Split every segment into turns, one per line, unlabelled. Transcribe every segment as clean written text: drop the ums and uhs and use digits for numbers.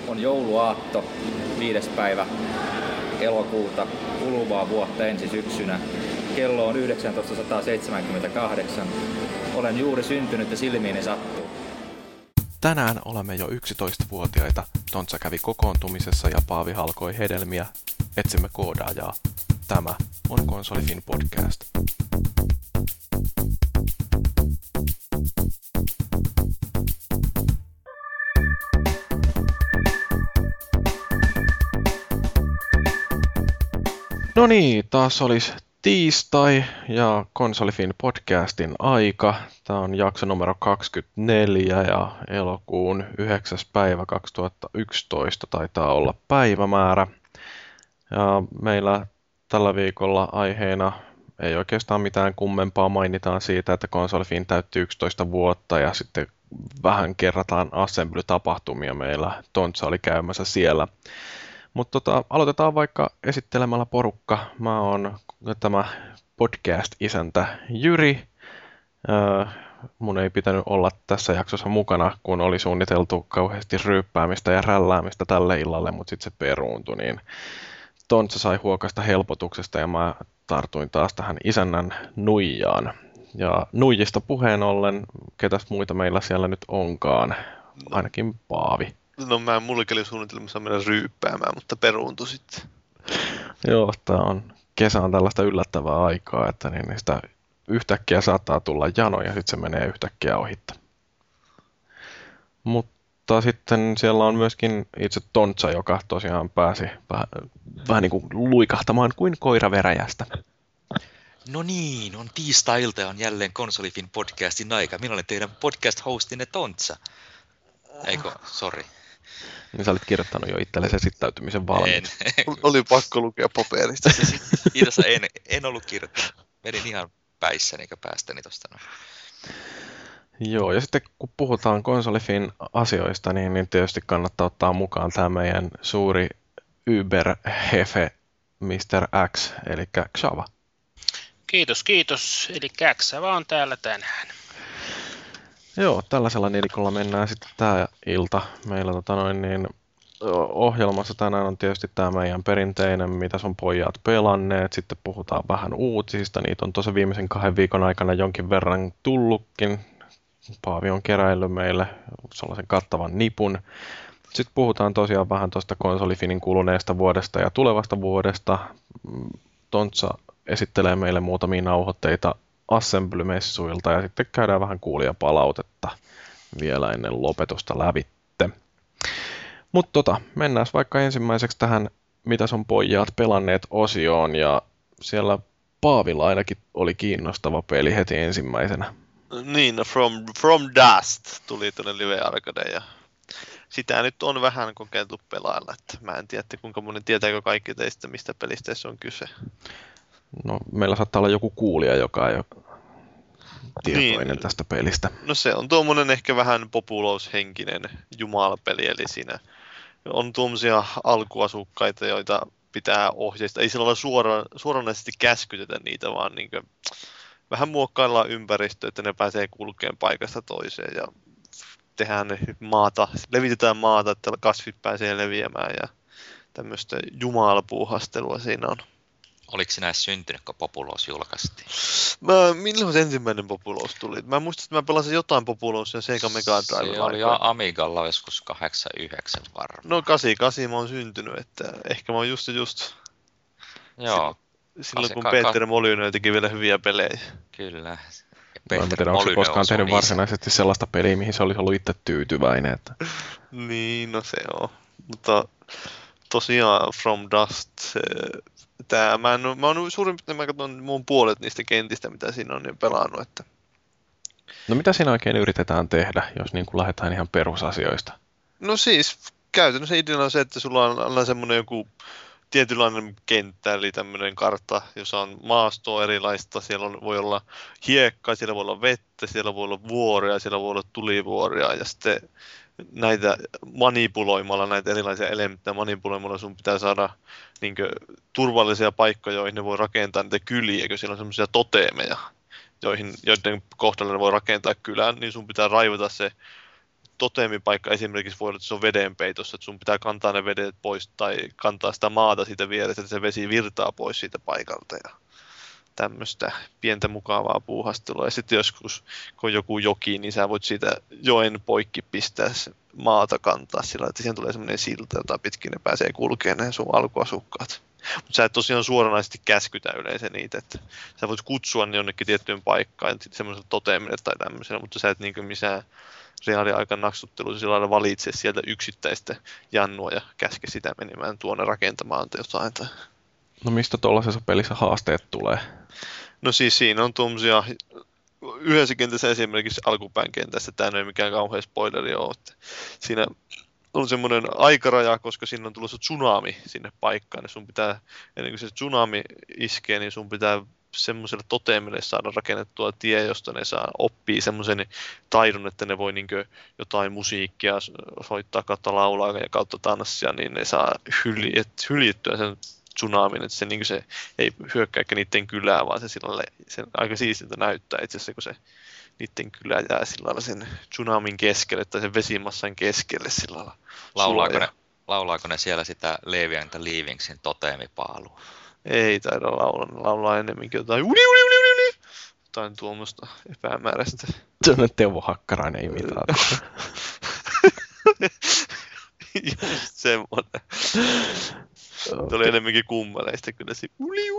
On jouluaatto, 5. päivä elokuuta kuluvaa vuotta ensi syksynä. Kello on 1978. Olen juuri syntynyt ja silmiini sattuu.
Tänään olemme jo 11-vuotiaita. Tontsa kävi kokoontumisessa ja Paavi halkoi hedelmiä. Etsimme koodaajaa. Tämä on Konsolifin podcast. No niin, taas olisi tiistai ja Konsolifin podcastin aika. Tämä on jakso numero 24 ja elokuun 9. päivä 2011 taitaa olla päivämäärä. Ja meillä tällä viikolla aiheena ei oikeastaan mitään kummempaa, mainitaan siitä, että Konsolifin täyttyy 11 vuotta ja sitten vähän kerrataan Assembly-tapahtumia. Meillä Tontsa oli käymässä siellä. Mutta aloitetaan vaikka esittelemällä porukka. Mä oon tämä podcast-isäntä Jyri. Mun ei pitänyt olla tässä jaksossa mukana, kun oli suunniteltu kauheasti ryyppäämistä ja rälläämistä tälle illalle, mutta sitten se peruuntui. Niin Tontsa sai huokasta helpotuksesta ja mä tartuin taas tähän isännän nuijaan. Ja nuijista puheen ollen, ketäs muita meillä siellä nyt onkaan? Ainakin Paavi.
No mullekin oli suunnitelmassa mennä ryyppäämään, mutta peruuntui sitten.
Joo, tämä on kesä on tällaista yllättävää aikaa, että niin sitä yhtäkkiä saattaa tulla jano ja sitten se menee yhtäkkiä ohitta. Mutta sitten siellä on myöskin itse Tontsa, joka tosiaan pääsi vähän niin kuin luikahtamaan kuin koira veräjästä.
No niin, on tiistai-ilta ja on jälleen Konsolifin podcastin aika. Minä olen teidän podcast-hostinne Tontsa. Eikö, sori.
Niin sä olit kirjoittanut jo itsellesi esittäytymisen valmiiksi.
Oli pakko lukea paperista.
Itse en ollut kirjoittanut. Menin ihan päissäni eikä päästäni tosta.
Joo, ja sitten kun puhutaan Konsolifin asioista, niin tietysti kannattaa ottaa mukaan tämä meidän suuri Uber-hefe Mr. X, eli Xava.
Kiitos. Eli Xava on täällä tänään.
Joo, tällaisella nilikolla mennään sitten tämä ilta. Meillä ohjelmassa tänään on tietysti tämä meidän perinteinen, mitä sun pojat pelanneet. Sitten puhutaan vähän uutisista. Niitä on tuossa viimeisen 2 viikon aikana jonkin verran tullutkin. Paavi on keräillyt meille sellaisen kattavan nipun. Sitten puhutaan tosiaan vähän tuosta Konsolifinin kuluneesta vuodesta ja tulevasta vuodesta. Tontsa esittelee meille muutamia nauhoitteita Assembly-messuilta ja sitten käydään vähän kuulijapalautetta vielä ennen lopetusta lävitte. Mutta mennään vaikka ensimmäiseksi tähän, mitä sun pojat pelanneet osioon, ja siellä Paavilla ainakin oli kiinnostava peli heti ensimmäisenä.
Niin, no From Dust tuli tuonne Live Arcadeen ja sitä nyt on vähän kokeiltu pelailla, että mä en tiedä, kuinka moni tietääkö kaikki teistä, mistä pelistä se on kyse.
No, meillä saattaa olla joku kuulija, joka ei ole tietoinen tästä pelistä.
No se on tuommoinen ehkä vähän populoushenkinen jumalapeli, eli siinä on tuommoisia alkuasukkaita, joita pitää ohjeistaa. Ei sillä olla suoranaisesti käskytetä niitä, vaan niin kuin vähän muokkaillaan ympäristöä, että ne pääsee kulkeen paikasta toiseen ja tehdään levitetään maata, että kasvit pääsee leviämään ja tämmöistä jumalapuuhastelua siinä on.
Oliko sinä edes syntynyt, kun Populous julkaistiin?
Milloin se ensimmäinen Populous tuli? Mä muistan, että mä pelasin jotain Populousia Sega Mega Drive.
Se oli Amigalla joskus 89 varmaan.
No 88 mä oon syntynyt, että ehkä mä oon just
Joo.
Silloin kun Peter Molyneux teki vielä hyviä pelejä.
Kyllä.
Mä en tiedä, onko se koskaan tehnyt varsinaisesti sellaista peliä, mihin se olisi ollut itse tyytyväinen. Että...
Niin, no se on. Mutta tosiaan From Dust... Mä oon suurin piirtein, mä katson mun puolet niistä kentistä, mitä siinä on pelannut. Että...
No mitä siinä oikein yritetään tehdä, jos niin kuin lähdetään ihan perusasioista?
No siis käytännössä ideana on se, että sulla on semmoinen joku tietynlainen kenttä, eli tämmöinen kartta, jossa on maastoa erilaista. Siellä voi olla hiekkaa, siellä voi olla vettä, siellä voi olla vuoria, siellä voi olla tulivuoria ja sitten näitä manipuloimalla, näitä erilaisia elementtejä manipuloimalla sun pitää saada niin kuin, turvallisia paikkoja, joihin ne voi rakentaa niitä kyliä, kun siellä on semmoisia toteemeja, joiden kohdalla ne voi rakentaa kylän, niin sun pitää raivata se toteemipaikka esimerkiksi voi olla, että se on vedenpeitossa, että sun pitää kantaa ne vedet pois tai kantaa sitä maata siitä vierestä, että se vesi virtaa pois siitä paikalta ja tämmöistä pientä mukavaa puuhastelua. Ja sitten joskus, kun on joku joki, niin sä voit siitä joen poikki pistää maata kantaa sillä, että siihen tulee semmoinen silta, jota pitkin ne pääsee kulkemaan ne sun alkuasukkaat. Mutta sä et tosiaan suoranaisesti käskytä yleensä niitä, että sä voit kutsua ne jonnekin tiettyyn paikkaan, semmoiselle toteamille tai tämmöiselle, mutta sä et niin missään reaaliaikan naksuttelussa sillä lailla valitse sieltä yksittäistä jannua ja käske sitä menemään tuonne rakentamaan jotain.
No mistä tuollaisessa pelissä haasteet tulee?
No siis siinä on tuommoisia, yhdessä kentässä esimerkiksi alkupään kentässä, tämä ei mikään kauhean spoileri ole, että siinä on semmoinen aikaraja, koska siinä on tulossa tsunami sinne paikkaan, niin sun pitää, ennen kuin se tsunami iskee, niin sun pitää semmoiselle toteemille saada rakennettua tie, josta ne saa oppia semmoisen taidon, että ne voi niinkö jotain musiikkia soittaa kautta laulaa ja kautta tanssia, niin ne saa hyljittyä sen tsunamin, että se, niin se ei hyökkää niiden kylää, vaan se aika siistiltä näyttää itse asiassa, kun se niiden kylä jää sillä lailla sen tsunamin keskelle tai sen vesimassan keskelle sillä lailla.
Laulaako ne siellä sitä Levi and the Leavingsin toteemipaalua?
Ei taida laulaa enemmänkin jotain jotain tuommoista epämääräistä.
Sellainen Teuvo Hakkarainen imitaatio.
Just semmoinen. Se oli enemmänkin kummeleista kyllä se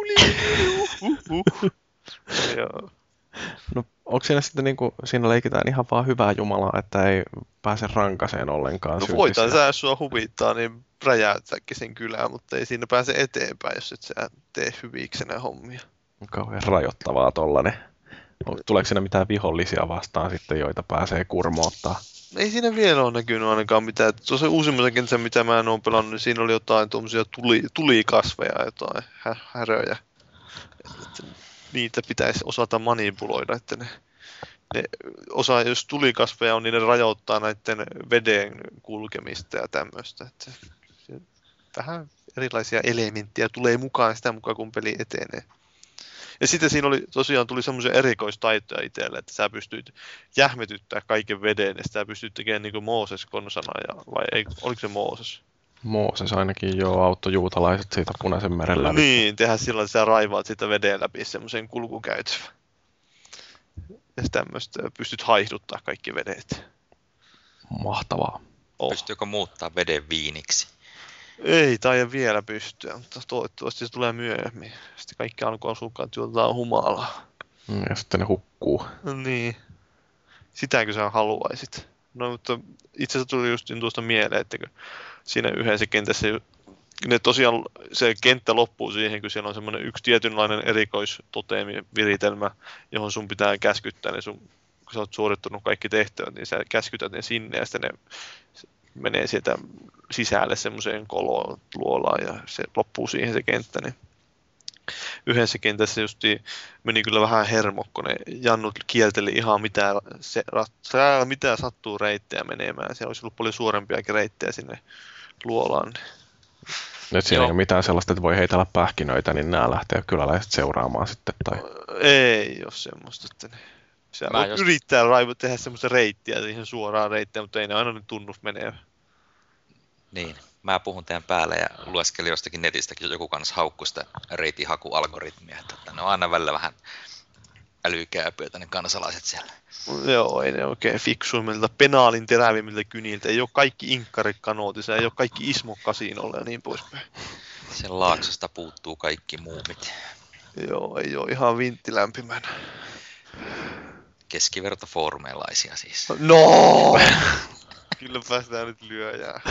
Joo.
No onko siinä sitten niinku, siinä leikitään ihan vaan hyvää Jumalaa, että ei pääse rankaseen ollenkaan?
No voitaan sä, jos sua huvittaa, niin räjäyttääkin sen kylään, mutta ei siinä pääse eteenpäin, jos et sä tee hyviksenä hommia.
Kauhean rajoittavaa tollanen. Tuleeko siinä mitään vihollisia vastaan sitten, joita pääsee kurmoottaa?
Ei siinä vielä ole näkynyt ainakaan mitään. Tuossa uusimmassa kentässä, mitä mä en ole pelannut, niin siinä oli jotain tuommoisia tulikasveja, jotain häröjä. Että niitä pitäisi osata manipuloida, että ne osaa, jos tulikasveja on, niin ne rajoittaa näiden veden kulkemista ja tämmöistä. Että vähän erilaisia elementtejä tulee mukaan sitä mukaan, kun peli etenee. Ja sitten siinä tuli semmoisia erikoistaitoja itselle, että sä pystyt jähmetyttämään kaiken veden, ja sä pystyt tekemään niin kuin Mooses konsana, vai ei, oliko se Mooses?
Mooses ainakin joo, auttoi siitä Punaisen meren läpi.
Niin, tehdään sillä, että sä raivaat sitä veden läpi semmoisen kulkukäytävän. Ja tämmöistä pystyt haihduttaa kaikki vedet.
Mahtavaa.
Pystyykö muuttaa veden viiniksi?
Ei taida vielä pystyä, mutta toivottavasti se tulee myöhemmin. Sitten kaikki alkuasukkaat juotetaan humalaa.
Ja sitten ne hukkuu.
No niin. Sitäkö sä haluaisit? No mutta itse asiassa tuli just tuosta mieleen, että siinä yhdessä kentässä ne tosiaan se kenttä loppuu siihen, kun siellä on semmoinen yksi tietynlainen erikoistoteemiviritelmä, johon sun pitää käskyttää ne kun sä oot suorittanut kaikki tehtävät, niin sä käskytät ne sinne ja sitten ne menee sieltä sisälle semmoiseen koloon luolaan ja se loppuu siihen se kenttä. Niin yhdessä kentässä justi meni kyllä vähän hermokko, ne jannut kielteli ihan mitä sattuu reittejä menemään. Siellä olisi ollut paljon suorempiakin reittejä sinne luolaan.
Nyt siinä ei ole mitään sellaista, että voi heitellä pähkinöitä, niin nämä lähtee kyläläiset seuraamaan sitten. Tai...
Ei ole semmoista, että sä voit yrittää tehdä semmoista reittiä, siihen suoraan reittiä, mutta ei ne aina nyt tunnu menee.
Niin, mä puhun teidän päälle ja lueskelin jostakin netistäkin joku kanssa haukku sitä reitinhakualgoritmia, että ne on aina välillä vähän älykääpyötä ne kansalaiset siellä.
Joo, ei ne oikein fiksuimmilta, penaalin terävimmiltä kyniltä, ei ole kaikki inkkarikanootissa, ei ole kaikki Ismo-kasinolla ja niin poispäin.
Sen laaksosta puuttuu kaikki muumit.
Joo, ei ole ihan vinttilämpimänä.
Keskivertofoorumeelaisia siis.
No! Kyllä päästään nyt lyöjään.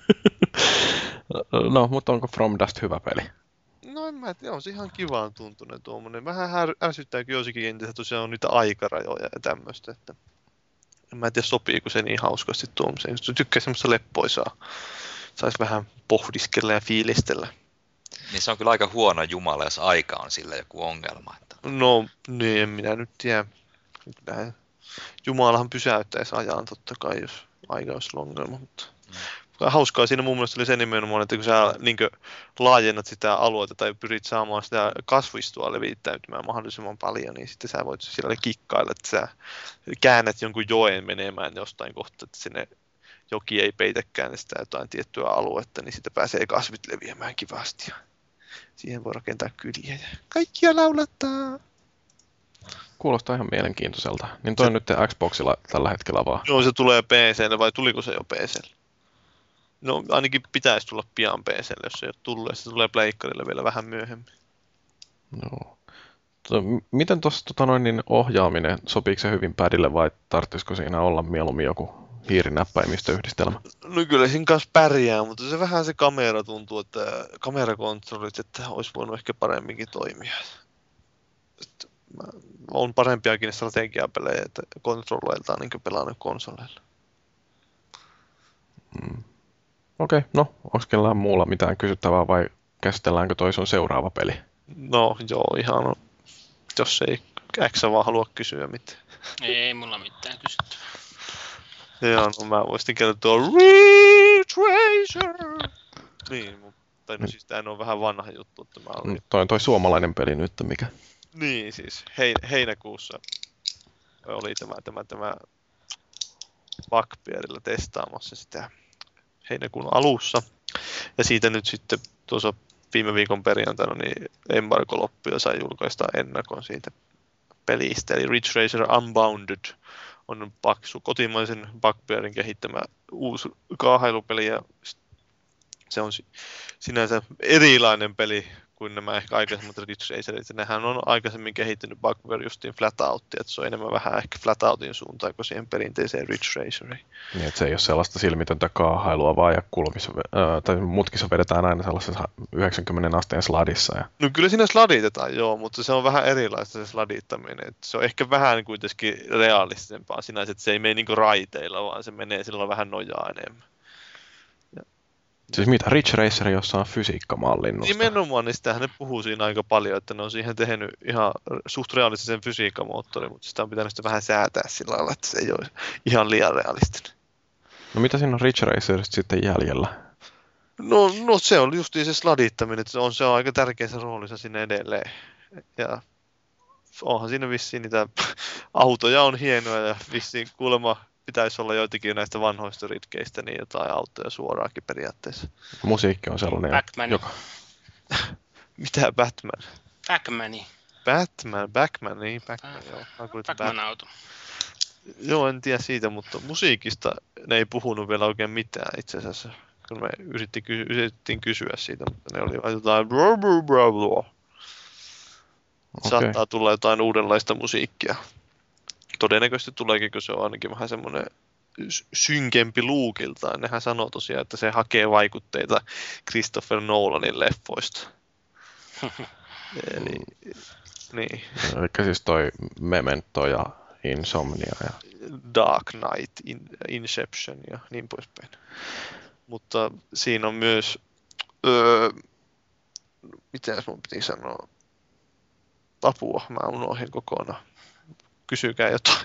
No, mutta onko From Dust hyvä peli?
No en mä tiedä, on se ihan kivaan tuntunen tuommoinen. Vähän ärsyttääkin joissakin kentissä tosiaan on niitä aikarajoja ja tämmöistä. Että en mä tiedä, sopiiko se niin hauskasti tuommoiseen. Jos tykkää semmoista leppoisaa, saisi vähän pohdiskella ja fiilistellä.
Niin se on kyllä aika huono jumala, jos aika on sillä joku ongelma. Että...
No niin, en minä nyt tiedä. Kyllähän Jumalahan pysäyttäisi ajan totta kai, jos aika olisi ongelma, mutta hauskaa siinä mun mielestä oli se nimenomaan, että kun sä niin laajennat sitä aluetta tai pyrit saamaan sitä kasvistoa levittäytymään mahdollisimman paljon, niin sitten sä voit sillä kikkailla, että sä käännät jonkun joen menemään jostain kohtaa, että sinne joki ei peitäkään sitä jotain tiettyä aluetta, niin siitä pääsee kasvit leviämään kivasti. Ja siihen voi rakentaa kyliä ja kaikkia laulattaa.
Kuulostaa ihan mielenkiintoiselta. Niin toi on nyt Xboxilla tällä hetkellä vaan.
Joo, se tulee PC:lle vai tuliko se jo PC:lle? No ainakin pitäisi tulla pian PC:lle, jos se ei ole tullut, ja se tulee pleikkarille vielä vähän myöhemmin.
No. Miten tuossa ohjaaminen, sopiiko se hyvin padille vai tarvitsisiko siinä olla mieluummin joku hiirinäppäimistöyhdistelmä?
No kyllä siinä kanssa pärjää, mutta se vähän se kamera tuntuu, että kamerakontrollit, että olisi voinut ehkä paremminkin toimia. On parempiakin strategiapelejä, että kontrolleiltaan niin kuin pelannut konsoleilla.
Okei, no onko kellään muulla mitään kysyttävää vai käsitelläänkö toi sun seuraava peli?
No joo, ihan jos ei X vaan halua kysyä mitään.
Ei mulla mitään kysyttävää.
Joo, no mä voisin kertoa Ridge Racer! Niin, mutta no siis tää on vähän vanha juttu, että mä olin...
Toi on toi suomalainen peli nyt, mikä?
Niin, siis heinäkuussa oli tämä Bugbearilla testaamassa sitä heinäkuun alussa. Ja siitä nyt sitten tuossa viime viikon perjantaina niin embargo loppui ja sai julkaista ennakon siitä pelistä. Eli Ridge Racer Unbounded on kotimaisen Bugbearin kehittämä uusi kaahailupeli ja se on sinänsä erilainen peli kuin nämä ehkä aikaisemmat Ridge Racerit. Nehän on aikaisemmin kehittynyt Bugbear justiin Flatoutia, että se on enemmän vähän ehkä Flatoutin suuntaan kuin siihen perinteiseen Ridge Raceriin.
Niin, että se ei ole sellaista silmitöntä kaahailua vaan ja tai mutkissa vedetään aina sellaisessa 90 asteen sladissa. Ja...
No kyllä siinä sladitetaan, joo, mutta se on vähän erilaista se sladittaminen. Että se on ehkä vähän kuitenkin realistisempaa sinänsä, että se ei mene niinku raiteilla, vaan se menee silloin vähän nojaa enemmän.
Siis mitä Ridge Racer, jossa on fysiikkamallinnusta?
Nimenomaan, niin sitähän ne puhuu siinä aika paljon, että ne on siihen tehnyt ihan suht realistisen fysiikkamoottorin, mutta sitä on pitänyt sitä vähän säätää sillä lailla, että se ei ole ihan liian realistinen.
No mitä siinä on Ridge Racerista sitten jäljellä?
No se on justiin se sladittaminen, että se on aika tärkeässä roolissa siinä edelleen. Ja onhan siinä vissiin niitä autoja on hienoja ja vissiin kuulemma pitäisi olla joitakin näistä vanhoista ritkeistä, niin jotain autoja suoraakin periaatteessa.
Musiikki on sellainen, joka...
Mitä Batman?
Backmani.
Batman, joo.
Backman-auto.
Joo, en tiedä siitä, mutta musiikista ne ei puhunut vielä oikein mitään itse asiassa. Kun me yritettiin kysyä siitä, mutta ne oli vain jotain Saattaa tulla jotain uudenlaista musiikkia. Todennäköisesti tuleekin, kun se on ainakin vähän semmoinen synkempi luukiltaan. Nehän sanoo tosiaan, että se hakee vaikutteita Christopher Nolanin leffoista. Eli, niin.
Eli siis toi Memento ja Insomnia ja...
Dark Knight, Inception ja niin poispäin. Mutta siinä on myös... miten mun piti sanoa? Apua, mä unohdin kokonaan. Kysykää jotain.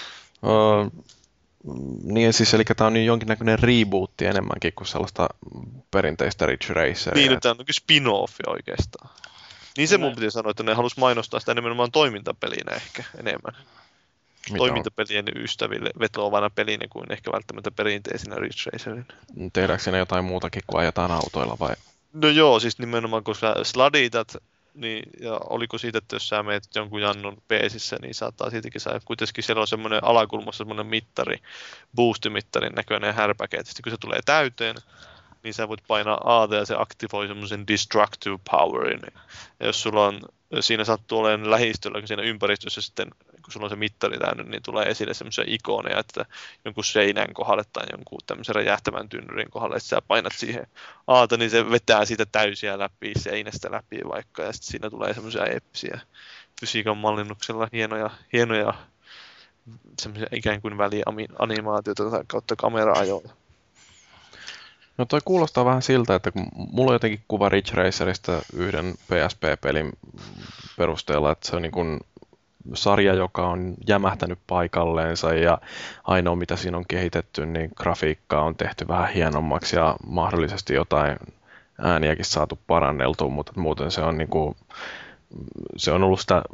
Niin siis, eli tää on niin jonkinnäköinen rebootti enemmänkin kuin sellaista perinteistä Ridge Raceria.
Niin, tää on spin-offi oikeastaan. Niin se mun piti sanoa, että ne halus mainostaa sitä nimenomaan toimintapelinä ehkä enemmän. Toimintapelien ystäville vetoavana pelinä kuin ehkä välttämättä perinteisenä Ridge Racerin.
Tehdäänkö siinä jotain muutakin kuin ajetaan autoilla vai?
No joo, siis nimenomaan kun sä sladitat, niin, ja oliko siitä, että jos sä meet jonkun jannon peesissä, niin saattaa siitäkin saada. Kuitenkin siellä on semmoinen alakulmassa semmoinen mittari, boostimittarin näköinen härpäke, että kun se tulee täyteen, niin sä voit painaa A:ta ja se aktivoi semmoisen destructive powerin. Ja jos sulla on, siinä sattuu olemaan lähistöllä, kun siinä ympäristössä sitten, kun sulla on se mittari täynnä, niin tulee esille semmoisia ikoneja, että jonkun seinän kohdalle tai jonkun tämmöisen räjähtävän tynnyrin kohdalle, että sä painat siihen A:ta, niin se vetää siitä täysiä läpi, seinästä läpi vaikka, ja sitten siinä tulee semmoisia eeppisiä fysiikan mallinnuksella hienoja semmoisia ikään kuin välianimaatioita kautta kamera-ajoja.
No toi kuulostaa vähän siltä, että kun mulla on jotenkin kuva Ridge Racerista yhden PSP-pelin perusteella, että se on niin kuin sarja, joka on jämähtänyt paikalleensa ja ainoa mitä siinä on kehitetty, niin grafiikkaa on tehty vähän hienommaksi ja mahdollisesti jotain ääniäkin saatu paranneltua, mutta muuten se on, niin kuin, se on ollut sitä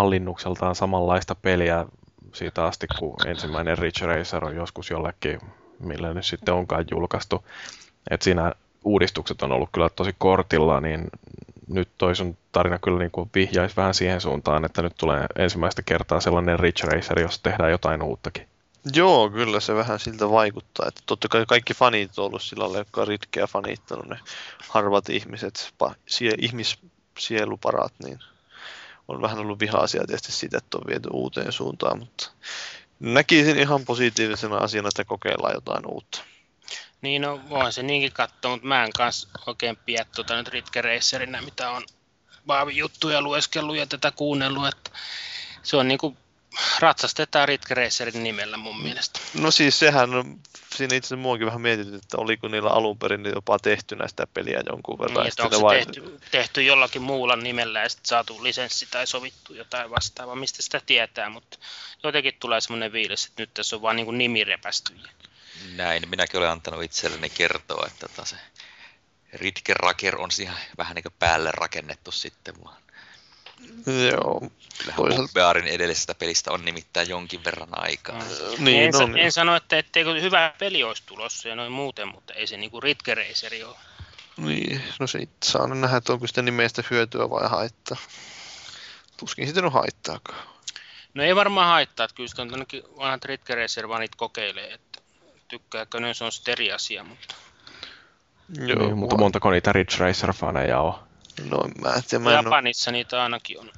ajomallinnukseltaan samanlaista peliä siitä asti, kun ensimmäinen Ridge Racer on joskus jollekin millä nyt sitten onkaan julkaistu. Et siinä uudistukset on ollut kyllä tosi kortilla, niin nyt toi sun tarina kyllä niin kuin vihjaisi vähän siihen suuntaan, että nyt tulee ensimmäistä kertaa sellainen Ridge Racer, jossa tehdään jotain uuttakin.
Joo, kyllä se vähän siltä vaikuttaa. Että totta kai kaikki fanit on ollut sillä lailla, jotka on Ridgeä fanittanut, ne harvat ihmiset, ihmissieluparat, niin on vähän ollut vihaisia tietysti siitä, että on viety uuteen suuntaan, mutta näkisin ihan positiivisena asiana, että kokeillaan jotain uutta.
Niin, no voin se niinkin katsoa, mutta mä en kanssa oikein pidä nyt Ridge Racerinä, mitä on Vaavi-juttuja lueskellut ja tätä kuunnellut, että se on niinku ratsastetaan Ridge Racerin nimellä mun mielestä.
No siis sehän on, siinä itse muakin vähän mietitty, että oliko niillä alun perin jopa tehty näistä peliä jonkun verran.
Niin, onko se tehty jollakin muulla nimellä ja sitten saatu lisenssi tai sovittu jotain vastaavaa, mistä sitä tietää, mutta jotenkin tulee semmoinen fiilis, että nyt tässä on vaan niin nimi repästy.
Näin, minäkin olen antanut itselleni kertoa, että se Ridge Racer on siihen vähän niin kuin päälle rakennettu sitten vaan.
Joo.
Kyllähän Bearin edellisestä pelistä on nimittäin jonkin verran aikaa.
Niin,
en sano, että etteikö hyvä peli olisi tulossa ja noin muuten, mutta ei se niinku Ridge Raceri ole.
Niin, no siitä saa nähdä, että onko sitä nimestä hyötyä vai haittaa. Tuskin sitten on haittaakaan.
No ei varmaan haittaa, että kyllä sitä on ainakin vanhat Ridge Racer-vanit kokeilee, että tykkääkö ne, se on sitten eri asia, mutta...
Joo, niin, mutta montako niitä Ridge Racer-faneja on?
No mä en tiedä.
Japanissa niitä ainakin on.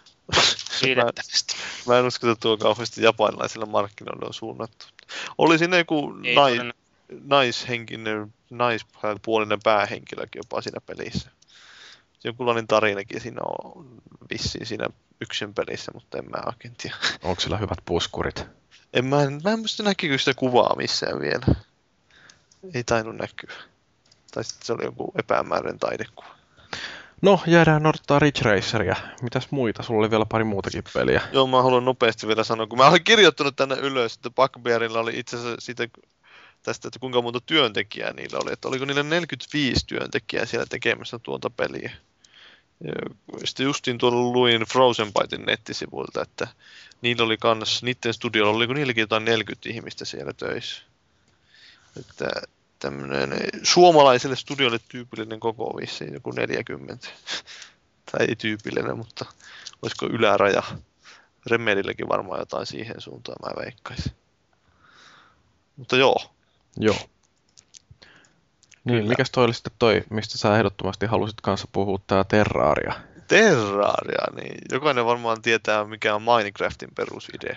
Mä en usko, että tuo kauheasti japanilaisilla markkinoilla on suunnattu. Oli siinä joku naispuolinen päähenkilökin jopa siinä pelissä. Jonkunlainen tarinakin siinä on vissiin siinä yksin pelissä, mutta en mä oikein tiedä.
Onko sillä hyvät puskurit?
Mä en muista näkyykö sitä kuvaa missään vielä. Ei tainnut näkyä. Tai sitten se oli joku epämääräinen taidekuva.
No, jäädään odottaa Ridge Raceria. Mitäs muita? Sulla oli vielä pari muutakin peliä.
Joo, mä haluan nopeasti vielä sanoa, kun mä olin kirjoittanut tänne ylös, että Bugbearilla oli itse asiassa siitä, tästä, että kuinka monta työntekijää niillä oli. Että oliko niillä 45 työntekijää siellä tekemässä tuota peliä. Ja sitten justiin tuolla luin Frozen Bytein nettisivuilta, että niillä oli kans, niiden studiolla oliko niilläkin jotain 40 ihmistä siellä töissä. Että tämmöinen suomalaiselle studiolle tyypillinen koko vissiin, joku 40. Tai ei tyypillinen, mutta olisiko yläraja. Remedilläkin varmaan jotain siihen suuntaan, mä veikkaisin. Mutta joo.
Joo. Niin, mikäs toi oli sitten toi, mistä sä ehdottomasti halusit kanssa puhua, tää Terraria?
Terraria, niin. Jokainen varmaan tietää, mikä on Minecraftin perusidea.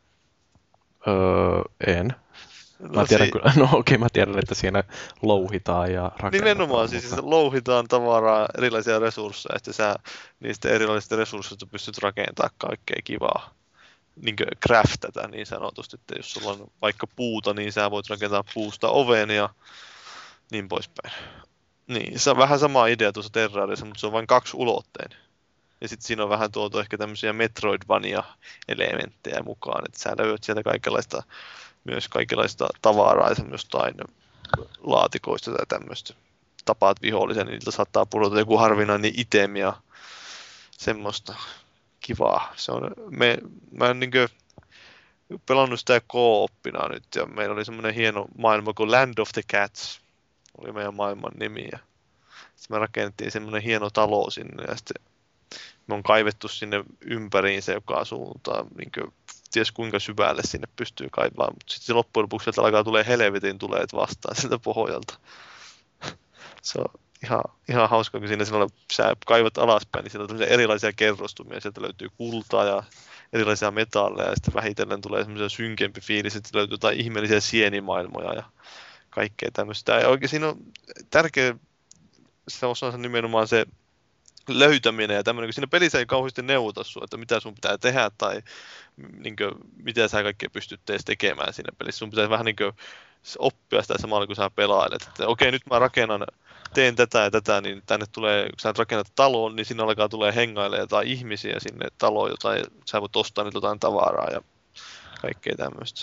En. Mä tiedän kyllä, mä tiedän, että siinä louhitaan ja rakennetaan.
Nimenomaan, mutta... siis louhitaan tavaraa, erilaisia resursseja, että sä niistä erilaisista resursseista pystyt rakentamaan kaikkea kivaa. Niin kuin craftata niin sanotusti, että jos sulla on vaikka puuta, niin sä voit rakentaa puusta oven ja niin poispäin. Niin, se on vähän sama idea tuossa Terrariassa, mutta se on vain 2-ulotteinen. Ja sitten siinä on vähän tuotu ehkä tämmöisiä Metroidvania-elementtejä mukaan, että sä löydät sieltä kaikenlaista tavaraa, jostain laatikoista tai tämmöistä. Tapaat vihollisen, niin niiltä saattaa pudota joku harvinainen itemi ja semmoista kivaa. Se on, mä en niinkö pelannut sitä co-oppina nyt, ja meillä oli semmoinen hieno maailma kuin Land of the Cats, oli meidän maailman nimi, ja sitten me rakennettiin semmoinen hieno talo sinne, ja sitten me on kaivettu sinne ympäriinsä joka suuntaan, niinkö ties kuinka syvälle sinne pystyy kaivamaan, mutta sitten loppujen lopuksi sieltä alkaa tulee helvetin tuleet vastaan siltä pohjalta. Se on ihan hauska, kun siinä sä kaivat alaspäin, niin sieltä on erilaisia kerrostumia, sieltä löytyy kultaa ja erilaisia metalleja, ja sitten vähitellen tulee semmoisia synkempi fiilis, että löytyy jotain ihmeellisiä sienimaailmoja ja kaikkea tämmöistä. Ja oikein siinä on tärkeä se osansa nimenomaan se löytäminen ja tämmöinen, kun siinä pelissä ei kauheasti neuvota sua, että mitä sun pitää tehdä tai niinkö, mitä sä kaikkea pystyt tekemään siinä pelissä. Sun pitäisi vähän niinkö oppia sitä samalla, kun sä pelailet. Että okei, nyt mä teen tätä ja tätä, niin tänne tulee, kun sä rakennat taloon, niin siinä alkaa tulee hengailemaan jotain ihmisiä sinne taloon, jotain, sä voit ostaa nyt jotain tavaraa ja kaikkea tämmöistä.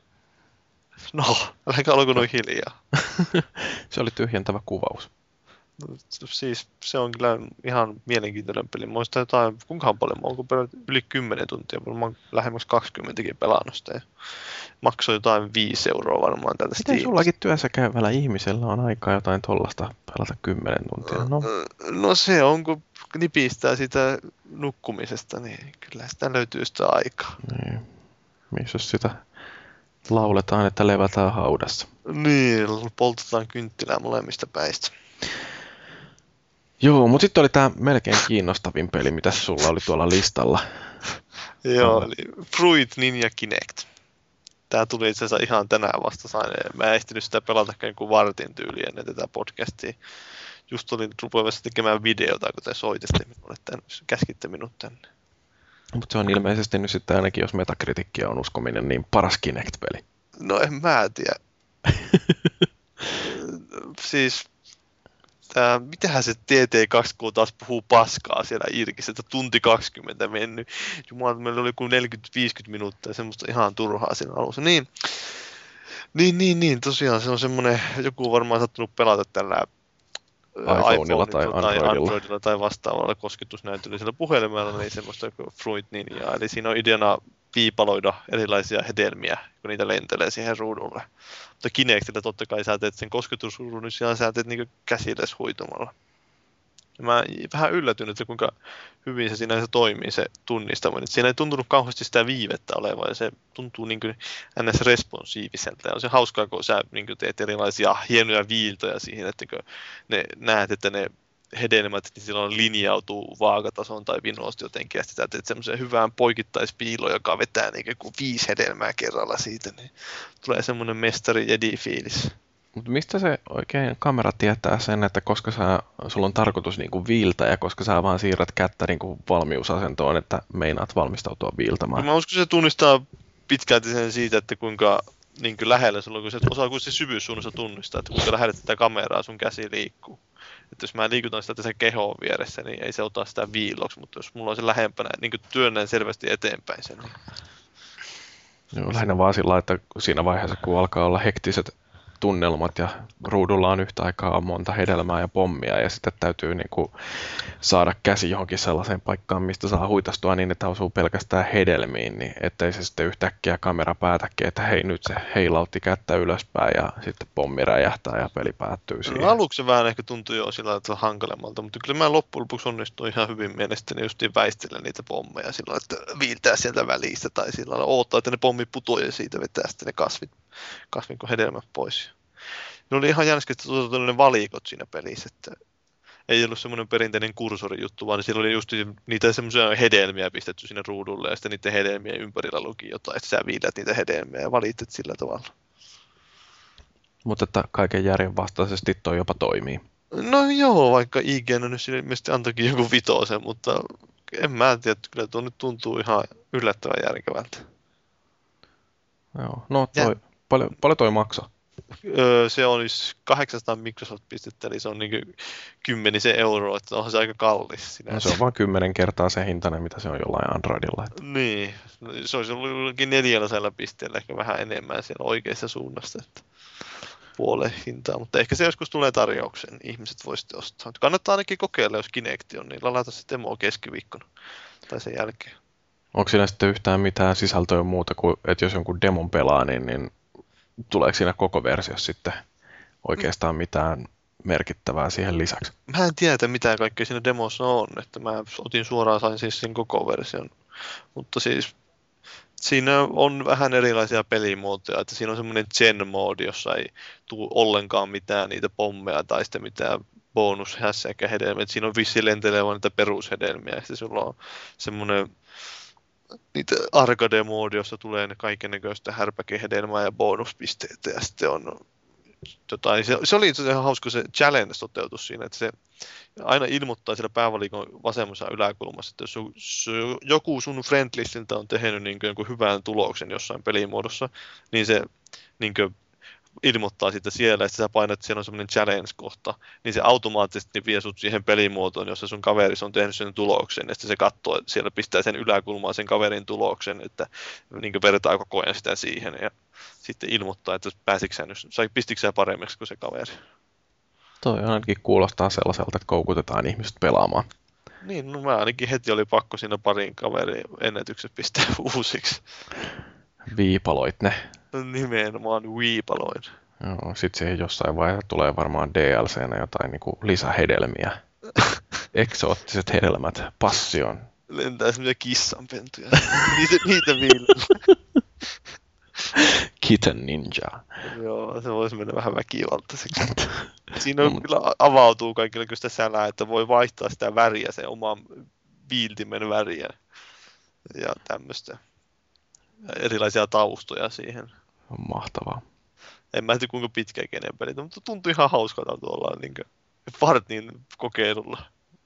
No, älkää olko noin hiljaa.
Se oli tyhjentävä kuvaus.
Siis se on kyllä ihan mielenkiintoinen peli. Muista jotain, kuinkahan paljon mä oon pelannut yli 10 tuntia, mä oon lähemmäs 20 pelannut sitä. Ja maksoi jotain 5 euroa varmaan tältä
Miten
Steamista.
sullakin työssä käyvällä ihmisellä on aikaa jotain tollasta pelata 10 tuntia? No,
No se on, kun nipistää sitä nukkumisesta, niin kyllä sitä löytyy sitä aikaa.
niin. Missä sitä lauletaan, että levätään haudassa?
Niin, poltetaan kynttilää molemmista päistä.
Joo, mutta sitten oli tämä melkein kiinnostavin peli, mitä sulla oli tuolla listalla.
Joo, eli Fruit Ninja Kinect. Tää tuli itse asiassa ihan tänään vasta sain. Mä en ehtinyt sitä pelata kuin vartin tyyliin ennen tätä podcastia. Just olin rupeamassa tekemään videota, kun te soititte minulle, käskitte minut tänne.
Mutta se on ilmeisesti nyt sitten ainakin, jos Metacriticia on uskominen, niin paras Kinect-peli.
No en mä tiedä. Siis, mitähän se TT2K taas puhuu paskaa siellä Irkissä, että tunti 20 mennyt. Jumala, meillä oli kuin 40-50 minuuttia, semmoista ihan turhaa siinä alussa. Niin, tosiaan se on semmoinen, joku on varmaan sattunut pelata tällä
iPhoneilla tai
Androidilla tai vastaavalla kosketusnäytöllisellä puhelimella, niin semmoista kuin Fruit Ninja. Eli siinä on ideana viipaloida erilaisia hedelmiä, kun niitä lentelee siihen ruudulle. Mutta Kinectillä totta kai sä teet sen kosketusruudun, niin siellä sä teet niin käsilles huitumalla. Ja mä vähän yllätyn, että kuinka hyvin se sinänsä toimii se tunnistaminen. Siinä ei tuntunut kauheasti sitä viivettä olevan ja se tuntuu niin kuin NS-responsiiviselta. Ja on se hauskaa, kun sä niin kuin teet erilaisia hienoja viiltoja siihen, että kun ne näet, että ne hedelmät, niin silloin linjautuu vaakatason tai vinosta jotenkin, ja sitten teet semmoisen hyvään poikittaispiilon, joka vetää niin kuin 5 hedelmää kerralla siitä, niin tulee semmoinen mestari jedi-fiilis.
Mutta mistä se oikein kamera tietää sen, että koska sulla on tarkoitus niinku viiltää ja koska sä vaan siirrät kättä niinku valmiusasentoon, että meinaat valmistautua viiltämään?
Mä uskon, se tunnistaa pitkälti sen siitä, että kuinka niin kuin lähellä sulla on, kun se osaa kuin se syvyyssuunnassa tunnistaa, että kuinka lähellä tätä kameraa sun käsi liikkuu. Että jos mä liikutan sitä tässä kehoon vieressä, niin ei se ota sitä viiloksi, mutta jos mulla on se lähempänä, niin kuin työnnän selvästi eteenpäin sen. Niin...
Joo, lähinnä vaan sillä, että siinä vaiheessa, kun alkaa olla hektiset tunnelmat ja ruudulla on yhtä aikaa monta hedelmää ja pommia ja sitten täytyy niinku saada käsi johonkin sellaiseen paikkaan, mistä saa huitastua niin, että osuu pelkästään hedelmiin, niin ettei se sitten yhtäkkiä kamera päätäkin, että hei nyt se heilautti kättä ylöspäin ja sitten pommi räjähtää ja peli päättyy siihen.
No, aluksi se vähän ehkä tuntui jo sillä lailla hankalemmalta, mutta kyllä mä loppujen lopuksi onnistuin ihan hyvin mielestäni justiin väistellä niitä pommeja sillä lailla, että viiltää sieltä välistä tai sillä lailla odottaa, että ne pommi putoaa ja siitä vetää sitten ne kasvin kuin hedelmät pois. Ne oli ihan jänskästi ne valikot siinä pelissä, että ei ollut semmoinen perinteinen kursorijuttu, vaan siellä oli just niitä semmoisia hedelmiä pistetty sinne ruudulle ja sitten niiden hedelmien ympärillä luki jotain, että sä viilät niitä hedelmiä ja valitset sillä tavalla.
Mutta että kaiken järjen vastaisesti toi jopa toimii.
No joo, vaikka IGN on nyt ilmeisesti antoikin joku vitosen, mutta en mä tiedä, että kyllä tuo nyt tuntuu ihan yllättävän järkevältä.
Joo, no paljon toi maksaa?
Se olisi 800 Microsoft-pistettä, eli se on niin 10 euroa, että onhan se aika kallis sinänsä.
No se on vain 10 kertaa se hintainen, mitä se on jollain Androidilla.
Niin, se olisi ollut jollakin 400 pisteellä, ehkä vähän enemmän siellä oikeassa suunnassa, että puoleen hintaa, mutta ehkä se joskus tulee tarjoukseen, niin ihmiset voisivat ostaa. Kannattaa ainakin kokeilla, jos Kinect on, niin ladata se demo keskiviikkona tai sen jälkeen.
Onko siinä sitten yhtään mitään sisältöä muuta kuin, että jos jonkun demon pelaa, niin tuleeko siinä koko versiossa sitten oikeastaan mitään merkittävää siihen lisäksi?
Mä en tiedä, mitä kaikkea siinä demossa on, että mä otin suoraan, sain siis sen koko version, mutta siis siinä on vähän erilaisia pelimuotoja, että siinä on semmoinen Gen-moodi, jossa ei tule ollenkaan mitään niitä pommeja tai sitten mitään bonushässäkkä hedelmiä, että siinä on vissiin lentelee vaan niitä perushedelmiä, ja sitten sulla on semmoinen niitä arcade-moodi, jossa tulee ne kaikennäköistä härpäkehedelmää ja bonuspisteitä, ja sitten on jotain, se oli itse asiassa ihan hauska se challenge toteutus siinä, että se aina ilmoittaa siellä päävalikon vasemmassa yläkulmassa, että jos joku sun friendlistiltä on tehnyt niin jonkun hyvän tuloksen jossain pelimuodossa, niin se niin ilmoittaa sitä siellä, että sä painat, että siellä on semmoinen challenge-kohta, niin se automaattisesti vie sut siihen pelimuotoon, jossa sun kaveris on tehnyt sen tuloksen, ja sitten se katsoo, että siellä pistää sen yläkulmaan sen kaverin tuloksen, että niin vertaa koko ajan sitä siihen, ja sitten ilmoittaa, että pistikö sä paremmaksi kuin se kaveri.
Toi ainakin kuulostaa sellaiselta, että koukutetaan ihmiset pelaamaan.
Niin, no mä ainakin heti oli pakko siinä parin kaverin ennätykset pistää uusiksi.
Viipaloit ne.
Nimenomaan viipaloin.
Joo, sit siihen jossain vaiheessa tulee varmaan DLC:nä jotain niinku lisähedelmiä. Eksoottiset hedelmät, passion.
Lentää semmoisia kissanpentuja. niitä viilellä.
Kitten Ninja.
Joo, se voisi mennä vähän väkivaltaiseksi. Siinä on kyllä avautuu kaikenlaista sälää, että voi vaihtaa sitä väriä, sen oman viiltimen väriä. Ja tämmöistä. Erilaisia taustoja siihen.
Mahtavaa.
En mä tiedä kuinka pitkäikäinen peli, mutta tuntui ihan hauskalta tuolla niin Fartin kokeilulla.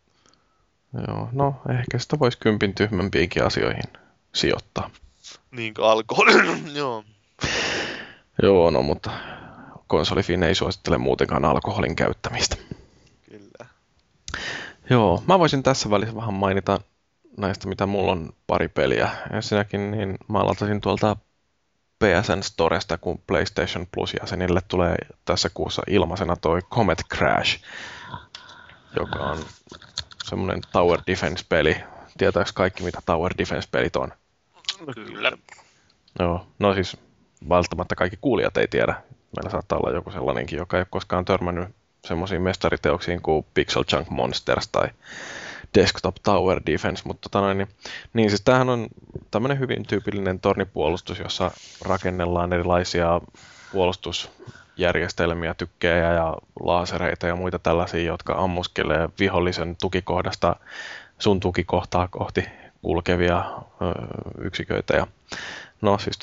Joo, no ehkä sitä voisi 10 tyhmempiinkin asioihin sijoittaa.
Niin kuin alkoholi, joo.
Joo, no mutta konsolifin ei suosittele muutenkaan alkoholin käyttämistä.
Kyllä.
Joo, mä voisin tässä välissä vähän mainita näistä, mitä mulla on pari peliä. Ensinnäkin niin mä latasin tuolta PSN Storesta, kun PlayStation Plus-jäsenille tulee tässä kuussa ilmaisena toi Comet Crash, joka on semmoinen Tower Defense-peli. Tietääks kaikki, mitä Tower Defense-pelit on?
Kyllä.
Joo, no siis välttämättä kaikki kuulijat ei tiedä. Meillä saattaa olla joku sellainenkin, joka ei ole koskaan törmännyt semmoisiin mestariteoksiin kuin Pixel Junk Monsters tai Desktop Tower Defense, mutta niin siis tämähän on tämmöinen hyvin tyypillinen tornipuolustus, jossa rakennellaan erilaisia puolustusjärjestelmiä, tykkejä ja laasereita ja muita tällaisia, jotka ammuskelee vihollisen tukikohdasta sun tukikohtaa kohti kulkevia yksiköitä. Ja no siis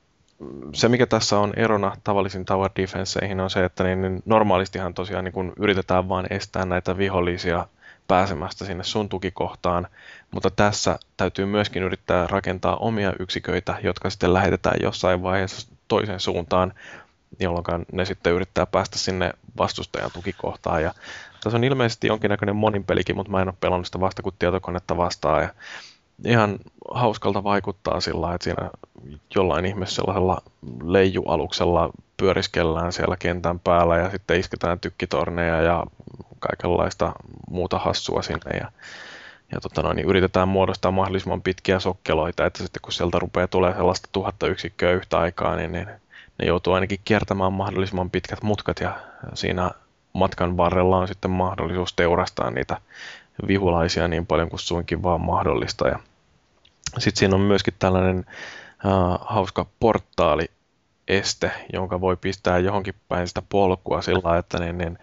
se, mikä tässä on erona tavallisiin Tower Defenseihin, on se, että niin normaalistihan tosiaan niin kun yritetään vain estää näitä vihollisia pääsemästä sinne sun tukikohtaan, mutta tässä täytyy myöskin yrittää rakentaa omia yksiköitä, jotka sitten lähetetään jossain vaiheessa toiseen suuntaan, jolloin ne sitten yrittää päästä sinne vastustajan tukikohtaan. Ja tässä on ilmeisesti jonkinnäköinen moninpelikin, mutta mä en ole pelannut sitä vasta kuin tietokonetta vastaan. Ja ihan hauskalta vaikuttaa sillä, että siinä jollain ihmeessä sellaisella leijualuksella pyöriskellään siellä kentän päällä ja sitten isketään tykkitorneja ja kaikenlaista muuta hassua sinne. Ja niin yritetään muodostaa mahdollisimman pitkiä sokkeloita, että sitten kun sieltä rupeaa tulemaan sellaista 1000 yksikköä yhtä aikaa, niin ne joutuu ainakin kiertämään mahdollisimman pitkät mutkat ja siinä matkan varrella on sitten mahdollisuus teurastaa niitä vihulaisia niin paljon kuin suinkin vaan mahdollista. Ja sitten siinä on myöskin tällainen hauska portaalieste, jonka voi pistää johonkin päin sitä polkua sillä, että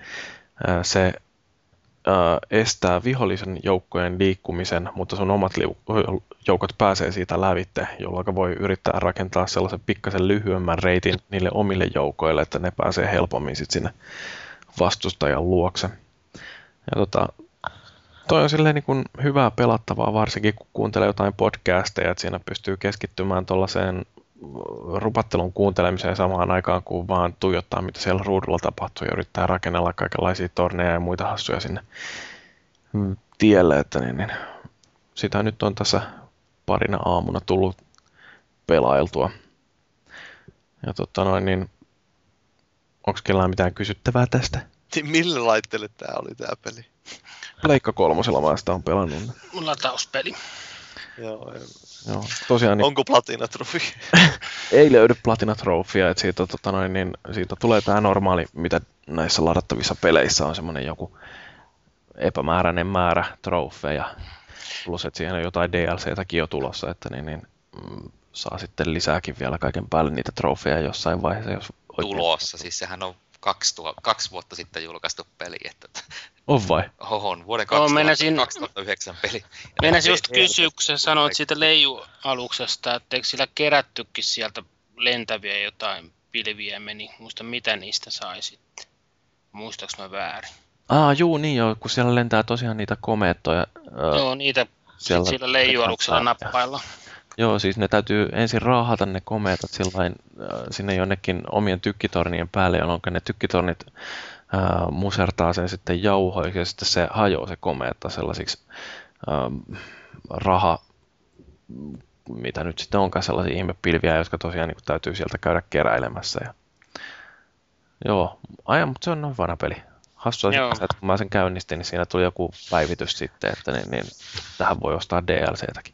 se estää vihollisen joukkojen liikkumisen, mutta sun omat joukot pääsee siitä lävitte, jolloin voi yrittää rakentaa sellaisen pikkasen lyhyemmän reitin niille omille joukoille, että ne pääsee helpommin sit sinne vastustajan luokse. Ja toi on silleen niin kuin hyvää pelattavaa, varsinkin kun kuuntelee jotain podcasteja, että siinä pystyy keskittymään tuollaiseen rupattelun kuuntelemiseen samaan aikaan, kun vaan tuijottaa, mitä siellä ruudulla tapahtuu ja yrittää rakennella kaikenlaisia torneja ja muita hassuja sinne tielle, että sitä nyt on tässä parina aamuna tullut pelailtua. Ja onko kellään mitään kysyttävää tästä?
Millä laitteelle tää oli tää peli?
Pleikka 3:lla mä sitä on pelannut.
Latauspeli.
Joo.
Tosiaan,
onko platinatrofi?
Ei löydy platinatrofia, että siitä tulee tämä normaali, mitä näissä ladattavissa peleissä on semmoinen joku epämääräinen määrä trofeja. Plus, että siihen on jotain DLC-täkin jo tulossa, että saa sitten lisääkin vielä kaiken päälle niitä trofeja jossain vaiheessa. Jos
tulossa, siis sehän on 2 vuotta sitten julkaistu peli. Että
on vai?
On, vuoden 2009 peli.
Meinasin just kysyä, kun sä sanoit siitä leijualuksesta, että eikö sillä kerättykin sieltä lentäviä jotain pilviä meni. Muista mitä niistä sai sitten. Muistaaks mä väärin?
Kun siellä lentää tosiaan niitä komeettoja.
Joo, niitä sillä leijualuksella nappailla.
Joo, siis ne täytyy ensin raahata ne komeetat sinne jonnekin omien tykkitornien päälle, jolloin ne tykkitornit musertaa sen sitten jauhoiksi ja sitten se hajoaa se komeetta sellaisiksi mitä nyt sitten onkaan sellaisia ihmepilviä, jotka tosiaan niin täytyy sieltä käydä keräilemässä. Ja joo, mutta se on noin vanha peli. Hassua sinänsä, että kun mä sen käynnistin, niin siinä tuli joku päivitys sitten, että niin tähän voi ostaa DLCtäkin.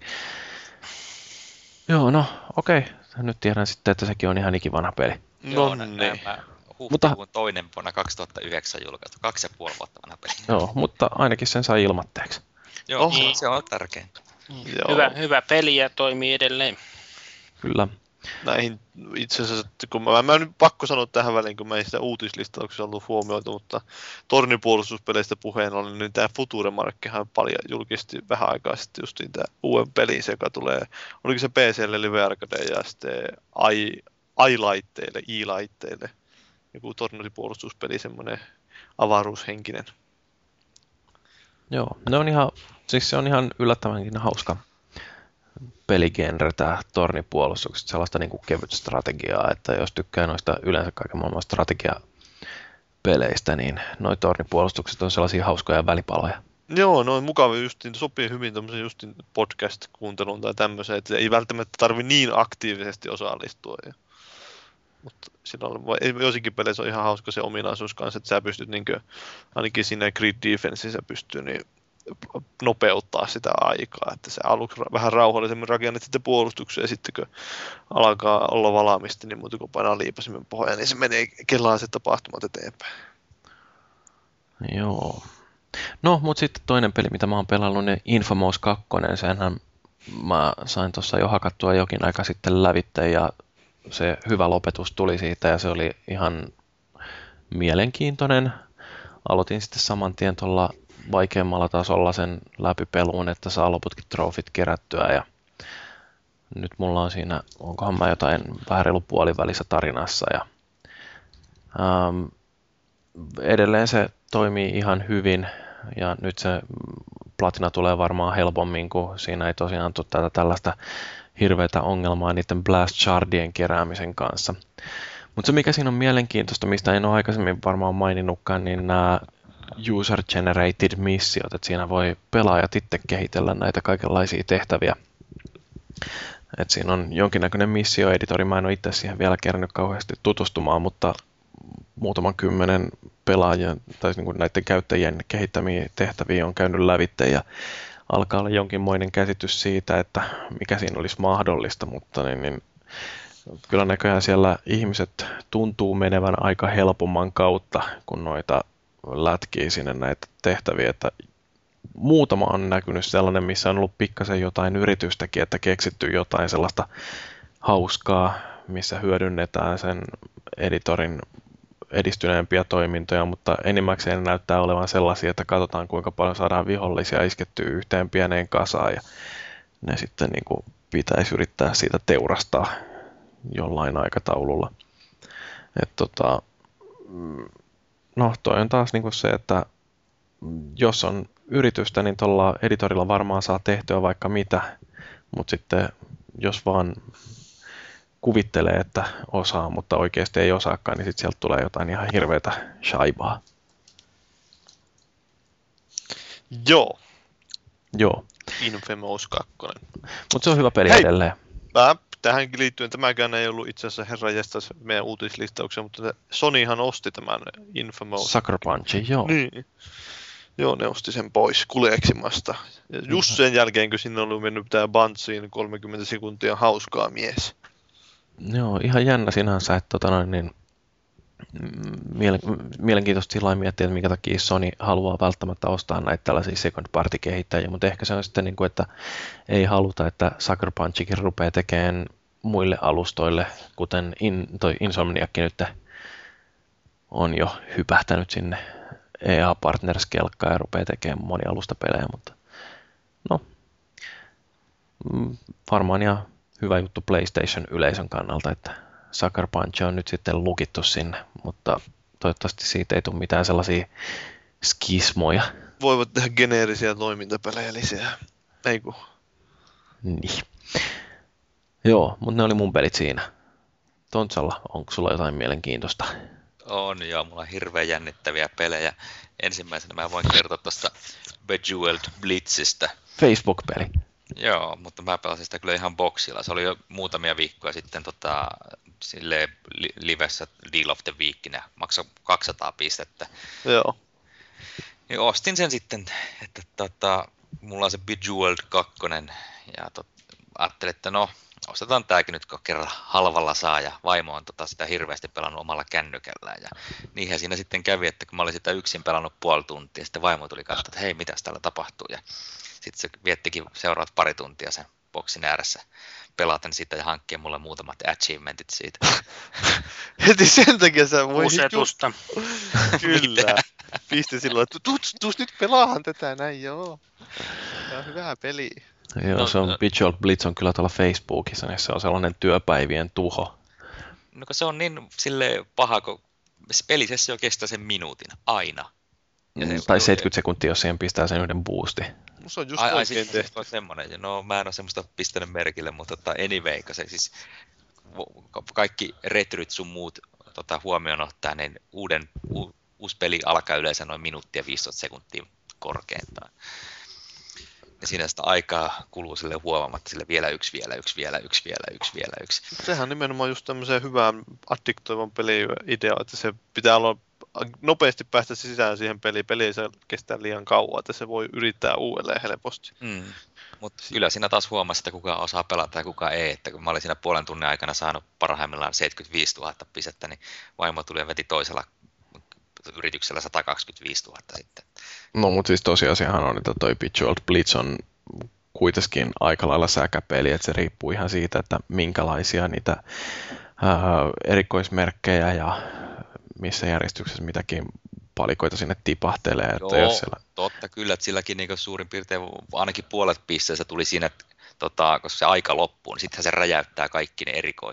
Joo, no okei. Nyt tiedän sitten, että sekin on ihan ikivanha peli.
No niin.
Huhtikuun toinen vuonna 2009 julkaistu. 2,5 vuotta vanha peli.
Joo, mutta ainakin sen sai ilmatteeksi.
Joo,
Niin.
se on tärkeintä.
Hyvä peli ja toimii edelleen.
Kyllä.
Näihin itse asiassa, kun mä nyt pakko sanoa tähän väliin, kun mä ei sitä uutislistauksessa ollut huomioitu, mutta tornipuolustuspeleistä puheen ollen, niin tämä Future-markkihan paljon julkisti vähän aikaa sitten justiin tämä uuden pelin, joka tulee, oliko se PC:lle, Live Arcade ja sitten i-laitteille, joku tornipuolustuspeli, semmoinen avaruushenkinen.
Joo, siis se on ihan yllättävänkin hauska peligenre, tämä tornipuolustukset, sellaista niin kuin kevyt strategiaa, että jos tykkää noista yleensä kaiken maailman strategiapeleistä, niin noi tornipuolustukset on sellaisia hauskoja välipaloja.
Joo, noin mukavia justiin, sopii hyvin tämmöisen justiin podcast-kuunteluun tai tämmöiseen, että ei välttämättä tarvitse niin aktiivisesti osallistua. Mutta joissakin peleissä on ihan hauska se ominaisuus kanssa, että sä pystyt ainakin siinä Grid Defensissä pystyy niin nopeuttaa sitä aikaa, että sä aluksi vähän rauhallisemmin rakennat sitten puolustuksia ja sitten kun alkaa olla valaamista, niin muuta kuin painaa liipasimen pohjaan, niin se menee kellaiset tapahtumat eteenpäin.
Joo. No, mutta sitten toinen peli, mitä mä oon pelannut, niin Infamous 2, senhän mä sain tuossa jo hakattua jokin aika sitten lävitteen ja se hyvä lopetus tuli siitä ja se oli ihan mielenkiintoinen. Aloitin sitten saman tien tuolla vaikeammalla tasolla sen läpipeluun, että saa loputkin trofit kerättyä ja nyt mulla on siinä, onkohan mä jotain vähän reilu puolivälissä tarinassa ja edelleen se toimii ihan hyvin ja nyt se platina tulee varmaan helpommin, kun siinä ei tosiaan tule tätä tällaista hirveätä ongelmaa niiden blast shardien keräämisen kanssa. Mutta se mikä siinä on mielenkiintoista, mistä en ole aikaisemmin varmaan maininnutkaan, niin nämä user-generated missiot, että siinä voi pelaajat itse kehitellä näitä kaikenlaisia tehtäviä. Et siinä on jonkinnäköinen missioeditori, mä en ole itse siihen vielä kerännyt kauheasti tutustumaan, mutta muutaman 10 pelaajan tai niin kuin näiden käyttäjien kehittämiä tehtäviä on käynyt lävitse ja alkaa olla jonkinmoinen käsitys siitä, että mikä siinä olisi mahdollista, mutta niin kyllä näköjään siellä ihmiset tuntuu menevän aika helpomman kautta, kun noita lätkii sinne näitä tehtäviä, että muutama on näkynyt sellainen, missä on ollut pikkasen jotain yritystäkin, että keksitty jotain sellaista hauskaa, missä hyödynnetään sen editorin edistyneempiä toimintoja, mutta enimmäkseen näyttää olevan sellaisia, että katsotaan kuinka paljon saadaan vihollisia iskettyä yhteen pieneen kasaan ja ne sitten niin kuin pitäisi yrittää siitä teurastaa jollain aikataululla. No toi on taas niin kuin se, että jos on yritystä, niin tuolla editorilla varmaan saa tehtyä vaikka mitä, mutta sitten jos vaan kuvittelee, että osaa, mutta oikeasti ei osaakaan, niin sitten sieltä tulee jotain ihan hirveätä shaibaa. Joo.
Infamous 2.
Mutta se on hyvä peli edelleen.
Tähänkin liittyen, tämäkään ei ollut itse asiassa herranjestas meidän uutislistaukseen, mutta Sonyhan osti tämän Infamous.
Sucker Punch, joo.
Niin. Joo, ne osti sen pois kuleksimasta. Ja just sen jälkeen, kun sinne oli mennyt tämä Bungiin 30 sekuntia hauskaa mies.
Joo, ihan jännä sinänsä, että mielenkiintoista sillä miettiä, että minkä takia Sony haluaa välttämättä ostaa näitä tällaisia second party kehittäjiä, mutta ehkä se on sitten niin kuin, että ei haluta, että Sucker Punchikin rupeaa tekemään muille alustoille, kuten toi Insomniakin nyt on jo hypähtänyt sinne EA Partners-kelkkaan ja rupeaa tekemään monialustapelejä, mutta no, varmaan ihan hyvä juttu PlayStation-yleisön kannalta, että Sucker Punch on nyt sitten lukittu sinne, mutta toivottavasti siitä ei tule mitään sellaisia skismoja.
Voivat tehdä geneerisiä toimintapelejä lisää, ei kun?
Niin. Joo, mutta ne oli mun pelit siinä. Tontsalla, onko sulla jotain mielenkiintoista?
On joo, mulla on hirveän jännittäviä pelejä. Ensimmäisenä mä voin kertoa tuosta Bejeweled Blitzistä.
Facebook-peli.
Joo, mutta mä pelasin sitä kyllä ihan boksilla. Se oli jo muutamia viikkoja sitten livessä Deal of the Weekinä. Maksoi 200 pistettä.
Joo.
Ja ostin sen sitten, että mulla on se Bejeweled 2 ja ajattelin, että no, ostetaan tääkin nyt, kun kerran halvalla saa ja vaimo on sitä hirveästi pelannut omalla kännykällään. Ja niinhän siinä sitten kävi, että kun mä olin sitä yksin pelannut puoli tuntia, sitten vaimo tuli katsoa, että hei, mitäs täällä tapahtuu. Ja sitten se viettikin seuraavat pari tuntia sen boksin ääressä pelaten sitä ja hankkien mulle muutamat achievementit siitä.
Heti sen takia sä voisit
Kusetusta.
Kyllä. Pisti silloin, että tuus nyt pelaahan tätä näin, joo. Tämä on hyvä peli.
Joo, se on Bejeweled Blitz on kyllä tuolla Facebookissa, niin se on sellainen työpäivien tuho.
No se on niin silleen paha, kun pelisessio kestää sen minuutin, aina.
Tai 70 sekuntia, jos siihen pistää sen yhden boosti.
Se on just oikein tehty.
On semmoinen. No mä en ole semmoista pistänyt merkille, mutta anyway, se siis kaikki retryt sun muut huomioon ottaa, niin uusi peli alkaa yleensä noin minuuttia 15 sekuntia korkeintaan. Ja siinä sitä aikaa kuluu sille huomaamatta sille vielä yksi.
Sehän on nimenomaan just tämmöisen hyvän addiktoivan pelin idea, että se pitää olla nopeasti päästä sisään siihen peliin. Peli ei saa kestää liian kauan, että se voi yrittää uudelleen helposti.
Mutta kyllä siinä taas huomasi, että kuka osaa pelata ja kuka ei. Että kun mä olin siinä puolen tunnin aikana saanut parhaimmillaan 75 000 pistettä, niin vaimo tuli ja veti toisella yrityksellä 125 000 sitten.
No mutta siis tosiasiahan on, että toi Bejeweled Blitz on kuitenkin aika lailla säkäpeli, että se riippuu ihan siitä, että minkälaisia niitä erikoismerkkejä ja missä järjestyksessä mitäkin palikoita sinne tipahtelee. Että
Joo,
jos siellä...
totta kyllä, että silläkin niin suurin piirtein ainakin puolet pisteessä tuli siinä, että koska se aika loppuu, niin sittenhän se räjäyttää kaikki ne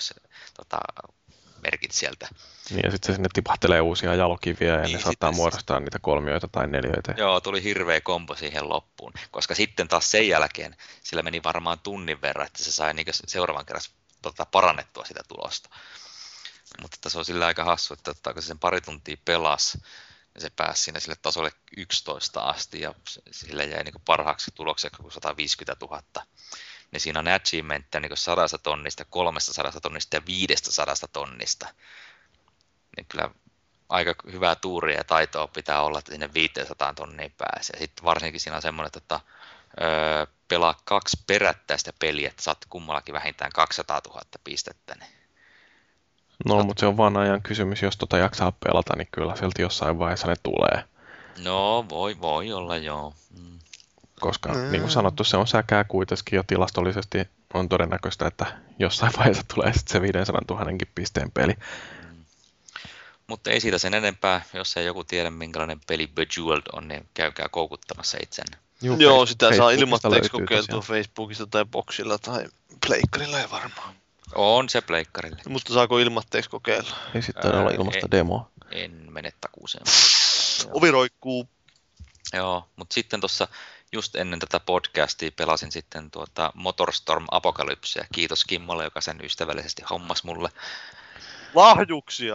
erikoismerkit sieltä.
Niin, ja sitten se sinne tipahtelee uusia jalokiviä ja niin, ne saattaa muodostaa niitä kolmioita tai neljöitä.
Joo, tuli hirveä kombo siihen loppuun, koska sitten taas sen jälkeen sillä meni varmaan tunnin verran, että se sai niin seuraavan kerran parannettua sitä tulosta. Mutta se on sillä aika hassu, että kun se sen pari tuntia pelasi ja se pääsi siinä sille tasolle 11 asti ja sille jäi niin parhaaksi tulokseksi 150 000. Niin siinä on achievementteja niin 100 tonnista, 300 tonnista ja 500 tonnista. Niin kyllä aika hyvää tuuria ja taitoa pitää olla, että sinne 500 tonniin pääsee. Sitten varsinkin siinä on semmoinen, että pelaa 2 perättäistä peliä, että saat kummallakin vähintään 200 000 pistettä. Niin.
No, mutta se on vaan ajan kysymys, jos jaksaa pelata, niin kyllä sieltä jossain vaiheessa ne tulee.
No, voi olla, joo.
Koska niin kuin sanottu, se on säkää kuitenkin jo tilastollisesti. On todennäköistä, että jossain vaiheessa tulee sitten se 500 000 pisteen peli.
Mutta ei siitä sen enempää, jos ei joku tiedä, minkälainen peli Bejeweled on, niin käykää koukuttamassa itsenne.
Joo, sitä saa ilmatteeksi kokeiltua Facebookista tai Boxilla tai Pleikkarilla ei varmaan.
On se Pleikkarille.
Mutta saako ilmatteeksi kokeilla?
Ei sitten olla ilmasta demoa.
En mene takuuseen.
Ovi roikkuu.
Joo, mutta sitten tuossa just ennen tätä podcastia pelasin sitten Motorstorm Apocalypsea. Kiitos Kimmolle, joka sen ystävällisesti hommas mulle.
Lahjuksia!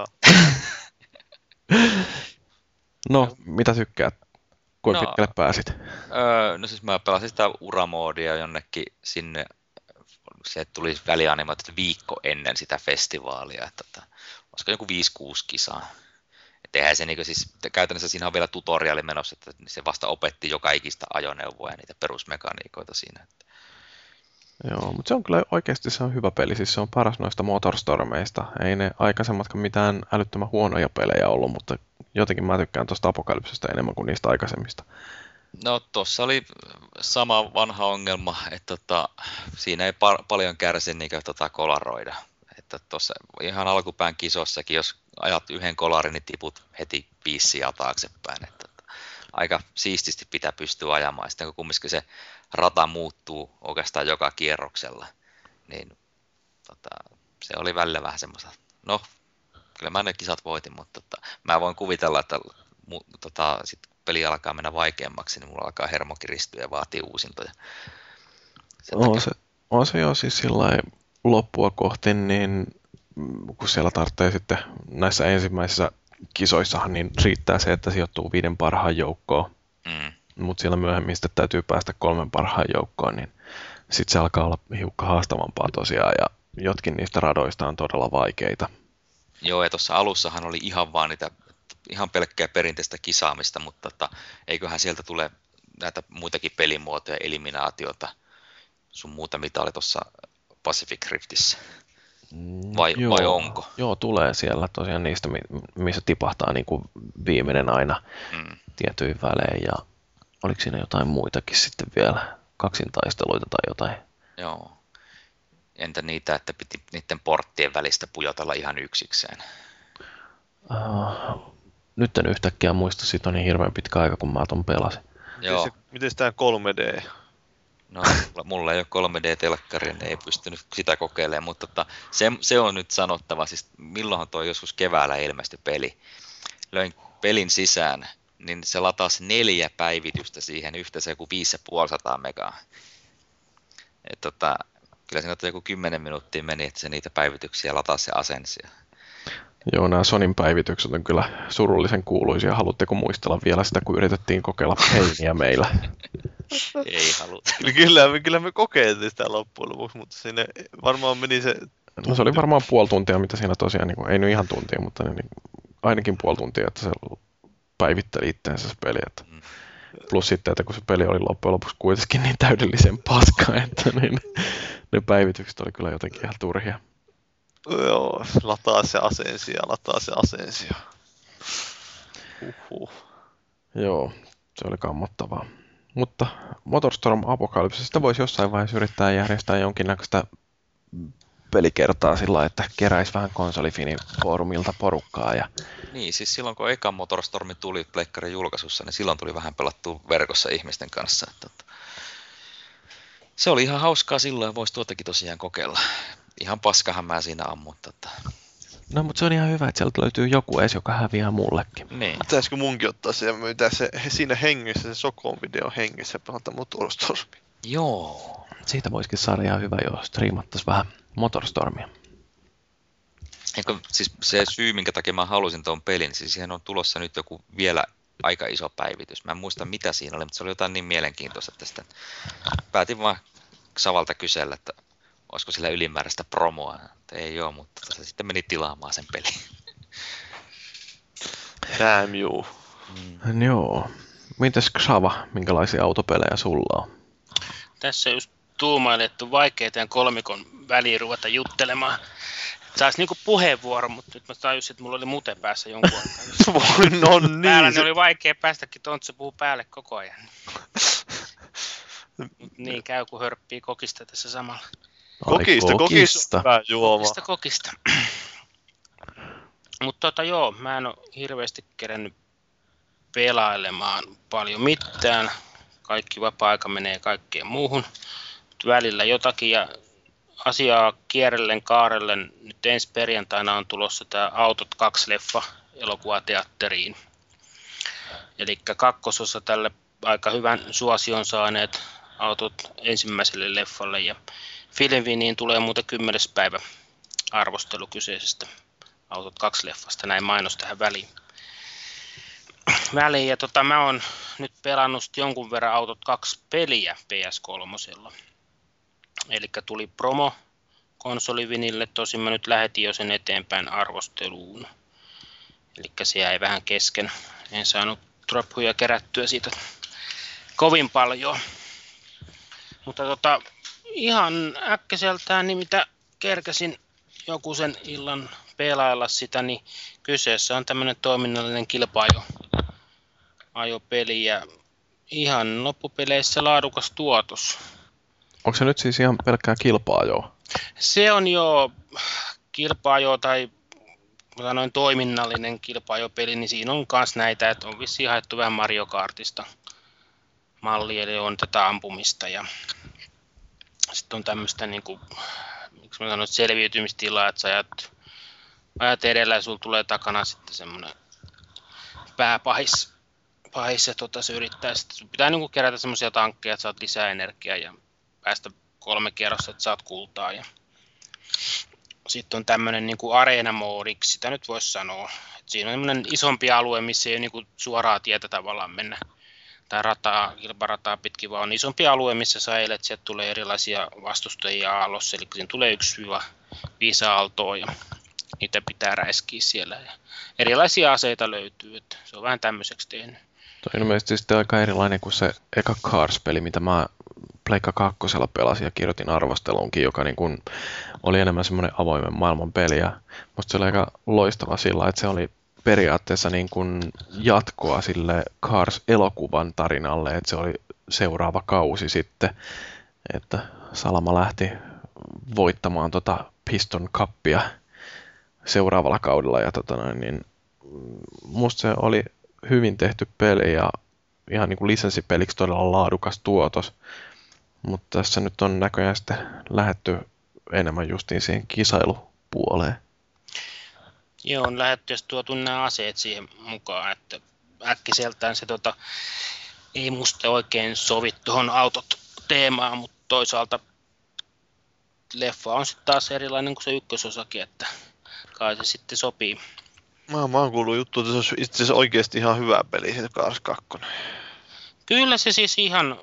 No, mitä tykkäät? Kuinka pitkälle pääsit?
No siis mä pelasin sitä uramoodia jonnekin sinne. Se tuli välianimaatio viikko ennen sitä festivaalia. Että olisiko joku 5-6 kisaa. Eihän se siis, käytännössä siinä on vielä tutoriaali menossa, että se vasta opetti joka ikistä ajoneuvoa ja niitä perusmekaniikoita siinä.
Joo, mutta se on kyllä oikeasti se on hyvä peli, siis se on paras noista Motorstormeista. Ei ne aikaisemmatkaan mitään älyttömän huonoja pelejä ollut, mutta jotenkin mä tykkään tuosta Apokalypsesta enemmän kuin niistä aikaisemmista.
No tuossa oli sama vanha ongelma, että siinä ei paljon kärsi kolaroida. Että tuossa ihan alkupään kisossakin, jos ajat yhden kolarin, niin tiput heti 5 sijaa taaksepäin. Että aika siististi pitää pystyä ajamaan. Sitten kun kumminkin se rata muuttuu oikeastaan joka kierroksella, niin se oli välillä vähän semmoista. No, kyllä mä ne kisat voitin, mutta mä voin kuvitella, että sit peli alkaa mennä vaikeammaksi, niin mulla alkaa hermo kiristyä ja vaatii uusintoja.
On se jo siis sillain loppua kohti, niin kun siellä tarvitsee sitten näissä ensimmäisissä kisoissahan, niin riittää se, että sijoittuu 5 parhaan joukkoon. Mutta siellä myöhemmin sitten täytyy päästä 3 parhaan joukkoon, niin sitten se alkaa olla hiukka haastavampaa tosiaan, ja jotkin niistä radoista on todella vaikeita.
Joo, ja tuossa alussahan oli ihan vaan niitä ihan pelkkää perinteistä kisaamista, mutta eiköhän sieltä tule näitä muitakin pelimuotoja, eliminaatiota, sun muuta, mitä oli tuossa Pacific Riftissä. Vai onko?
Joo, tulee siellä tosiaan niistä, missä tipahtaa niin kuin viimeinen aina tietyin välein. Ja oliko siinä jotain muitakin sitten vielä, kaksintaisteluita tai jotain?
Joo. Entä niitä, että piti niiden porttien välistä pujotella ihan yksikseen?
Nyt en yhtäkkiä muista, siitä on niin hirveän pitkä aika, kun mä ton pelasin.
Joo.
Miten tämä 3D?
No, mulla ei ole 3D-telkkari, niin ei pystynyt sitä kokeilemaan, mutta se on nyt sanottava, siis milloinhan toi joskus keväällä ilmestyi peli. Löin pelin sisään, niin se latasi 4 päivitystä siihen, yhteensä joku 550 megaa. Kyllä siinä joku 10 minuuttia meni, että se niitä päivityksiä latasi se asensia.
Joo, nämä Sonin päivitykset on kyllä surullisen kuuluisia. Haluatteko muistella vielä sitä, kun yritettiin kokeilla Painea meillä?
Ei haluta.
Kyllä me kokeiltiin sitä loppujen lopuksi, mutta sinne varmaan meni se...
No se oli varmaan puoli tuntia, mitä siinä tosiaan, niin kuin, ei nyt ihan tuntia, mutta niin, ainakin puoli tuntia, että se päivitteli itseensä se peli. Että. Plus sitten, että kun se peli oli loppujen lopuksi kuitenkin niin täydellisen paska, että niin, ne päivitykset oli kyllä jotenkin ihan turhia.
Joo, lataa se asensio.
Joo, se oli kammottavaa. Mutta Motorstorm Apocalypse, voisi jossain vaiheessa yrittää järjestää jonkinnäköistä pelikertaa sillä, että keräisi vähän konsolifinin foorumilta porukkaa. Ja...
Niin, siis silloin kun eka Motorstormi tuli pleikkarin julkaisussa, niin silloin tuli vähän pelattua verkossa ihmisten kanssa. Se oli ihan hauskaa silloin, voisi tuotakin tosiaan kokeilla. Ihan paskahan mä siinä ammun.
No, mutta se on ihan hyvä, että sieltä löytyy joku edes, joka häviää mullekin.
Niin. Pitäisikö munkin ottaa se ja myytää se siinä hengessä, se Sokon video hengessä, pelata Motorstormia?
Joo. Siitä voisikin saada ihan hyvä, jos striimattaisiin vähän Motorstormia.
Eikö, siis se syy, minkä takia mä halusin tuon pelin, siis siihen on tulossa nyt joku vielä aika iso päivitys. Mä en muista mitä siinä oli, mutta se oli jotain niin mielenkiintoista tästä. Päätin vaan Xavalta kysellä, että olisiko sillä ylimääräistä promoa. Ei ole, mutta se sitten meni tilaamaan sen pelin.
Damn you.
Joo. Mites Xava, minkälaisia autopelejä sulla on?
Tässä just tuumailin, että on vaikea tämän kolmikon väliin ruveta juttelemaan. Saisi niinku puheenvuoro, mutta nyt mä tajusin, että mulla oli mute päässä jonkun aikaa.
No niin.
Päällä ne oli vaikea päästäkin, Tontsa puhuu päälle koko ajan. Niin käy, kun hörppii kokista tässä samalla.
Kokista. Hyvä juoma.
Kokista. Mutta joo, mä en ole hirveästi kerennyt pelailemaan paljon mitään. Kaikki vapaa-aika menee kaikkeen muuhun. Välillä jotakin ja asiaa kierrellen kaarellen. Nyt ensi perjantaina on tulossa tämä Autot 2-leffa elokuvateatteriin. Eli kakkososa tälle aika hyvän suosion saaneet Autot ensimmäiselle leffalle. Ja Filmviniin tulee muuten 10. päivä arvostelu kyseisestä Autot 2-leffasta. Näin mainos tähän väliin. Ja mä oon nyt pelannut jonkun verran Autot 2-peliä PS3. Eli tuli promo konsolivinille, tosin mä nyt lähetin jo sen eteenpäin arvosteluun. Eli se jäi vähän kesken. En saanut troppuja kerättyä siitä kovin paljon. Mutta ihan äkkäseltään, niin mitä kerkäsin joku sen illan pelailla sitä, niin kyseessä on tämmöinen toiminnallinen kilpa-ajopeli ja ihan loppupeleissä laadukas tuotos.
Onko se nyt siis ihan pelkkää kilpa-ajoa?
Se on jo kilpa-ajo tai sanoin toiminnallinen kilpa-ajopeli, niin siinä on myös näitä, että on vissiin haettu vähän Mario Kartista mallia, eli on tätä ampumista ja sitten on tämmöistä niin kuin, miksi mä sanoin, selviytymistilaa, että sä ajat edellä ja sulla tulee takana sitten semmoinen pääpahis ja se yrittää sitten, sun pitää niin kuin kerätä semmoisia tankkeja, että saat lisää energiaa ja päästä 3 kierrosta, että saat kultaa ja sitten on tämmöinen niin kuin areenamoodiksi, sitä nyt voisi sanoa, että siinä on semmoinen isompi alue, missä ei ole niin kuin suoraa tietä tavallaan mennä tai kilparataa pitkin, vaan on isompi alue, missä sä eilet, sieltä tulee erilaisia vastustajia aallossa, eli siinä tulee 1-5 aaltoa ja niitä pitää räiskiä siellä. Ja erilaisia aseita löytyy, että se on vähän tämmöiseksi tehnyt.
Tuo on ilmeisesti sitten aika erilainen kuin se eka Cars-peli, mitä mä Pleikka 2 pelasin ja kirjoitin arvostelunkin, joka niin kuin oli enemmän semmoinen avoimen maailman peli. Ja musta se oli aika loistava sillä, että se oli periaatteessa niin kuin jatkoa sille Cars-elokuvan tarinalle, että se oli seuraava kausi sitten, että Salama lähti voittamaan Piston Cupia seuraavalla kaudella ja musta se oli hyvin tehty peli ja ihan niin kuin lisenssipeliksi todella laadukas tuotos, mutta tässä nyt on näköjään sitten lähdetty enemmän justiin siihen kisailupuoleen.
Joo, on lähdetty ja tuotu nämä aseet siihen mukaan, että äkkiseltään se ei musta oikein sovi tuohon autot teemaan, mutta toisaalta leffa on sitten taas erilainen kuin se ykkösosakin, että kai se sitten sopii.
Mä oon kuullut juttua, että se olisi itse asiassa oikeasti ihan hyvä peli, se Cars 2.
Kyllä se siis ihan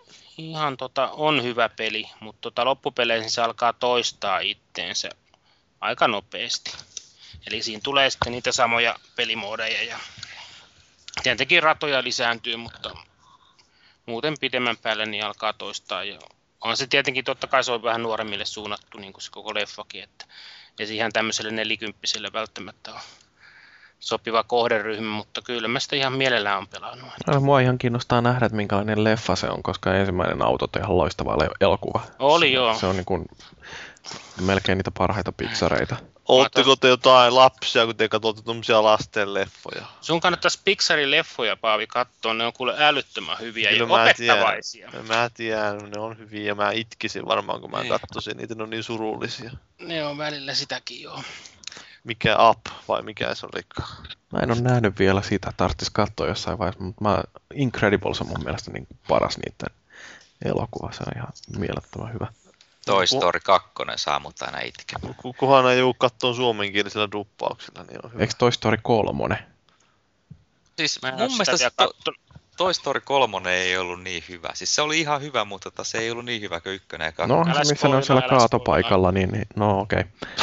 on hyvä peli, mutta loppupeleissä se alkaa toistaa itteensä aika nopeasti. Eli siinä tulee sitten niitä samoja pelimoodeja ja tietenkin ratoja lisääntyy, mutta muuten pidemmän päälle niin alkaa toistaa. Ja on se tietenkin, totta kai se on vähän nuoremmille suunnattu, niin kuin se koko leffakin, että ei se ihan tämmöiselle 40-vuotiaille välttämättä ole sopiva kohderyhmä, mutta kyllä mä sitä ihan mielellään on pelannut.
No, mua ihan kiinnostaa nähdä, että minkälainen leffa se on, koska ensimmäinen Autot on ihan loistava elokuva.
Oli joo.
Se on niin kuin melkein niitä parhaita Pixareita.
Ootteko te jotain lapsia, kun te katsotte tuommoisia lasten leffoja?
Sun kannattaisi Pixarin leffoja, Paavi, katsoa. Ne on kuule älyttömän hyviä
Kyllä
ja opettavaisia.
Mä tiedän, ne on hyviä. Mä itkisin varmaan, kun mä katsoisin niitä. Ne on niin surullisia.
Ne on välillä sitäkin, joo.
Mikä Up vai mikä se olikaan?
Mä en ole nähnyt vielä sitä, tarvitsisi katsoa jossain vaiheessa, mutta Incredibles on mun mielestä niin paras niiden elokuva. Se on ihan mielettömän hyvä.
Toy Story 2 saa mut aina itkemään.
Kunhan ei juu katsoa suomenkielisellä duppauksella, niin on hyvä.
Eikö Toy Story 3?
Siis mun mielestä Toy Story 3 ei ollut niin hyvä. Siis se oli ihan hyvä, mutta se ei ollut niin hyvä kuin 1 ja 2.
No missä ne on siellä kaatopaikalla, niin no okei.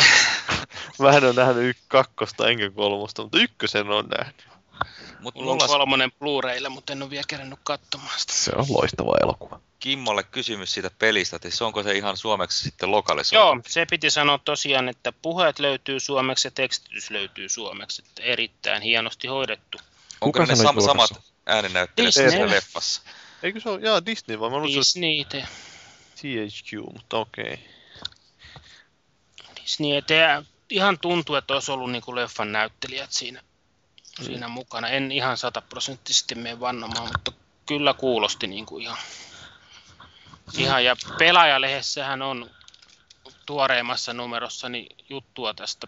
Mä en ole nähnyt 2 enkä 3, mutta 1 on nähnyt.
Mulla on 3 Blu-raylla, mutta en ole vielä kerännyt katsomaan sitä.
Se on loistava elokuva.
Kimmolle kysymys siitä pelistä, että onko se ihan suomeksi sitten lokalisoitu?
Joo, se piti sanoa tosiaan, että puheet löytyy suomeksi ja tekstitys löytyy suomeksi. Että erittäin hienosti hoidettu.
Onko ne samat ääninäyttelijät siellä leffassa?
Eikö se ole Disney vai?
Disney.
THQ, mutta okei.
Disney, että ihan tuntuu, että olisi ollut niin kuin leffan näyttelijät siinä mukana. En ihan 100% mene vannomaan, mutta kyllä kuulosti niin kuin ihan. Ja Pelaajalehdessähän on tuoreimmassa numerossa niin juttua tästä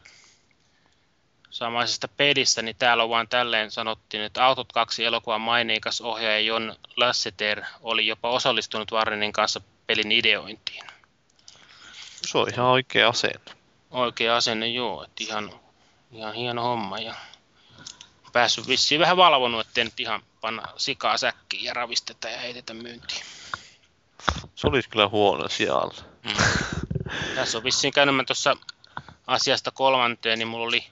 samaisesta pelistä, niin täällä on vaan tälleen sanottiin, että Autot 2 elokuvan maineikas ohjaaja John Lasseter oli jopa osallistunut Warnerin kanssa pelin ideointiin.
Se on ihan oikea asenne.
Oikea asenne, joo, että ihan hieno homma ja päässyt vissiin vähän valvonut, ettei nyt ihan panna sikaa säkkiin ja ravisteta ja heitetä myyntiin.
Se olisi kyllä huono siellä.
Tässä on vissiin käynyt tuossa asiasta 3, niin mulla oli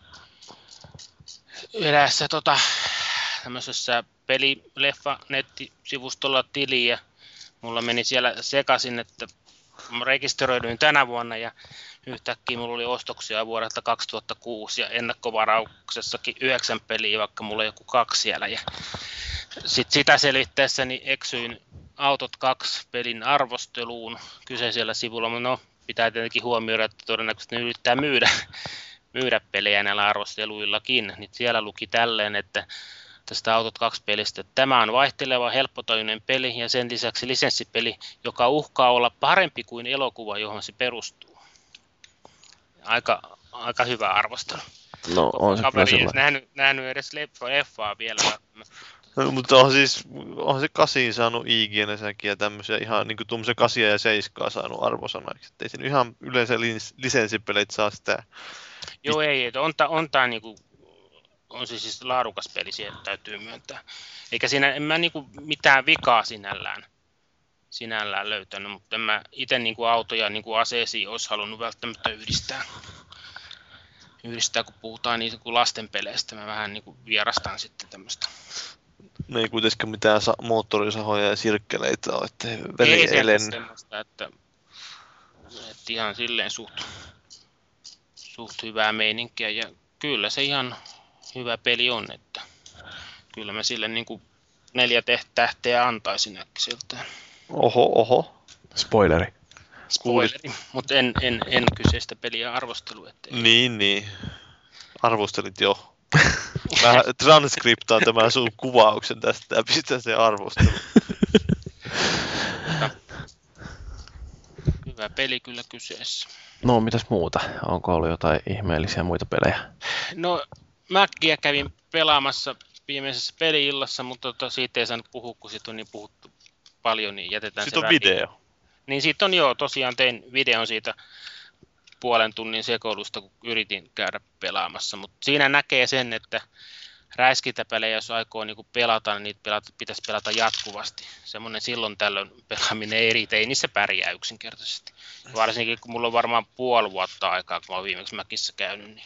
eräässä tämmöisessä pelileffa-nettisivustolla tili ja mulla meni siellä sekaisin, että mä rekisteröidyin tänä vuonna ja yhtäkkiä mulla oli ostoksia vuodelta 2006 ja ennakkovarauksessakin 9 peliä, vaikka mulla oli joku 2 siellä. Ja sitten sitä selvittäessäni eksyin Autot 2 pelin arvosteluun kyseisellä sivulla, mutta no pitää tietenkin huomioida, että todennäköisesti ne yrittää myydä pelejä näillä arvosteluillakin. Niin siellä luki tälleen, että tästä Autot 2-pelistä, että tämä on vaihteleva, helppotajuinen peli ja sen lisäksi lisenssipeli, joka uhkaa olla parempi kuin elokuva, johon se perustuu. Aika hyvä arvostelu.
No on se
kaveri ei nähnyt edes leffaa vielä.
No, mutta on se 8 saanut IGN-säkin ja tämmöisiä ihan niin kuin tuommoisen 8 ja 7 saanut arvosanaiksi. Että ei siinä ihan yleensä lisenssipeleit saa sitä.
Joo ei, on tää niinku, on se siis laadukas peli, siihen täytyy myöntää. Eikä siinä en mä niinku mitään vikaa sinällään löytänyt, mutta en mä itse niinku autoja niinku aseisiin olisi halunnut välttämättä yhdistää, kun puhutaan niin kuin lasten peleistä. Mä vähän niin kuin vierastan sitten tämmöistä.
Ne ei kuitenkaan mitään moottorisahoja ja sirkkeleitä ole, ettei veri
Ei
ei lennä.
semmoista, että ihan silleen suht hyvää meininkiä. Ja kyllä se ihan hyvä peli on, että kyllä mä sille niin kuin 4 tähteä antaisin äkkiseltään.
Oho.
Spoileri.
Spoileri, mutta en kyseistä peliä arvostelu.
Niin. Arvostelit jo. Mä transkriptaan tämän sun kuvauksen tästä ja pistän sen arvosteluun.
Hyvä peli kyllä kyseessä.
No, mitäs muuta? Onko ollut jotain ihmeellisiä muita pelejä?
No, Mäkkiä kävin pelaamassa viimeisessä peli-illassa, mutta siitä ei saanut puhua, kun siitä on niin puhuttu paljon, niin jätetään
Sitten
se
on
väliin.
video.
Niin siitä on tosiaan tein videon siitä puolen tunnin sekoilusta, kun yritin käydä pelaamassa, mutta siinä näkee sen, että räiskintäpelejä, jos aikoo niin pelata, niin niitä pitäisi pelata jatkuvasti. Semmoinen silloin tällöin pelaaminen ei riitä, ei niissä pärjää yksinkertaisesti. Varsinkin kun mulla on varmaan puoli vuotta aikaa, kun mä oon viimeksi Mäkissä käynyt, niin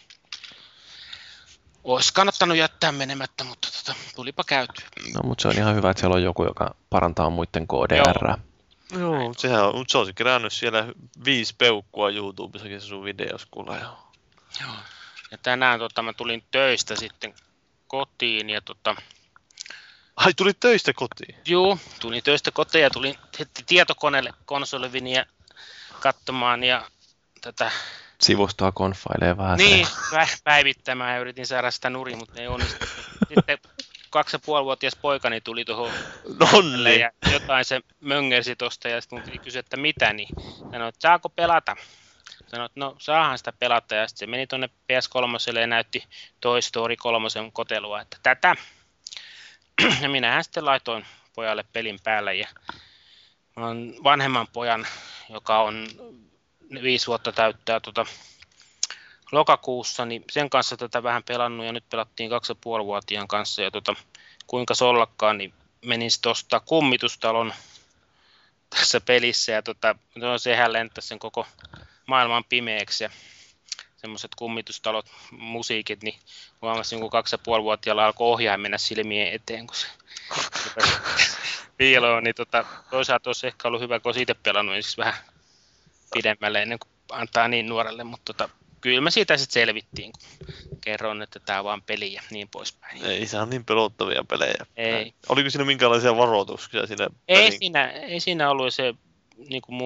olisi kannattanut jättää menemättä, mutta tulipa käytyä.
No, mutta se on ihan hyvä, että siellä on joku, joka parantaa muiden KDR.
Joo, se on kerännyt siellä 5 peukkua YouTubessakin se sun videos kuulla.
Joo. Ja tänään mä tulin töistä sitten kotiin ja
Ai, tulit töistä kotiin?
Joo, tulin töistä kotiin ja tulin heti tietokoneelle konsoliviniä katsomaan ja tätä
Sivustoa konfailee vähän.
niin, päivittämään ja yritin saada sitä nurin, mutta ei onnistunut. Sitten 2,5-vuotias poikani tuli tuohon ja jotain se möngersi tosta ja sitten mun piti kysyä, että mitä, niin sanoi, että saako pelata? Sanoin, että no saahan sitä pelata ja sitten se meni tuonne PS3 ja näytti Toy Story 3 kotelua, että tätä. Ja minähän sitten laitoin pojalle pelin päälle ja mä oon vanhemman pojan, joka on 5 vuotta täyttää lokakuussa, niin sen kanssa tätä vähän pelannut ja nyt pelattiin 2,5-vuotiaan kanssa ja kuinka sollakkaan, niin menin sitten ostaa kummitustalon tässä pelissä ja sehän lentäisi sen koko maailman pimeäksi ja semmoiset kummitustalot, musiikit, niin huomasin, kun 2,5-vuotiaalla alkoi ohjaaja mennä silmien eteen, kun se piiloon, niin toisaalta olisi ehkä ollut hyvä, kun olisi itse pelannut siis vähän pidemmälle ennen kuin antaa niin nuorelle, mutta kyllä me siitä sitten selvittiin, kun kerron, että tämä on vaan peli ja niin poispäin.
Ei se on niin pelottavia pelejä.
Ei.
Oliko siinä minkälaisia varoituksia siinä
ei siinä ollut, se niin kuin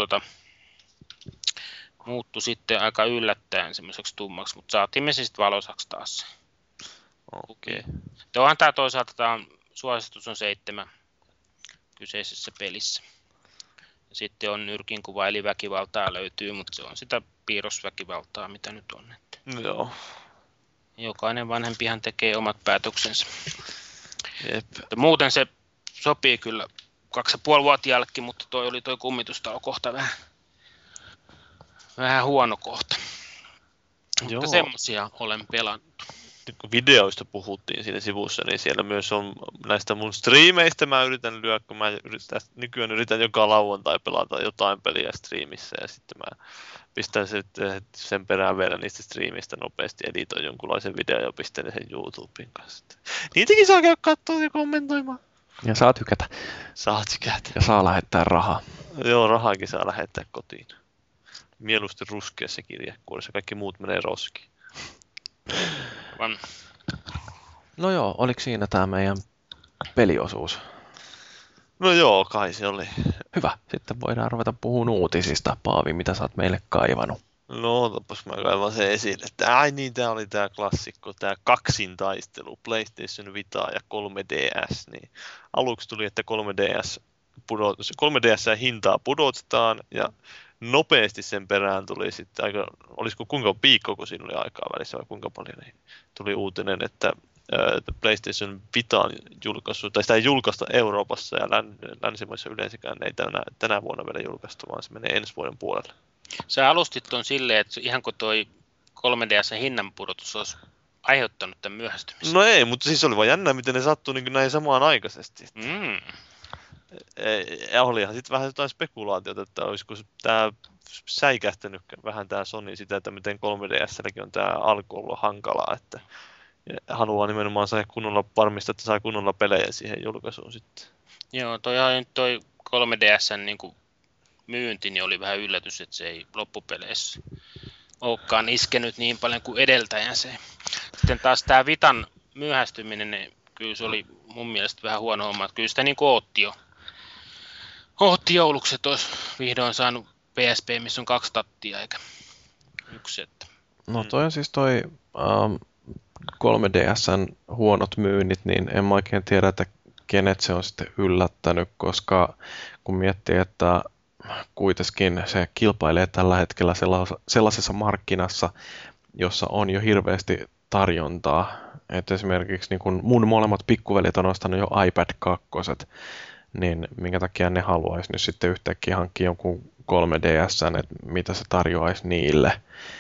muuttui sitten aika yllättäen semmoiseksi tummaksi, mutta saatiin me se sitten valoisaksi taas.
Okei.
Onhan tämä toisaalta, suositus on 7 kyseisessä pelissä. Ja sitten on nyrkinkuva, eli väkivaltaa löytyy, mutta se on sitä piirrosväkivaltaa, mitä nyt on.
Joo.
Jokainen vanhempihan tekee omat päätöksensä.
Jep.
Muuten se sopii kyllä 2,5-vuotiaallekin, mutta toi kummitustalo kohta vähän huono kohta.
Joo.
Mutta semmosia olen pelannut.
Kun videoista puhuttiin siinä sivussa, niin siellä myös on näistä mun striimeistä mä yritän lyödä, kun nykyään yritän joka lauantai pelata jotain peliä striimissä ja sitten mä pistän sen perään vielä niistä striimistä nopeasti, editoin jonkunlaisen videon ja pistän sen YouTubeen kanssa. Niitäkin saa käydä katsoa ja kommentoimaan.
Ja saa tykätä.
Saa tykätä.
Ja saa lähettää rahaa.
Joo, rahaakin saa lähettää kotiin. Mieluusti ruskeassa kirjekuoressa, kaikki muut menee roskiin.
No joo, oliko siinä tämä meidän peliosuus?
No joo, kai se oli.
Hyvä, sitten voidaan ruveta puhumaan uutisista. Paavi, mitä sä oot meille kaivannut?
No, otapas mä kaivan sen esille. Ai niin, tää oli tää klassikko, tää kaksintaistelu, PlayStation Vita ja 3DS. Niin aluksi tuli, että 3DS hintaa pudotetaan ja nopeasti sen perään tuli sitten aika, olisiko kuinka viikko, kun siinä oli aikaa välissä vai kuinka paljon, niin tuli uutinen, että PlayStation Vitaan julkaisu, tai sitä ei julkaista Euroopassa ja länsimaissa yleensäkään ei tänä vuonna vielä julkaistu, vaan se menee ensi vuoden puolelle.
Sä alustit on silleen, että ihan kun toi 3DS hinnanpudotus olisi aiheuttanut tämän myöhästymisen.
No ei, mutta siis oli vaan jännää, miten ne sattuu niin näin samaan aikaisesti. Olihan sitten vähän jotain spekulaatiota, että olisiko tämä säikähtänyt vähän tämä Sony sitä, että miten 3DS:lläkin on tämä alku ollut hankalaa, että haluaa nimenomaan saada kunnolla varmistaa, että saa kunnolla pelejä siihen julkaisuun sitten.
Joo, toi 3DS:n niinku myynti niin oli vähän yllätys, että se ei loppupeleissä olekaan iskenyt niin paljon kuin edeltäjänsä. Sitten taas tämä Vitan myöhästyminen, niin kyllä se oli mun mielestä vähän huono homma. Kyllä sitä niin ootti jouluksi, että olisi vihdoin saanut PSP, missä on 2 tattia eikä 1.
No toi on siis toi 3DSn huonot myynnit, niin en mä oikein tiedä, että kenet se on sitten yllättänyt, koska kun miettii, että kuitenkin se kilpailee tällä hetkellä sellaisessa markkinassa, jossa on jo hirveästi tarjontaa. Että esimerkiksi niin kun mun molemmat pikkuvelit on ostanut jo iPad 2, niin minkä takia ne haluaisi nyt sitten yhtäkkiä hankkia jonkun 3DS:n, että mitä se tarjoaisi niille.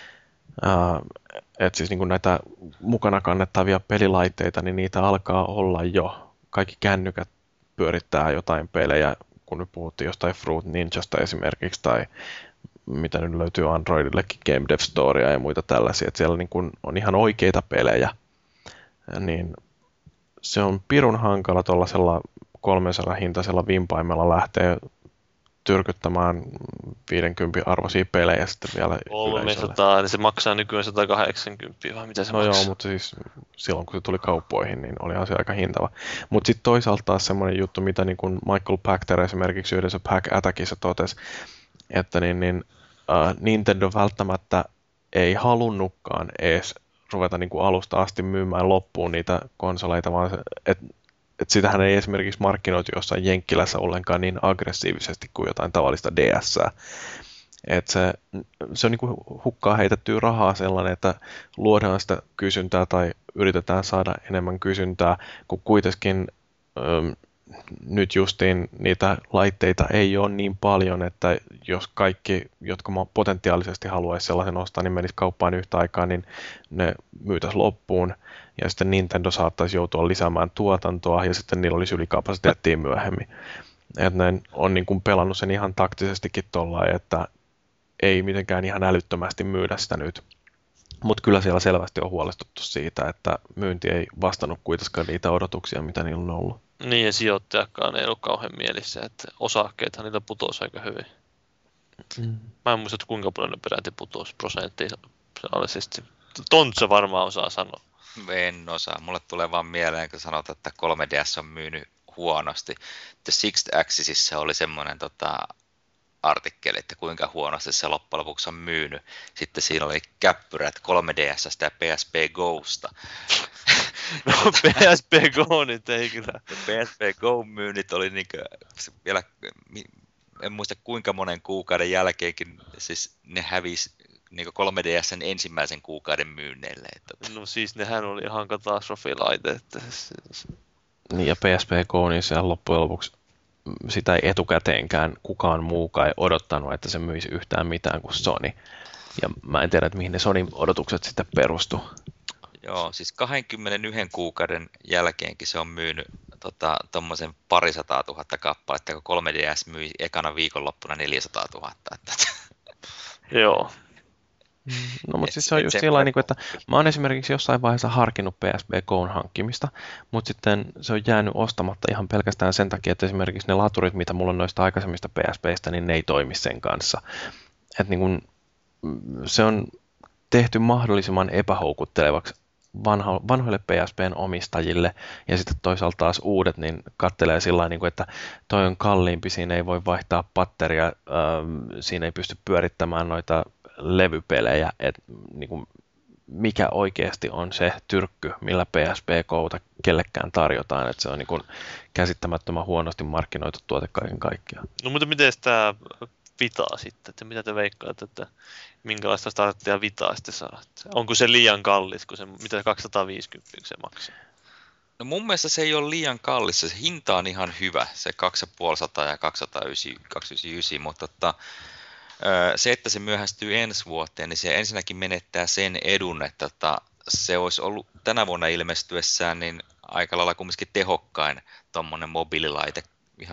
Että siis niin kun näitä mukana kannettavia pelilaitteita, niin niitä alkaa olla jo. Kaikki kännykät pyörittää jotain pelejä, kun nyt puhuttiin jostain Fruit Ninjasta esimerkiksi, tai mitä nyt löytyy Androidillekin, Game Dev Storya ja muita tällaisia, että siellä niin kun on ihan oikeita pelejä, niin se on pirun hankala tuollaisella 300 hintaisella vimpaimella lähteä tyrkyttämään 50 arvoisia pelejä sitten vielä
300, niin se maksaa nykyään 180, vai mitä se
no
maksaa?
joo, mutta siis silloin kun se tuli kauppoihin, niin olihan se aika hintava. Mutta sitten toisaalta taas semmoinen juttu, mitä niin kuin Michael Pachter esimerkiksi yhdessä Pack Attackissa totesi, että Nintendo välttämättä ei halunnutkaan edes ruveta niin kuin alusta asti myymään loppuun niitä konsoleita, vaan että sitähän ei esimerkiksi markkinoitu jossain Jenkkilässä ollenkaan niin aggressiivisesti kuin jotain tavallista DS:ää. Että se on niin kuin hukkaa heitettyä rahaa sellainen, että luodaan sitä kysyntää tai yritetään saada enemmän kysyntää, kun kuitenkin nyt justiin niitä laitteita ei ole niin paljon, että jos kaikki, jotka potentiaalisesti haluaisi sellaisen ostaa, niin menisi kauppaan yhtä aikaa, niin ne myytäisiin loppuun. Ja sitten Nintendo saattaisi joutua lisäämään tuotantoa ja sitten niillä olisi ylikapasiteettia myöhemmin. Että ne on niin kuin pelannut sen ihan taktisestikin tollain, että ei mitenkään ihan älyttömästi myydä sitä nyt. Mutta kyllä siellä selvästi on huolestuttu siitä, että myynti ei vastannut kuitenkaan niitä odotuksia, mitä niillä on ollut.
Niin, ja sijoittajakaan ei ollut kauhean mielissä, että osakkeethan niitä putosi aika hyvin. Mä en muista, että kuinka paljon ne peräti putosi prosenttisesti. Tontsa varmaan osaa sanoa.
En osaa. Mulle tulee vaan mieleen, kun sanotaan, että 3DS on myynyt huonosti. The Sixth Axisissa oli semmoinen artikkeli, että kuinka huonosti se loppujen lopuksi on myynyt. Sitten siinä oli käppyrät 3DS:stä ja PSP Gosta.
No PSP Go nyt ei kyllä.
PSP Go-myynnit oli vielä, en muista kuinka monen kuukauden jälkeenkin, siis ne hävisi 3DS:n ensimmäisen kuukauden myynneille.
No siis nehän oli ihan katastrofilaite. Että
Niin ja PSP Go, niin sehän loppujen lopuksi sitä ei etukäteenkään kukaan muukaan ei odottanut, että se myisi yhtään mitään kuin Sony. Ja mä en tiedä, että mihin ne Sonyn odotukset sitten perustu.
Joo, siis 21 kuukauden jälkeenkin se on myynyt tommosen 200 000 kappaletta, kun 3DS myi ekana viikonloppuna 400 000.
Joo.
No mutta siis se on just sillä tavalla, että mä oon esimerkiksi jossain vaiheessa harkinnut PSP Go'n hankkimista, mutta sitten se on jäänyt ostamatta ihan pelkästään sen takia, että esimerkiksi ne laturit, mitä mulla on noista aikaisemmista PSPistä, niin ne ei toimi sen kanssa. Että niin kun, se on tehty mahdollisimman epähoukuttelevaksi vanhoille PSPn omistajille ja sitten toisaalta taas uudet, niin kattelee sillä tavalla, että toi on kalliimpi, siinä ei voi vaihtaa patteria, siinä ei pysty pyörittämään noita levypelejä, että niin kuin, mikä oikeasti on se tyrkky, millä PSP Gota kellekään tarjotaan, että se on niin kuin käsittämättömän huonosti markkinoitu tuote kaiken kaikkiaan.
No mutta miten tämä Vitaa sitten, että mitä te veikkaatte, että minkälaista starttia Vitaa sitten saa? Onko se liian kallis, kun se, mitä 250 se maksaa?
No mun mielestä se ei ole liian kallis, se hinta on ihan hyvä, se 250 ja 299, mutta se, että se myöhästyy ensi vuoteen, niin se ensinnäkin menettää sen edun, että se olisi ollut tänä vuonna ilmestyessään niin aika lailla kumminkin tehokkain tuommoinen mobiililaite ihan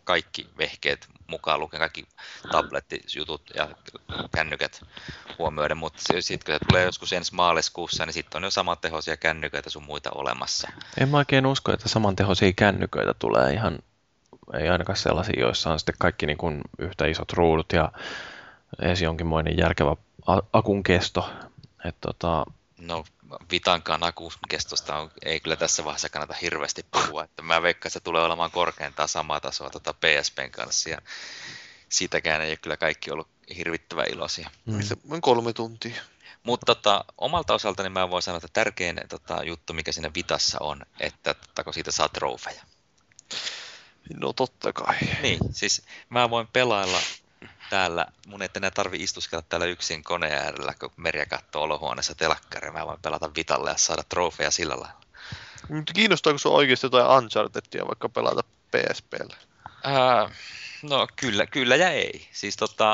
kaikki vehkeet mukaan lukien, kaikki tablettijutut ja kännykät huomioiden, mutta sitten kun se tulee joskus ensi maaliskuussa, niin sitten on jo samantehoisia kännyköitä sun muita olemassa.
En mä oikein usko, että samantehoisia kännyköitä tulee ihan, ei ainakaan sellaisia, joissa on sitten kaikki niin kuin yhtä isot ruudut ja edes jonkinmoinen järkevä akun kesto.
No Vitankaan akun kestosta ei kyllä tässä vaiheessa kannata hirveästi puhua, että mä veikkaan, että se tulee olemaan korkeintaan samaa tasoa PSPn kanssa ja siitäkään ei ole kyllä kaikki ollut hirvittävän iloisia.
Se on 3 tuntia.
Mutta omalta osaltani mä voin sanoa, että tärkein juttu, mikä siinä Vitassa on, että kun siitä saa trofeja.
No totta kai.
Niin, siis mä voin pelailla täällä, mun ei enää tarvi istuskella täällä yksin koneen äärellä, kun Merja katsoo olohuoneessa telkkaria. Mä voin pelata Vitalle ja saada trofeja sillä lailla.
Mutta kiinnostaako sinua oikeasti jotain Unchartedia vaikka pelata PSP:llä?
No kyllä ja ei. Siis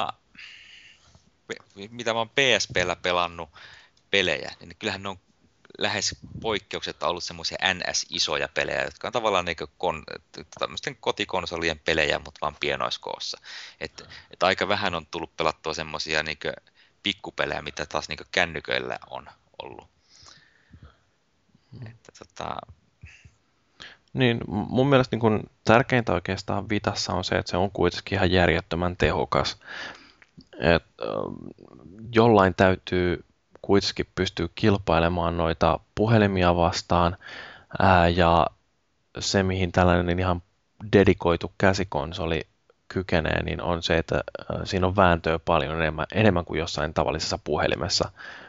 mitä mä oon PSP:llä pelannut pelejä, niin kyllähän ne on lähes poikkeuksetta ollut semmoisia NS-isoja pelejä, jotka on tavallaan tämmöisten kotikonsolien pelejä, mutta vaan pienoiskoossa. Et aika vähän on tullut pelattua semmoisia pikkupelejä, mitä taas kännyköillä on ollut.
Niin, mun mielestä niin tärkeintä oikeastaan Vitassa on se, että se on kuitenkin ihan järjettömän tehokas. Jollain täytyy kuitenkin pystyy kilpailemaan noita puhelimia vastaan, ja se, mihin tällainen ihan dedikoitu käsikonsoli kykenee, niin on se, että siinä on vääntöä paljon enemmän kuin jossain tavallisessa puhelimessa.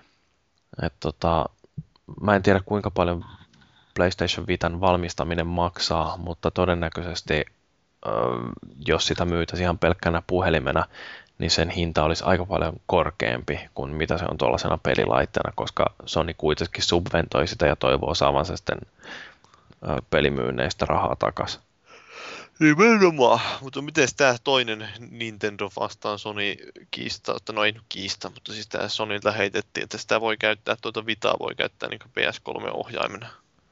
Mä en tiedä, kuinka paljon PlayStation Vitan valmistaminen maksaa, mutta todennäköisesti, jos sitä myytäisiin ihan pelkkänä puhelimena, niin sen hinta olisi aika paljon korkeampi kuin mitä se on tuollaisena pelilaitteena, koska Sony kuitenkin subventoi sitä ja toivoo saavansa sitten pelimyynneistä rahaa takaisin.
Nimenomaan, mutta miten tämä toinen Nintendo vastaan Sony kiista, no ei kiista, mutta siis tämä Sonylta heitettiin, että sitä voi käyttää, Vitaa voi käyttää niin PS3-ohjaimena.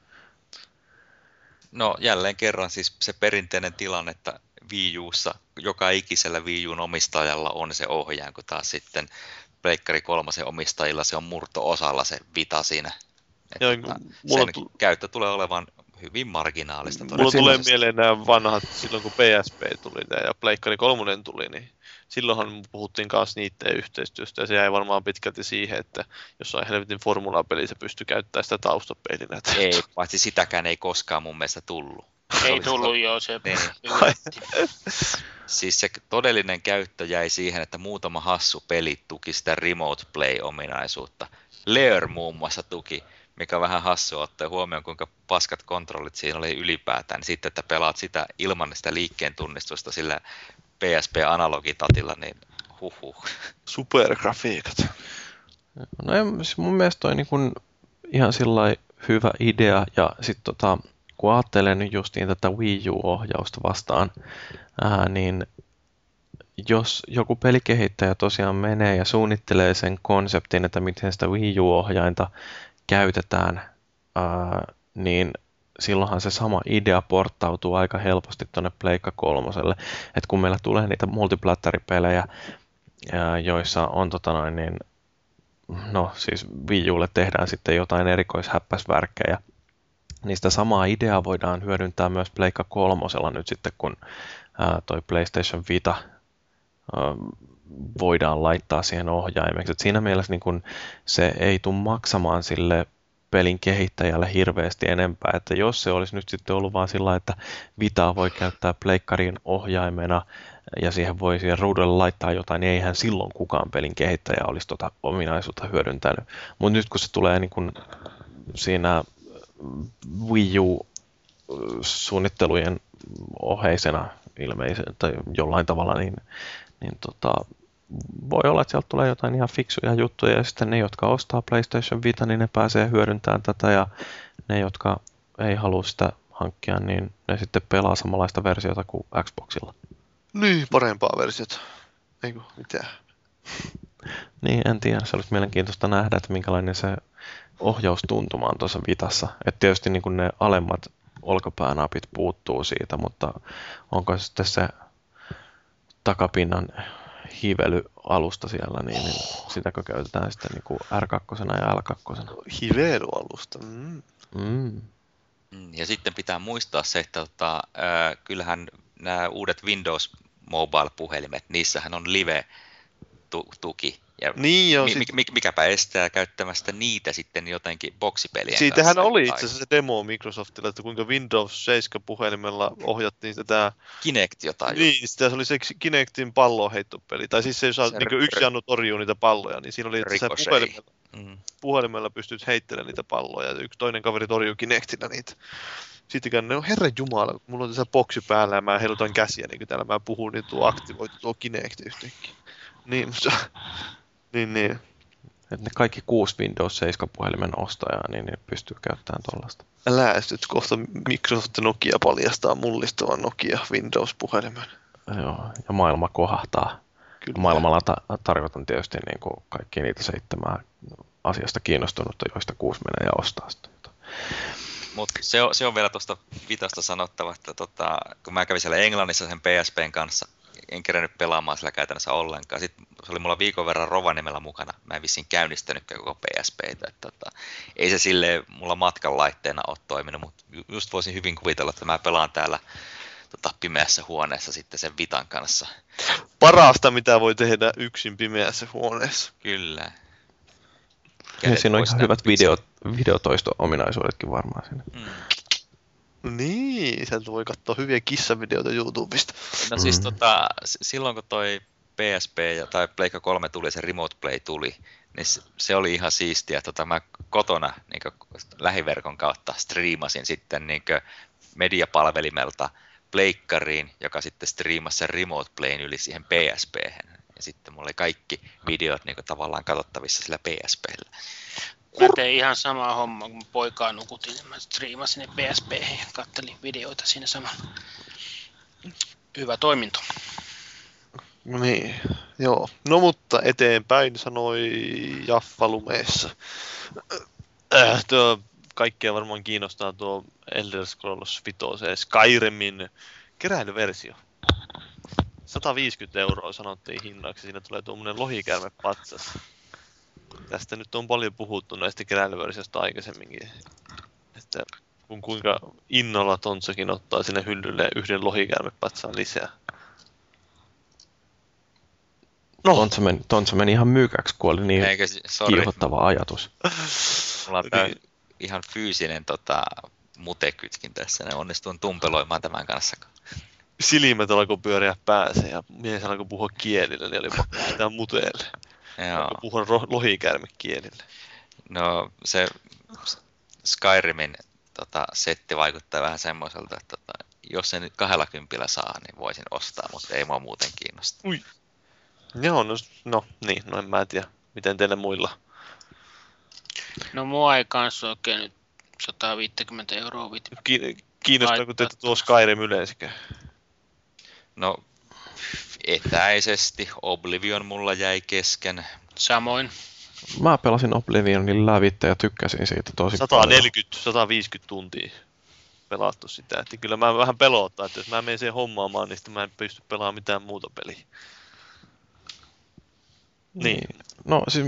No jälleen kerran siis se perinteinen tilanne, että Wii U:ssa joka ikisellä Wii U:n omistajalla on se ohjaan, kun taas sitten Pleikkari 3 omistajilla se on murto-osalla se Vita siinä. Sen käyttö tulee olevan hyvin marginaalista.
Mulla tulee mieleen nämä vanhat, silloin kun PSP tuli ja Pleikkari 3 tuli, niin silloinhan puhuttiin myös niiden yhteistyöstä ja se jäi varmaan pitkälti siihen, että jossain helvetin formulapelissä pystyi käyttämään sitä taustapeilinä.
Ei, paitsi sitäkään ei koskaan mun mielestä tullut.
Ei tullut joo se.
Niin. Siis se todellinen käyttö jäi siihen, että muutama hassu peli tuki sitä remote play-ominaisuutta. Lair muun muassa tuki, mikä on vähän hassua ottaa huomioon, kuinka paskat kontrollit siinä oli ylipäätään. Niin sitten, että pelaat sitä ilman sitä liikkeen tunnistusta sillä PSP-analogitatilla, niin huhhuh.
Supergrafiikat.
No siis mun mielestä toi niin kun ihan sillai hyvä idea, ja sitten kun ajattelen nyt justiin tätä Wii U-ohjausta vastaan, niin jos joku pelikehittäjä tosiaan menee ja suunnittelee sen konseptin, että miten sitä Wii U-ohjainta käytetään, niin silloinhan se sama idea porttautuu aika helposti tuonne Pleikka 3:lle. Että kun meillä tulee niitä multiplattaripelejä, joissa on siis Wii Ulle tehdään sitten jotain erikoishäppäsvärkkejä, niin sitä samaa ideaa voidaan hyödyntää myös Pleikka 3:lla nyt sitten, kun toi PlayStation Vita voidaan laittaa siihen ohjaimeksi. Et siinä mielessä niin kun se ei tule maksamaan sille pelin kehittäjälle hirveästi enempää, että jos se olisi nyt sitten ollut vaan sillä, että Vitaa voi käyttää pleikkarin ohjaimena ja siihen voi siihen ruudulle laittaa jotain, niin eihän silloin kukaan pelin kehittäjä olisi tuota ominaisuutta hyödyntänyt. Mutta nyt kun se tulee niin kun siinä Wii U-suunnittelujen oheisena ilmeisesti tai jollain tavalla, niin voi olla, että sieltä tulee jotain ihan fiksuja juttuja, ja sitten ne, jotka ostaa PlayStation Vita, niin ne pääsee hyödyntämään tätä, ja ne, jotka ei halua sitä hankkia, niin ne sitten pelaa samanlaista versiota kuin Xboxilla.
Niin, parempaa versiota. Eikö mitään?
Niin, en tiedä. Se olisi mielenkiintoista nähdä, että minkälainen se ohjaustuntuma on tuossa Vitassa. Että tietysti niin kuin ne alemmat olkapäänapit puuttuu siitä, mutta onko se sitten se takapinnan hivelyalusta siellä, niin sitäkö käytetään sitten niin kuin R2 ja L2.
Hivelyalusta.
Ja sitten pitää muistaa se, että kyllähän nämä uudet Windows Mobile-puhelimet, niissähän on live-tuki. Ja
niin joo,
mikäpä estää käyttämästä niitä sitten jotenkin boksipelien
siitähän
kanssa.
oli itse asiassa se demo Microsoftilla, että kuinka Windows 7 puhelimella ohjattiin tätä
Kinect jotain.
Niin, se oli se Kinectin pallonheittopeli. Tai siis se, jos niin yksi jannu torjuu niitä palloja, niin siinä oli, että sä puhelimella pystyt heittelemään niitä palloja, ja toinen kaveri torjuu Kinectillä niitä. Sittenkään ne on herran jumala, kun mulla on tässä boksi päällä ja mä heilutan käsiä, niin kuin täällä mä puhun, niin tuo aktivoitu tuo Kinect yhtäkkiä. Niin, niin.
Että ne kaikki 6 Windows 7 puhelimen ostajaa, niin ne pystyy käyttämään tuollaista.
Lähestyt kohta Microsoft Nokia paljastaa mullistavan Nokia Windows-puhelimen.
Joo, ja maailma kohahtaa. Kyllä. Maailmalla tarkoitan tietysti niin kuin kaikki niitä 7 asiasta kiinnostunutta, joista 6 menee ja ostaa sitä.
Mutta se on vielä tuosta Vitasta sanottava, että kun mä kävin siellä Englannissa sen PSPn kanssa, en kerännyt pelaamaan sillä käytännössä ollenkaan. Sitten se oli mulla viikon verran Rovaniemellä mukana. Mä en vissiin käynnistänytkään koko PSPtä. Ei se silleen mulla matkan laitteena ole toiminut, mutta just voisin hyvin kuvitella, että mä pelaan täällä pimeässä huoneessa sitten sen Vitan kanssa.
Parasta, mitä voi tehdä yksin pimeässä huoneessa.
Kyllä.
Ja siinä on ihan hyvät videotoisto-ominaisuudetkin varmaan siinä.
Niin, sieltä voi katsoa hyviä kissavideoita YouTubesta.
No siis silloin kun toi PSP tai Pleikka 3 tuli, se Remote Play tuli, niin se oli ihan siistiä. Mä kotona niin lähiverkon kautta striimasin sitten niin mediapalvelimelta pleikkariin, joka sitten striimasi sen Remote Playn yli siihen PSP:hen. Ja sitten mulla oli kaikki videot niin tavallaan katsottavissa sillä PSP:llä.
Mä tein ihan samaa hommaa, kun poikaa nukutin. Mä striimasin ne PSP:hen ja kattelin videoita siinä samalla. Hyvä toiminto.
Niin, joo. No mutta eteenpäin sanoi Jaffa Lumeessa. Kaikkea varmaan kiinnostaa tuo Elder Scrolls 5 Skyrimin keräilyversio. 150 € sanottiin hinnaksi. Siinä tulee tuommoinen lohikäärmepatsas. Tästä nyt on paljon puhuttu näistä keräilyversiosta aikaisemminkin. Että kuinka innolla Tontsakin ottaa sinne hyllylle yhden lohikäärmepatsaan lisää.
No. Tontsa meni ihan myykäksi, kun oli niin kiihottava ajatus.
Mulla on tää ihan fyysinen mutekytkin tässä. Ne onnistuin tumpeloimaan tämän kanssa.
Silmät alkoi pyöriä päässä ja mies alkoi puhua kielillä, niin oli pakko pitää muteelle. Alkoi puhua lohikäärmekielillä.
No se Skyrimin setti vaikuttaa vähän semmoiselta, että jos se nyt 20 saa, niin voisin ostaa, mutta ei mua muuten kiinnosta.
Ui. Joo, no en mä tiedä. Miten teille muilla?
No mua ei kanssa oikein nyt 150 €.
Kiinnostaako teitä tuo Skyrim yleensäkään?
No etäisesti. Oblivion mulla jäi kesken.
Samoin.
Mä pelasin Oblivionin lävittä ja tykkäsin siitä tosi
150 tuntia pelattu sitä. Että kyllä mä vähän pelottaa, että jos mä menen sen hommaamaan, niin sitten mä en pysty pelaamaan mitään muuta peliä. Niin.
No siis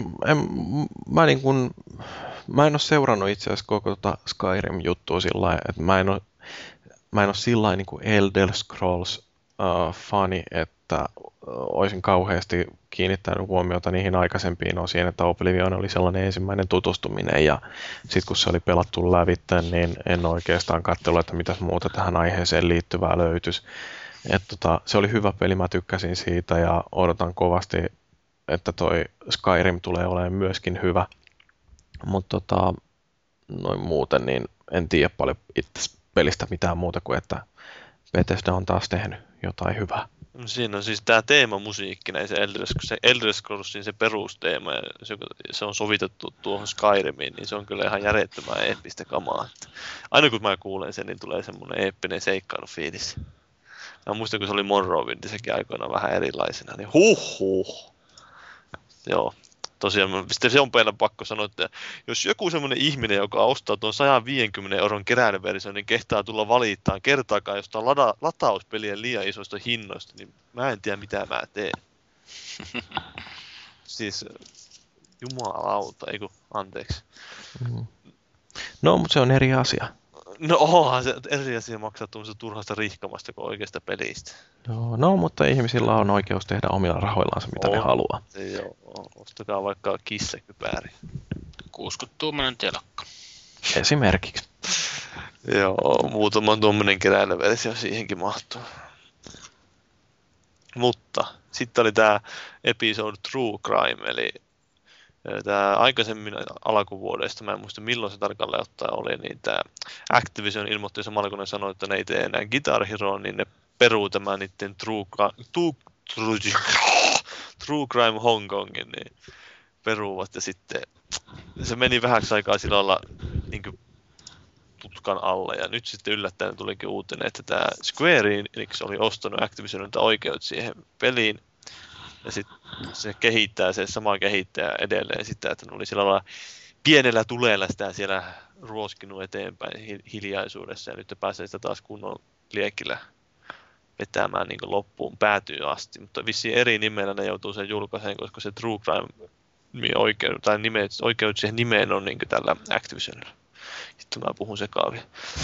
mä en ole seurannut itse asiassa koko Skyrim-juttua sillä lailla, että mä en ole sillä lailla niin kuin Elder Scrolls fani, että olisin kauheasti kiinnittänyt huomiota niihin aikaisempiin osiin, että Oblivion oli sellainen ensimmäinen tutustuminen ja sitten kun se oli pelattu lävitse, niin en oikeastaan katsellut, että mitäs muuta tähän aiheeseen liittyvää löytyisi. Se oli hyvä peli, mä tykkäsin siitä ja odotan kovasti, että toi Skyrim tulee olemaan myöskin hyvä, mutta noin muuten niin en tiedä paljon itse pelistä mitään muuta kuin, että Bethesda on taas tehnyt jotain hyvää.
Siinä on siis tämä teemamusiikki, se Elder Scrollsin se perusteema, ja se on sovitettu tuohon Skyrimiin, niin se on kyllä ihan järjettömän eeppistä kamaa. Aina kun mä kuulen sen, niin tulee semmoinen eeppinen seikkailufiilis. Mä muistan, kun se oli Morrowind, sekin aikoinaan vähän erilaisena, niin Joo. tosiaan, sitten se on meillä pakko sanoa, että jos joku semmoinen ihminen, joka ostaa tuon 150 euron keräilyversion, niin kehtaa tulla valittaa kertaakaan jostain latauspelien liian isoista hinnoista, niin mä en tiedä mitä mä teen. Siis jumalauta, eiku, anteeksi.
No, mutta se on eri asia.
No onhan se eri asia maksaa tuollaisesta turhasta rihkamasta kuin oikeasta pelistä.
No, mutta ihmisillä on oikeus tehdä omilla rahoillansa, mitä ne haluaa.
Joo, ostakaa vaikka kissakypääri.
60-tuumainen telakka.
Esimerkiksi.
Joo, muutama tuommoinen keräilyversio siihenkin mahtuu. Mutta sitten oli tämä episode True Crime, eli tämä aikaisemmin alkuvuodesta, mä en muista milloin se tarkalleen ottaen oli, niin tämä Activision ilmoitti samalla kun ne sanoi, että ne ei tee enää Guitar Heroa, niin ne peruu tämän niiden True Crime Hong Kongin, niin peruuvat ja sitten se meni vähäksi aikaa sillä lailla niin kuin tutkan alle ja nyt sitten yllättäen tulikin uutinen, että tämä Square Enix oli ostanut Activisionilta oikeudet siihen peliin ja sitten se kehittää, se sama kehittäjä edelleen sitä, että ne oli sillä lailla pienellä tuleella sitä siellä ruoskinut eteenpäin hiljaisuudessa ja nyt pääsee sitä taas kunnon liekillä vetämään niin loppuun päätyy asti, mutta vissiin eri nimellä ne joutuu sen julkaiseen, koska se True Crime oikeudet siihen nimeen on niin tällä Activisionilla. Sitten mä puhun sekaavia.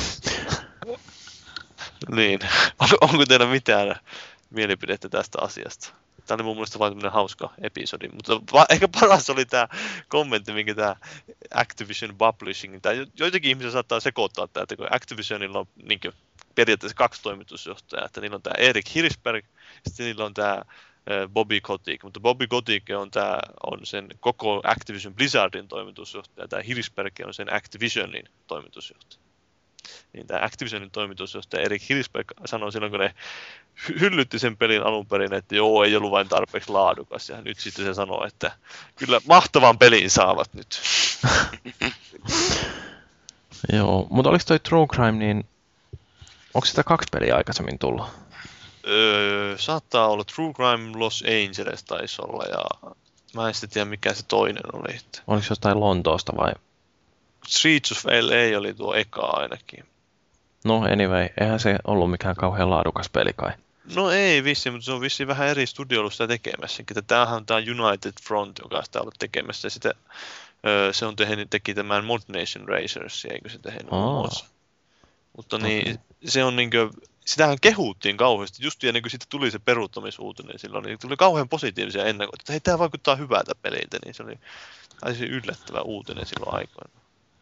Niin, onko teillä mitään mielipidettä tästä asiasta? Tämä oli mun mielestä vain tämmöinen hauska episodi, mutta ehkä paras oli tämä kommentti, minkä tämä Activision Publishing, tai joitakin ihmisiä saattaa sekoittaa tämä, että kun Activisionilla on niin periaatteessa 2 toimitusjohtajaa, että niillä on tämä Erik Hirschberg, ja sitten niillä on tämä Bobby Kotick, mutta Bobby Kotick on sen koko Activision Blizzardin toimitusjohtaja, tämä Hirschberg on sen Activisionin toimitusjohtaja. Niin tämä Activisionin toimitusjohtaja Erik Hirschberg sanoi silloin, kun ne hyllytti sen pelin alun perin, että joo, ei ollut vain tarpeeksi laadukas, ja nyt sitten se sanoo, että kyllä mahtavan pelin saavat nyt.
Joo, mutta oliko toi True Crime, niin onko sitä 2 peliä aikaisemmin tullut?
Saattaa olla True Crime Los Angeles taisi olla, ja mä en sitten tiedä mikä se toinen oli.
Oliko se jostain Lontoosta vai?
Streets of LA oli tuo eka ainakin.
No anyway, eihän se ollut mikään kauhean laadukas peli kai.
No ei vissiin, mutta se on vissiin vähän eri studio ollut sitä tekemässä. Tämähän on tämä United Front, joka on sitä ollut tekemässä. Sitä, se on teki tämän Mod Nation Racers, eikö se tehnyt muassa. Mutta niin, se on niinkö, sitähän kehuttiin kauheasti, just ennen kuin siitä tuli se peruuttamisuutinen silloin, niin tuli kauhean positiivisia ennakoita, että hei, tämä vaikuttaa hyvältä peliltä, niin se oli täysin yllättävä uutinen silloin aikoina.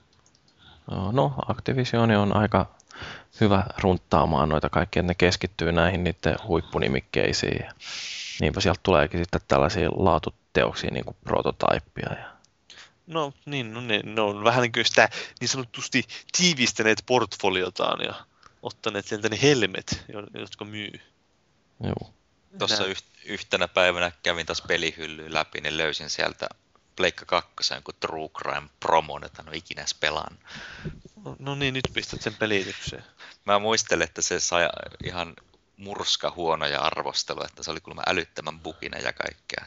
No, Activision on aika hyvä runttaamaan noita kaikkia, että ne keskittyy näihin niiden huippunimikkeisiin. Ja niinpä sieltä tuleekin sitten tällaisia laatuteoksia niin kuin Prototypea.
No niin, ne on vähän niin kuin sitä niin sanotusti tiivistäneet portfoliotaan ja ottaneet sieltä ne helmet, jotka myy.
Joo.
Tuossa yhtenä päivänä kävin taas pelihyllyyn läpi, niin löysin sieltä Pleikka 2 kun True Crime promon, että en ole ikinä pelannut.
No niin, nyt pistät sen pelitykseen.
Mä muistelen, että se sai ihan murska huonoja arvostelua, että se oli kuulemma älyttömän buginen ja kaikkea.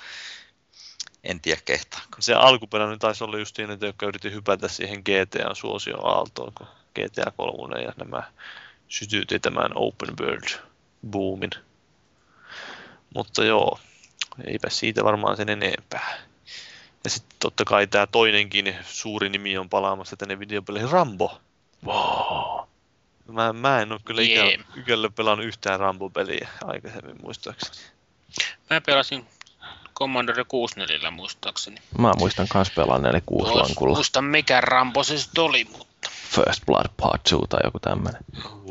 En tiedä kehtaanko. Se
alkuperäinen taisi olla just niitä, jotka yritti hypätä siihen GTA-suosion aaltoon, kun GTA 3 ja nämä sytyytti tämän open world-boomin. Mutta joo, eipä siitä varmaan sen enempää. Ja sitten totta kai tämä toinenkin suuri nimi on palaamassa tänne videopeleihin, Rambo.
Wow.
Mä en ole kyllä ikällä pelannut yhtään Rambo-peliä aikaisemmin muistaakseni.
Mä pelasin Commodore 64 muistaakseni.
Mä muistan kans pelaan 6-lankulla.
Muistan mikä Rambo se sitten oli, mutta...
First Blood Part 2 tai joku tämmönen.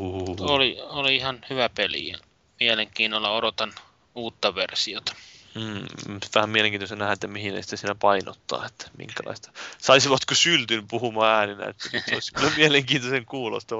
Oli ihan hyvä peli ja mielenkiinnolla odotan uutta versiota.
Vähän mielenkiintoista nähdä, että mihin ne sitten siinä painottaa, että minkälaista. Saisivatko syltyn puhumaan ääninä, että nyt olisi kyllä mielenkiintoisen kuulosta.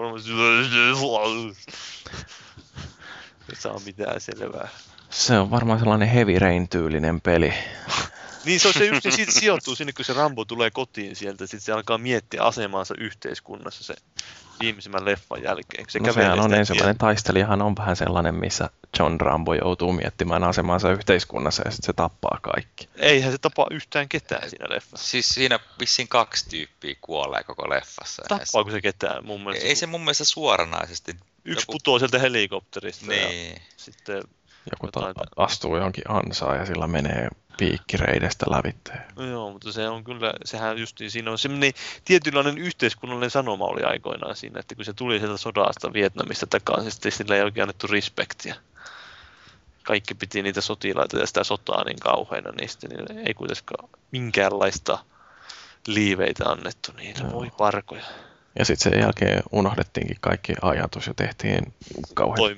Ei saa mitään selvää.
Se on varmaan sellainen Heavy Rain-tyylinen peli.
Niin se on se just, siitä sijoittuu sinne, kun se Rambo tulee kotiin sieltä, sitten se alkaa miettiä asemaansa yhteiskunnassa, se viimeisimmän leffan jälkeen. Se
No sehän on ensimmäinen taistelijahan on vähän sellainen, missä John Rambo joutuu miettimään asemansa yhteiskunnassa ja sitten se tappaa kaikki.
Eihän se tapaa yhtään ketään siinä leffassa.
Siis siinä vissiin 2 tyyppiä kuolee koko leffassa.
Tappaako se ketään mun mielestä?
Ei se mun mielestä suoranaisesti.
Yksi putoo sieltä helikopterista
Niin.
ja sitten
Joku astuu johonkin ansaan ja sillä menee piikkireidestä lävitteen.
Joo, mutta se on kyllä, sehän justiin siinä on semmoinen tietynlainen yhteiskunnallinen sanoma oli aikoinaan siinä, että kun se tuli sieltä sodasta Vietnamista takaisin, sitten sillä ei oikein annettu respektiä. Kaikki piti niitä sotilaita ja sitä sotaa niin kauheana, niin sitten niille ei kuitenkaan minkäänlaista liiveitä annettu niille, voi parkoja.
Ja sitten sen jälkeen unohdettiinkin kaikki ajatus ja tehtiin kauhean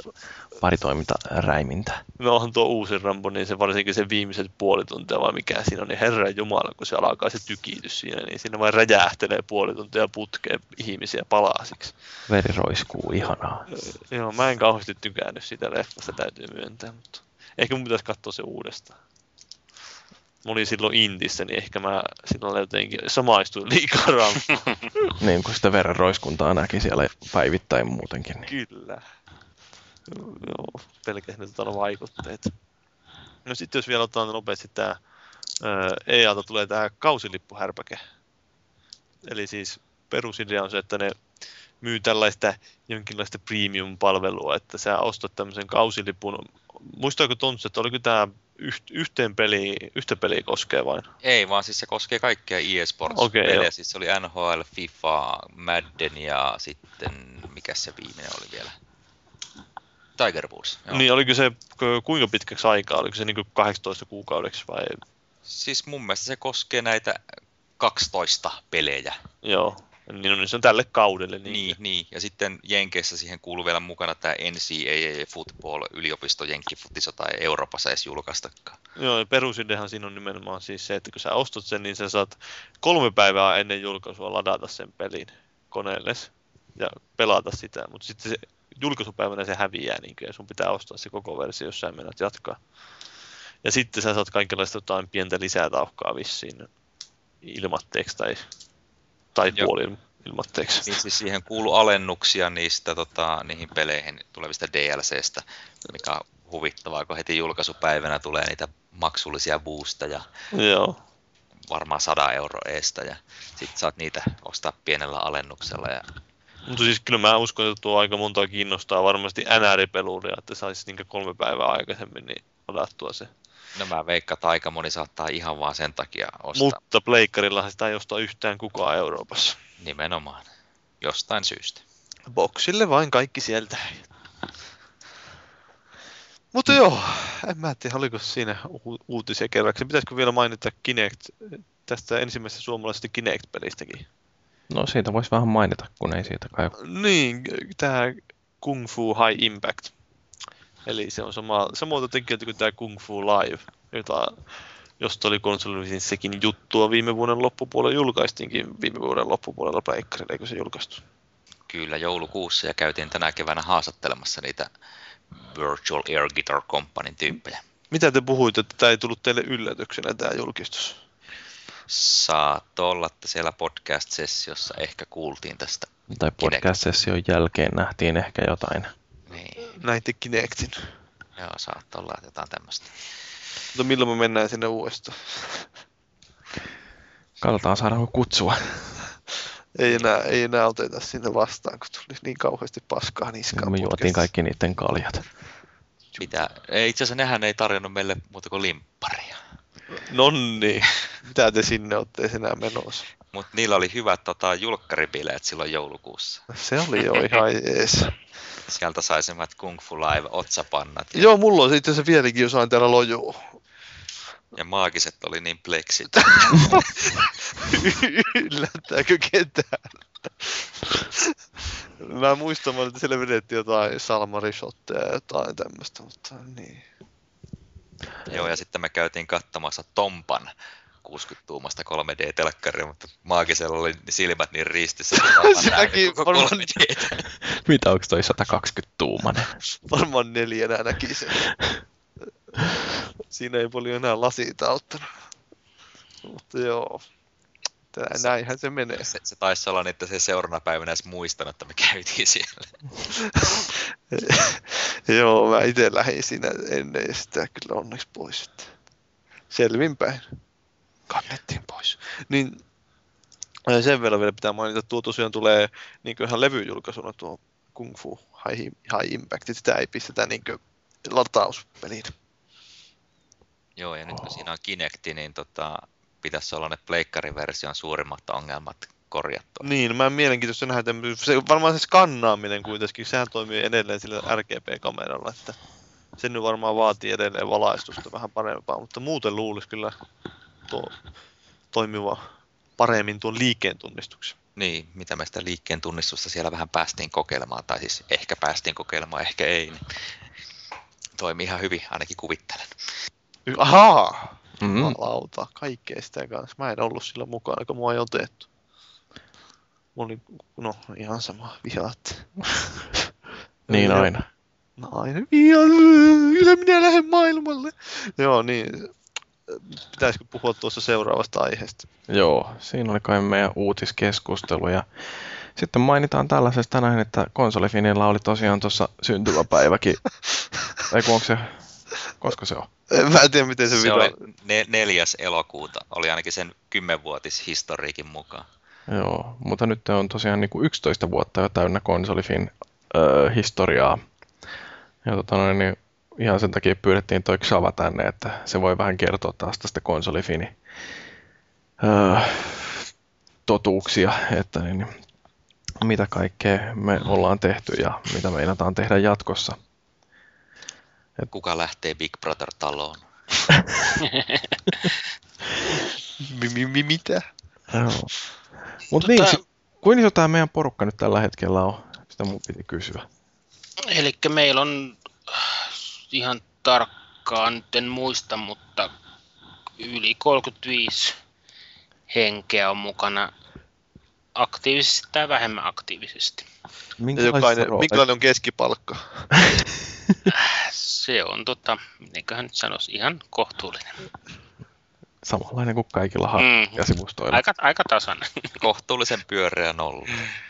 paritoimintaräimintä.
No onhan tuo uusi Rambo, niin se varsinkin se viimeiset puoli tuntia vai mikä siinä on, niin herran jumala, kun se alkaa se tykitys siinä, niin siinä vain räjähtelee puoli tuntia putkeen ihmisiä palasiksi.
Veri roiskuu, ihanaa.
Joo, mä en kauheasti tykännyt sitä leffasta, täytyy myöntää, mutta ehkä mun pitäisi katsoa se uudestaan. Mä olin silloin Intissä, niin ehkä mä silloin jotenkin samaistuin liikaa Ramboon.
Niin, kun sitä verenroiskuntaa näki siellä päivittäin muutenkin. Niin.
Kyllä. Joo, pelkästään nyt on vaikutteet. No sitten jos vielä otetaan nopeasti tää EA:lta tulee tää kausilippuhärpäke. Eli siis perusidea on se, että ne myy tällaista jonkinlaista premium-palvelua, että sä ostat tämmöisen kausilipun. Muistaako Tontsu, että oliko tää yhtä peliä koskee vain?
Ei, vaan siis se koskee kaikkia eSports-pelejä. Okay, siis se oli NHL, FIFA, Madden ja sitten, mikä se viimeinen oli vielä? Tiger Woods. Joo.
Niin, oliko se kuinka pitkäksi aikaa? Oliko se niin 18 kuukaudeksi vai?
Siis mun mielestä se koskee näitä 12 pelejä.
Joo, niin se on tälle kaudelle.
Niin. Ja sitten Jenkeissä siihen kuuluu vielä mukana tämä NCAA Football, yliopisto Jenkkifutis, jota ei Euroopassa edes julkaistakaan.
Joo, ja perusideahan siinä on nimenomaan siis se, että kun sä ostat sen, niin sä saat 3 päivää ennen julkaisua ladata sen pelin koneelle ja pelata sitä, mutta sitten se julkaisupäivänä se häviää, niin ja sun pitää ostaa se koko versio, jos sä mennät jatkaa. Ja sitten sä saat kaikenlaista jotain pientä lisätauhkaa vissiin ilmatteeksi tai puoli ilmatteeksi.
Niin siis siihen kuuluu alennuksia niistä niihin peleihin tulevista DLCstä, mikä on huvittavaa, kun heti julkaisupäivänä tulee niitä maksullisia boosteja.
Joo.
Varmaan 100 € eestä ja sitten saat niitä ostaa pienellä alennuksella.
Mutta siis kyllä mä uskon, että tuo aika montaa kiinnostaa varmasti NR-peluria, että saisi niin 3 päivää aikaisemmin niin ladattua se.
No mä veikkaan, että aika moni saattaa ihan vaan sen takia ostaa.
Mutta pleikkarillahan sitä ei osta yhtään kukaan Euroopassa.
Nimenomaan. Jostain syystä.
Boksille vain kaikki sieltä. Mutta joo, en mä tiedä, oliko siinä uutisia kerraksi. Pitäisikö vielä mainita Kinect, tästä ensimmäisestä suomalaisesta Kinect-pelistäkin?
No siitä voisi vähän mainita, kun ei siitä kai.
Niin, tämä Kung Fu High Impact. Eli se on samalta tekijöitä kuin tämä Kung Fu Live, josta oli konsolissa sekin juttua viime vuoden loppupuolella, julkaistiinkin viime vuoden loppupuolella pleikkarilla, eikö se julkaistu?
Kyllä, joulukuussa ja käytiin tänä keväänä haastattelemassa niitä Virtual Air Guitar Companyn tyyppejä.
Mitä te puhuitte, että tämä ei tullut teille yllätyksenä tämä julkistus?
Saattoi olla, että siellä podcast-sessiossa ehkä kuultiin tästä.
Tai podcast-session jälkeen nähtiin ehkä jotain.
Niin.
Näitte Kinectin.
Joo, saattoi olla jotain tämmöistä.
Mutta milloin me mennään sinne uudestaan?
Katsotaan saadaanko kutsua.
Ei enää oteta sinne vastaan, kun tuli niin kauheasti paskaa niskaan.
Me juotiin kaikki niiden kaljat.
Itse asiassa nehän ei tarjonnut meille muuta kuin limpparia.
Nonni, mitä te sinne olette enää menossa?
Mutta niillä oli hyvät julkkaribileet silloin joulukuussa.
Se oli jo ihan jees.
Sieltä sai semmoiset Kung Fu Live otsapannat.
Joo, mulla on sitten se vieläkin jossain täällä lojuu.
Ja maagiset oli niin pleksit.
Yllättääkö ketään? Mä muistan, että siellä vedettiin jotain salmarishotteja ja jotain tämmöistä, mutta niin.
Joo, ja sitten me käytiin katsomassa Tompan 60-tuumasta 3D-telkkaria, mutta maagisella oli silmät niin ristissä.
Säkin varmaan...
Mitä, onko toi 120-tuumainen?
Varmaan 4 näki sen. Siinä ei paljon enää lasita auttanut. Mutta joo. Näinhän se menee.
Se taisi olla niin, että se seuraavana päivänä edes muistanut, että me käytiin siellä.
Joo, mä itse lähdin siinä ennen ja sitä kyllä onneksi pois. Että selvinpäin. Kannettiin pois. Niin sen verran vielä pitää mainita, että tuo tosiaan tulee niin ihan levyjulkaisuna tuo Kung Fu High Impact. Sitä ei pistetä niin latauspeliin.
Joo, ja nyt kun siinä on Kinecti, niin pitäisi olla ne pleikkariversion suurimmat ongelmat korjattua.
Niin, mä en mielenkiintoista nähdä, varmaan se skannaaminen kuitenkin, sehän toimii edelleen sillä RGB-kameralla, että se nyt varmaan vaatii edelleen valaistusta vähän parempaa, mutta muuten luulisi kyllä tuo toimiva paremmin tuon liikkeen tunnistuksen.
Niin, mitä me sitä liikkeen tunnistusta siellä vähän päästiin kokeilemaan, tai siis ehkä päästiin kokeilemaan, ehkä ei, niin toimii ihan hyvin, ainakin kuvittelen.
Ahaa! Lauta, kaikkea sitä kanssa. Mä en ollut sillä mukana, kun mua ei otettu. Mulla oli, ihan sama, vihaat.
Niin aina.
Aina vihaat, kyllä minä lähden maailmalle. Joo, niin. Pitäisikö puhua tuossa seuraavasta aiheesta?
Joo, siinä oli kai meidän uutiskeskustelu ja sitten mainitaan tällaisesta näin, että Konsolifinilla oli tosiaan tuossa syntymäpäiväkin. Eiku onko se, koska se on?
Mä en tiedä miten se
oli 4. elokuuta, oli ainakin sen 10-vuotishistoriikin mukaan.
Joo, mutta nyt on tosiaan niin kuin 11 vuotta jo täynnä Konsolifin historiaa. Ja niin ihan sen takia pyydettiin toi Xava tänne, että se voi vähän kertoa taas tästä Konsolifini totuuksia, että niin, mitä kaikkea me ollaan tehty ja mitä meinataan tehdä jatkossa.
Kuka lähtee Big Brother-taloon?
Mitä?
Joo. Mut niin, kuinka iso tää meidän porukka nyt tällä hetkellä on? Sitä mun piti kysyä.
Elikkä meillä on ihan tarkkaan, nyt en muista, mutta yli 35 henkeä on mukana aktiivisesti tai vähemmän aktiivisesti.
Minkälainen on keskipalkka?
Se on, mitenköhän nyt sanoisi, ihan kohtuullinen.
Samanlainen kuin kaikilla ja-sivustoilla.
Aika tasainen.
Kohtuullisen pyöreä nolla.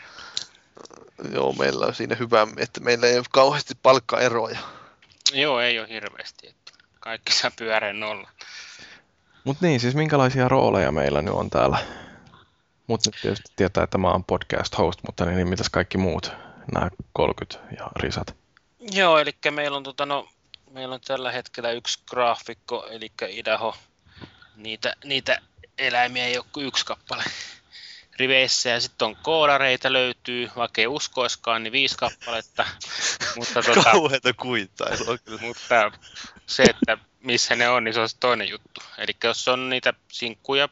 Joo, meillä on siinä hyvä, että meillä ei ole kauheasti palkkaeroja.
Joo, ei ole hirveästi. Että kaikki saa pyöreän nolla.
Mut niin, siis minkälaisia rooleja meillä nyt on täällä? Mut nyt tietysti tietää, että mä oon podcast host, mutta niin mitäs kaikki muut, nämä 30 ja risat?
Joo, eli meillä on, meillä on tällä hetkellä yksi graafikko, eli Idaho. Niitä eläimiä ei ole kuin yksi kappale riveissä, ja sitten on koodareita löytyy, vaikka ei uskoiskaan, niin 5 kappaletta. Mutta
kauheita kuittailua kyllä.
Mutta se, että missä ne on, niin se on se toinen juttu. Eli jos on niitä sinkkuja,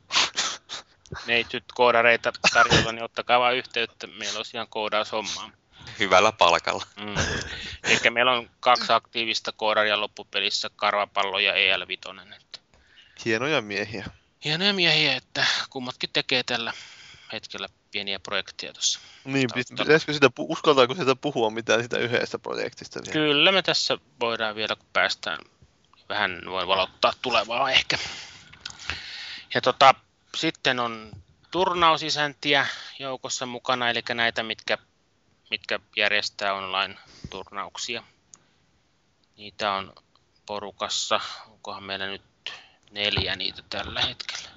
neitsyt koodareita tarjolla, niin ottakaa vaan yhteyttä, meillä olisi ihan koodaushommaa.
Hyvällä palkalla.
Eli meillä on 2 aktiivista koodaria loppupelissä, Karvapallo ja EL5.
Hienoja miehiä.
Hienoja miehiä, että kummatkin tekee tällä hetkellä pieniä projekteja tuossa.
Niin, uskaltaako sitä puhua mitään sitä yhdestä projektista vielä?
Kyllä me tässä voidaan vielä, kun päästään, vähän voin valottaa tulevaa ehkä. Ja sitten on turnausisäntiä joukossa mukana, eli näitä, mitkä järjestää online-turnauksia. Niitä on porukassa, onkohan meillä nyt 4 niitä tällä hetkellä.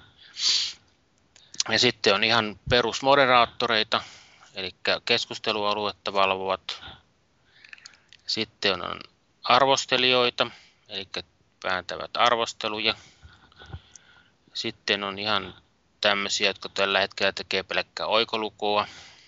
Ja sitten on ihan perusmoderaattoreita, eli keskustelualuetta valvovat. Sitten on arvostelijoita, eli vääntävät arvosteluja. Sitten on ihan tämmöisiä, jotka tällä hetkellä tekee pelkkää oikolukua.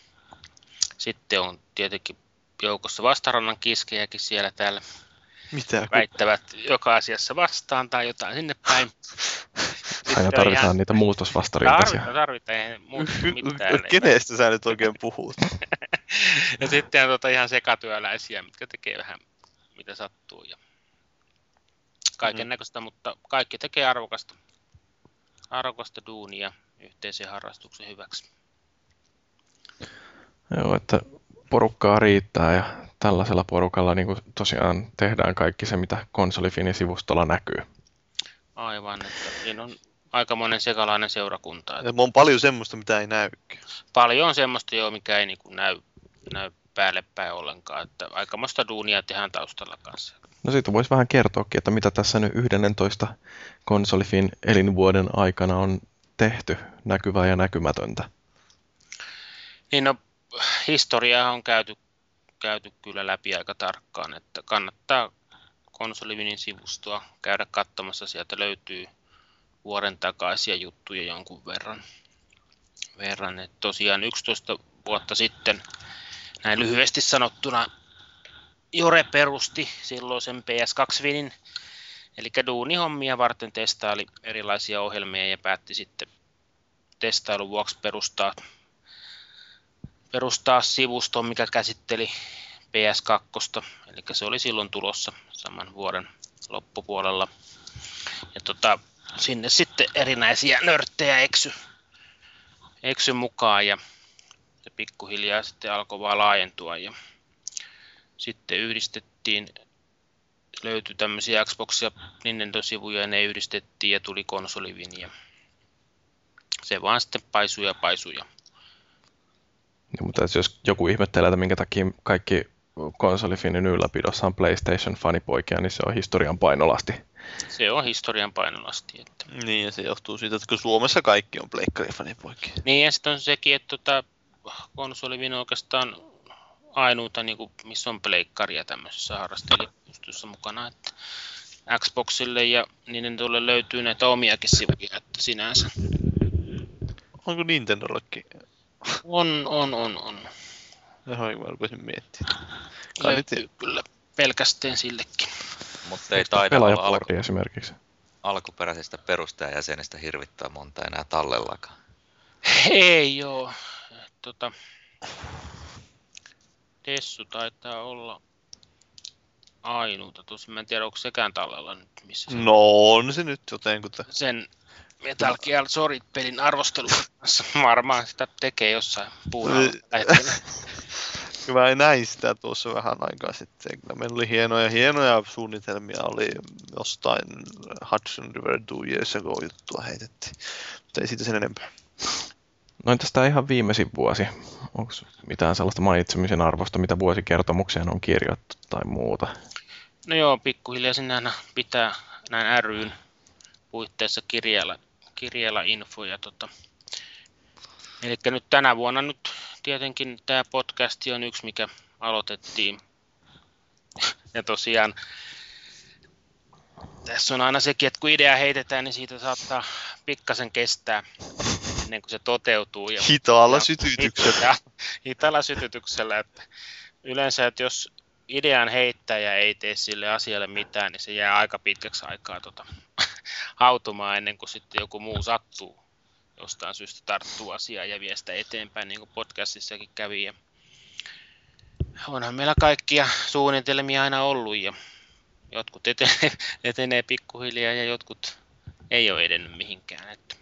Sitten on tietenkin joukossa vastarannan kiskejäkin siellä täällä.
Mitä?
Väittävät joka asiassa vastaan tai jotain sinne päin.
Aina tarvitaan niitä muutosvastarintaisia.
Tarvitaan, ei mitään.
Kenestä sä nyt oikein puhut?
Ja sitten on ihan sekatyöläisiä, mitkä tekee vähän mitä sattuu. Ja kaiken näköistä, mutta kaikki tekee arvokasta duunia yhteisen harrastuksen hyväksi.
Joo, että porukkaa riittää ja tällaisella porukalla niin kuin tosiaan tehdään kaikki se, mitä Konsolifinin sivustolla näkyy.
Aivan, että siinä on aikamoinen sekalainen seurakunta.
Ja on paljon semmoista, mitä ei näy.
Paljon on semmoista jo, mikä ei niin kuin näy päälle päin ollenkaan. Että aikamoista duunia tehdään taustalla kanssa.
No siitä voisi vähän kertoakin, että mitä tässä nyt 11 konsolifin elinvuoden aikana on tehty, näkyvää ja näkymätöntä.
Niin no, historiaa on käyty kyllä läpi aika tarkkaan, että kannattaa Konsolifinin sivustoa käydä katsomassa, sieltä löytyy vuoden takaisia juttuja jonkun verran. Että tosiaan 11 vuotta sitten, näin lyhyesti sanottuna, Jore perusti silloisen PS2-vinin, eli duunihommia varten testaili erilaisia ohjelmia ja päätti sitten testailun vuoksi perustaa sivuston, mikä käsitteli PS2, eli se oli silloin tulossa saman vuoden loppupuolella. Ja sinne sitten erinäisiä nörttejä eksy mukaan ja se pikkuhiljaa sitten alkoi vaan laajentua ja sitten löytyi tämmöisiä Xbox- ja Nintendo-sivuja ja ne yhdistettiin ja tuli Konsolifin ja se vaan sitten paisui.
Ja, mutta jos joku ihmettelee, että minkä takia kaikki konsolifinin ylläpidossa on PlayStation-fanipoikia, niin se on historian painolasti.
Se on historian painolasti. Että.
Niin, ja se johtuu siitä, että kun Suomessa kaikki on pleikkarifanipoikia.
Niin, ja sitten on sekin, että Konsolifin on oikeastaan ainoita, niin kuin, missä on pleikkaria tämmöisessä harrastelijajustussa mukana. Että Xboxille ja Nintendolle löytyy näitä omiakin sivuja, että sinänsä.
Onko Nintendollekin?
On.
Ihan mä rupesin miettimään.
Löytyy kyllä pelkästään sillekin.
Mutta ei taida olla
esimerkiksi
alkuperäisestä perustajajäsenestä hirvittää monta enää tallellakaan.
Ei joo. Dessu taitaa olla ainoita. Tosin mä en tiedä, onko sekään tallella nyt missä se
No on se nyt jotenkuta.
sen Metal Gear Solid-pelin arvostelun kanssa varmaan sitä tekee jossain puuhalla.
Kyllä mä näin sitä tuossa vähän aikaa sitten. Kyllä meillä oli hienoja suunnitelmia. Oli jostain Hudson River 2 Years Ago juttua heitettiin. Mutta ei siitä sen enempää.
No entäs tää ihan viimeisin vuosi? Onko mitään sellaista mainitsemisen arvosta, mitä vuosikertomukseen on kirjoittu tai muuta?
No joo, pikkuhiljaa sinne pitää näin ry:n puitteissa kirjailla infoja. Eli nyt tänä vuonna nyt tietenkin tämä podcasti on yksi, mikä aloitettiin. Ja tosiaan tässä on aina sekin, että kun idea heitetään, niin siitä saattaa pikkasen kestää ennen kuin se toteutuu.
Hitaalla sytytyksellä.
Hitaalla sytytyksellä. Että yleensä, että jos idean heittäjä ei tee sille asialle mitään, niin se jää aika pitkäksi aikaa hautumaan ennen kuin sitten joku muu sattuu jostain syystä tarttuu asiaan ja vie sitä eteenpäin, niin kuin podcastissakin kävi. Ja onhan meillä kaikkia suunnitelmia aina ollut ja jotkut etenee pikkuhiljaa ja jotkut ei ole edennyt mihinkään. Että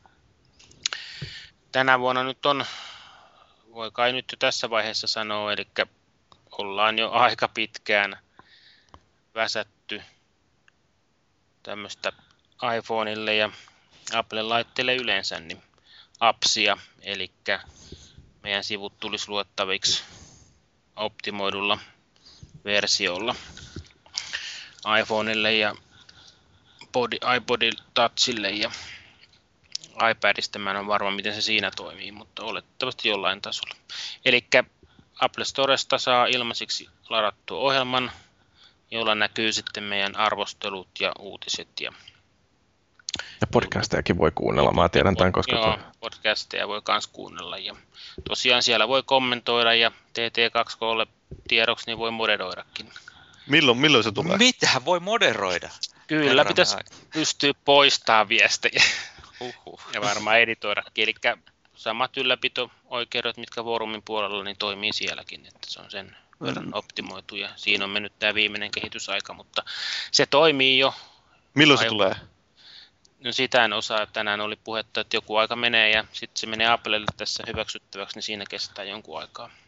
tänä vuonna nyt on, voi kai nyt jo tässä vaiheessa sanoa, eli ollaan jo aika pitkään väsätty tämmöistä iPhoneille ja Apple-laitteille yleensä niin appsia, eli meidän sivut tulisi luettaviksi optimoidulla versiolla iPhoneille ja iPod Touchille ja iPadista. Mä en ole varma, miten se siinä toimii, mutta olettavasti jollain tasolla. Eli Apple Storesta saa ilmaiseksi ladattua ohjelman, jolla näkyy sitten meidän arvostelut ja uutiset. Ja
podcastejakin voi kuunnella, mä tiedän tämän, koska...
Joo, podcasteja voi myös kuunnella. Ja tosiaan siellä voi kommentoida ja TT2K:lle tiedoksi niin voi moderoidakin.
Milloin se tulee?
Mitä? Voi moderoida?
Kyllä, pitäisi pystyä poistamaan viestejä ja varmaan editoidakin. Eli samat ylläpito-oikeudet, mitkä foorumin puolella, niin toimii sielläkin. Että se on sen verran optimoitu ja siinä on mennyt tämä viimeinen kehitysaika, mutta se toimii jo.
Milloin se tulee?
No sitä en osaa. Tänään oli puhetta, että joku aika menee ja sitten se menee Applelle tässä hyväksyttäväksi, niin siinä kestää jonkun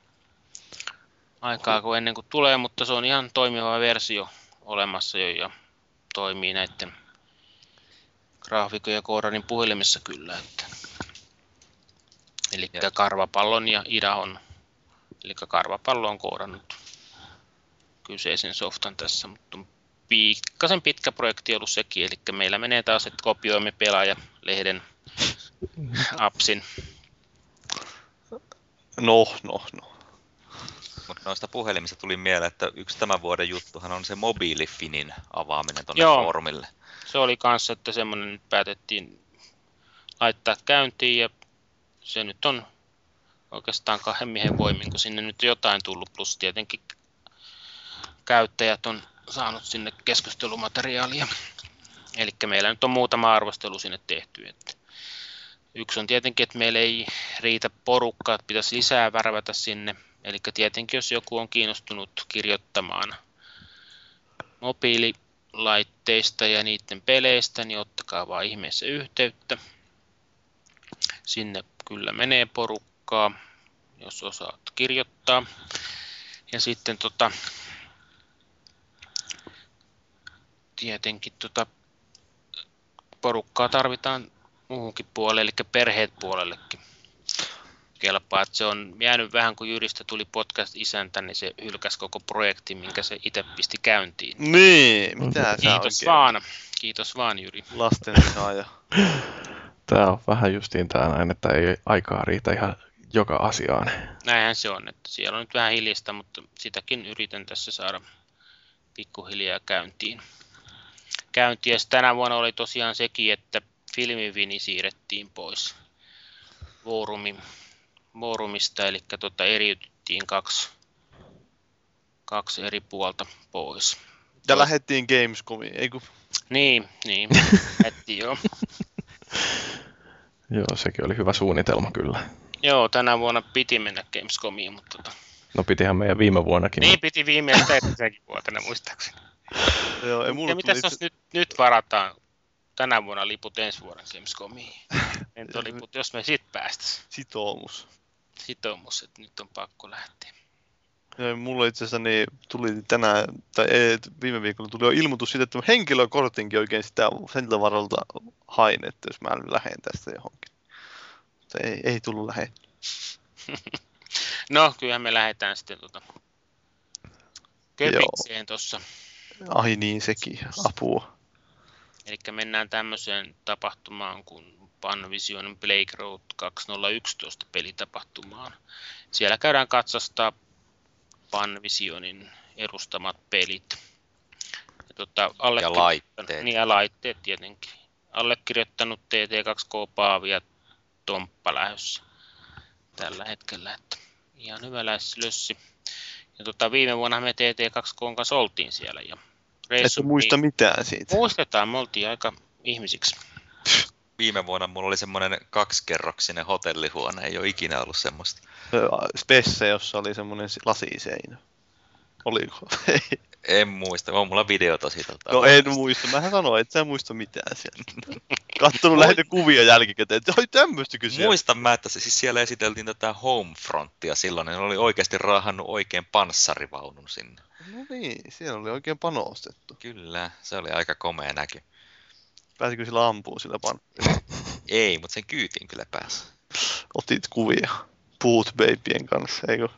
aikaa kun ennen kuin tulee, mutta se on ihan toimiva versio olemassa jo ja toimii näiden graafikon ja koodarin puhelimessa kyllä. Eli Karvapallon ja Ida on, eli Karvapallo on koodannut kyseisen softan tässä, mutta on pikkasen pitkä projekti ollut sekin, eli meillä menee taas, että kopioimme pelaajalehden appsin.
No.
Mutta noista puhelimista tuli mieleen, että yksi tämän vuoden juttuhan on se mobiilifinin avaaminen tuonne foorumille.
Se oli kanssa, että semmoinen nyt päätettiin laittaa käyntiin ja se nyt on oikeastaan 2 miehen voimin, kun sinne nyt jotain tullut, plus tietenkin käyttäjät on saanut sinne keskustelumateriaalia. Eli meillä nyt on muutama arvostelu sinne tehty. Että yksi on tietenkin, että meillä ei riitä porukkaa, että pitäisi lisää värvätä sinne. Eli tietenkin, jos joku on kiinnostunut kirjoittamaan mobiililaitteista ja niiden peleistä, niin ottakaa vaan ihmeessä yhteyttä. Sinne kyllä menee porukkaa, jos osaat kirjoittaa. Ja sitten tietenkin porukkaa tarvitaan muuhunkin puolelle, eli perheet puolellekin. Kelpaa, että se on jäänyt vähän, kun Jyristä tuli podcast-isäntä, niin se hylkäsi koko projekti, minkä se itse pisti käyntiin.
Niin, mitä sä
Kiitos
oikein?
vaan. Kiitos vaan, Jyri.
Lastensaaja.
Tää on vähän justiin tää näin, että ei aikaa riitä ihan joka asiaan.
Näinhän se on, että siellä on nyt vähän hiljasta, mutta sitäkin yritän tässä saada pikkuhiljaa käyntiin. Ja tänä vuonna oli tosiaan sekin, että Filmivini siirrettiin pois Forumista, eli eriytettiin kaksi eri puolta pois.
Ja lähdettiin Gamescomiin, eikö?
Niin, lähdettiin joo.
Joo, sekin oli hyvä suunnitelma kyllä.
Joo, tänä vuonna piti mennä Gamescomiin, mutta
No pitihän meidän viime vuonnakin.
Niin, piti viimeistä edellisenkin vuotena muistaakseni.
Joo, ei mulla
Ja mitäs jos nyt varataan tänä vuonna liput ensi vuoden Gamescomiin? Lentoliput, jos me sit päästäisiin. Sitoumus, että nyt on pakko lähteä.
Ja mulla itse asiassa niin tuli viime viikolla tuli jo ilmoitus siitä, että henkilökortinkin oikein siltä varalta hain, että jos mä lähden tästä johonkin. Mutta ei tullut lähettyä.
No, kyllähän me lähdetään sitten Köpikseen tuossa.
Ai niin, sekin. Apua.
Eli mennään tämmöiseen tapahtumaan kuin Panvision Playground 2011 pelitapahtumaan. Siellä käydään katsastaa Panvisionin edustamat pelit.
Ja laitteet.
Niin, ja laitteet tietenkin. Allekirjoittanut TT2K Paavi ja Tomppa lähdössä tällä hetkellä. Että ihan hyvä lössi. Ja viime vuonna me TT2K kanssa oltiin siellä. Ja
et muista mitään siitä.
Muistetaan, me oltiin aika ihmisiksi.
Viime vuonna mulla oli semmoinen 2-kerroksinen hotellihuone, ei ole ikinä ollut semmoista.
Spesse, jossa oli semmoinen lasiseinä. Oliko?
En muista, on mulla videota siitä.
No en muista, mähän sanoin, että sä muista mitään siellä. Kattonut lähinnä kuvia jälkikäteen, että oi tämmöistäkö siellä.
Muistan mä, että siis siellä esiteltiin tätä Homefrontia silloin, ne oli oikeasti raahannut oikein panssarivaunun sinne.
No niin, siellä oli oikein panostettu.
Kyllä, se oli aika komea näky.
Pääsikö sillä ampuu sillä panssarilla?
Ei, mutta sen kyytiin kyllä pääsi.
Otit kuvia Boot Babyjen kanssa, eikö?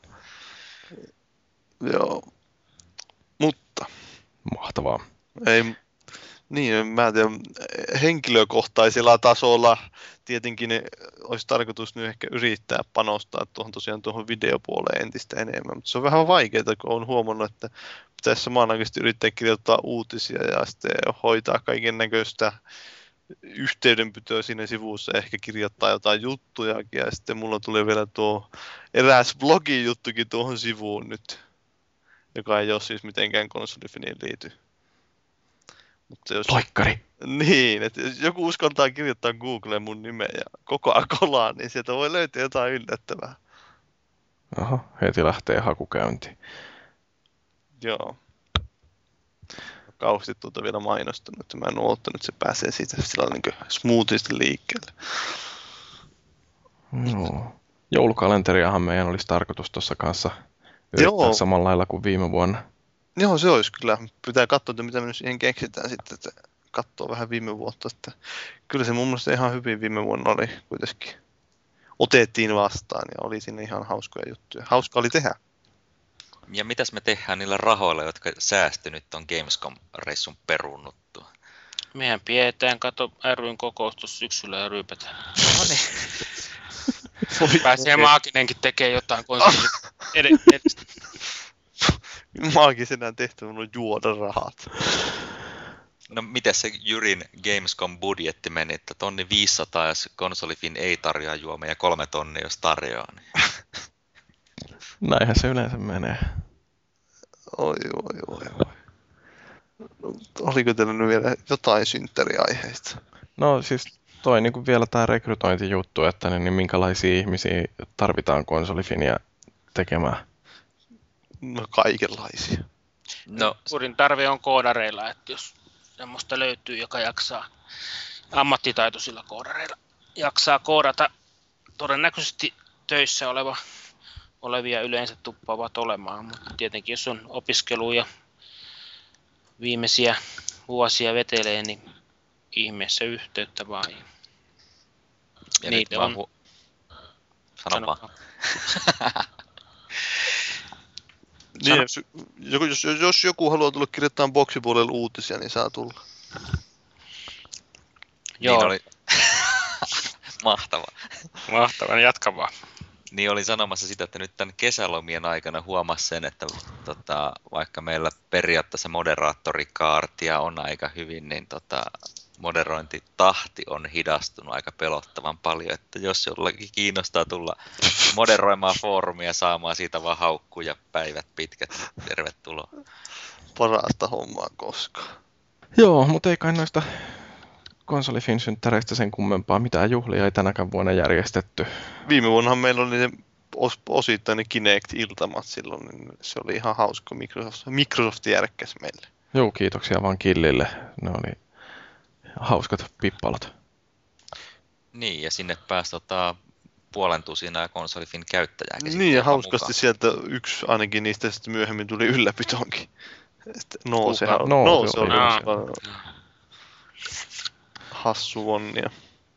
Joo. Mutta.
Mahtavaa.
Ei, niin, mä en tiedä, henkilökohtaisella tasolla tietenkin olisi tarkoitus nyt ehkä yrittää panostaa tuohon videopuoleen entistä enemmän, mutta se on vähän vaikeaa, kun olen huomannut, että pitäisi samanaikaisesti yrittää kirjoittaa uutisia ja sitten hoitaa kaiken näköistä yhteydenpitoa siinä sivussa, ehkä kirjoittaa jotain juttujakin, ja sitten mulla tuli vielä tuo eräs blogijuttukin tuohon sivuun nyt, joka ei ole siis mitenkään konsolifiniin liity. Mutta jos...
Loikkari!
Niin, että jos joku uskaltaa kirjoittaa Googleen mun nimeä ja Coca-Colaa, niin sieltä voi löytää jotain yllättävää.
Aha, heti lähtee hakukäynti.
Joo. Kauheasti vielä mainostanut, että mä en ole ottanut, että se pääsee siitä sillä niin smoothisti liikkeelle.
Joo. Joulukalenteriahan meidän olisi tarkoitus tuossa kanssa yrittää samalla lailla kuin viime vuonna.
Joo, se olisi kyllä. Pitää katsoa, että mitä me nyt siihen keksitään sitten, että katsoo vähän viime vuotta, että kyllä se mun mielestä ihan hyvin viime vuonna oli kuitenkin. Otettiin vastaan ja oli siinä ihan hauskoja juttuja. Hauska oli tehdä.
Ja mitäs me tehdään niillä rahoilla, jotka säästynyt on Gamescom-reissun peruunnuttua?
Mehän pidetään, ryn kokoustus syksyllä ja ryypätään.
No niin.
Pääsee maaginenkin tekemään jotain konsolin edestä.
Maagisena tehtävä on juoda rahat.
No miten se Jyrin Gamescom-budjetti meni, että 1 500 jos konsolifin ei tarjoa juomia ja 3 tonnia jos tarjoaa? Niin.
Näinhän se yleensä menee.
Oi. No, oliko teillä nyt vielä jotain synttäriaiheista?
No siis toi niin kuin vielä tämä rekrytointijuttu, että niin minkälaisia ihmisiä tarvitaan konsolifinia tekemään.
No kaikenlaisia.
No,
Suurin tarve on koodareilla, että jos semmoista löytyy, joka jaksaa ammattitaitoisilla koodareilla jaksaa koodata, todennäköisesti töissä olevia yleensä tuppaavat olemaan, mutta tietenkin jos on opiskelu ja viimeisiä vuosia vetelee, niin ihmeessä yhteyttä vaan.
ja
niitä
nyt
on.
Sano vaan.
Niin, jos joku haluaa tulla kirjoittamaan boksipuolella uutisia, niin saa tulla.
Joo.
Niin oli... Mahtavaa.
Mahtavaa, jatka vaan.
Niin olin sanomassa sitä, että nyt tämän kesälomien aikana huomasi sen, että vaikka meillä periaatteessa moderaattorikaartia on aika hyvin, niin moderointitahti on hidastunut aika pelottavan paljon, että jos jollakin kiinnostaa tulla moderoimaan foorumia saamaan siitä vaan haukkuja päivät pitkät, niin tervetuloa.
Parasta hommaa koskaan.
Joo, mutta ei kai noista konsolifin synttäreistä sen kummempaa. Mitään juhlia ei tänäkään vuonna järjestetty.
Viime vuonnahan meillä oli ne osittainen Kinect-iltamat silloin, niin se oli ihan hauska. Microsoft järkkäsi meille.
Joo, kiitoksia vaan Killille. Ne oli hauskat pippalot.
Niin, ja sinne pääsi puolen tusinaa konsolifin käyttäjääkin.
Niin, ja hauskasti sieltä yksi ainakin niistä sitten myöhemmin tuli ylläpitoonkin. Se oli hassu vonnia.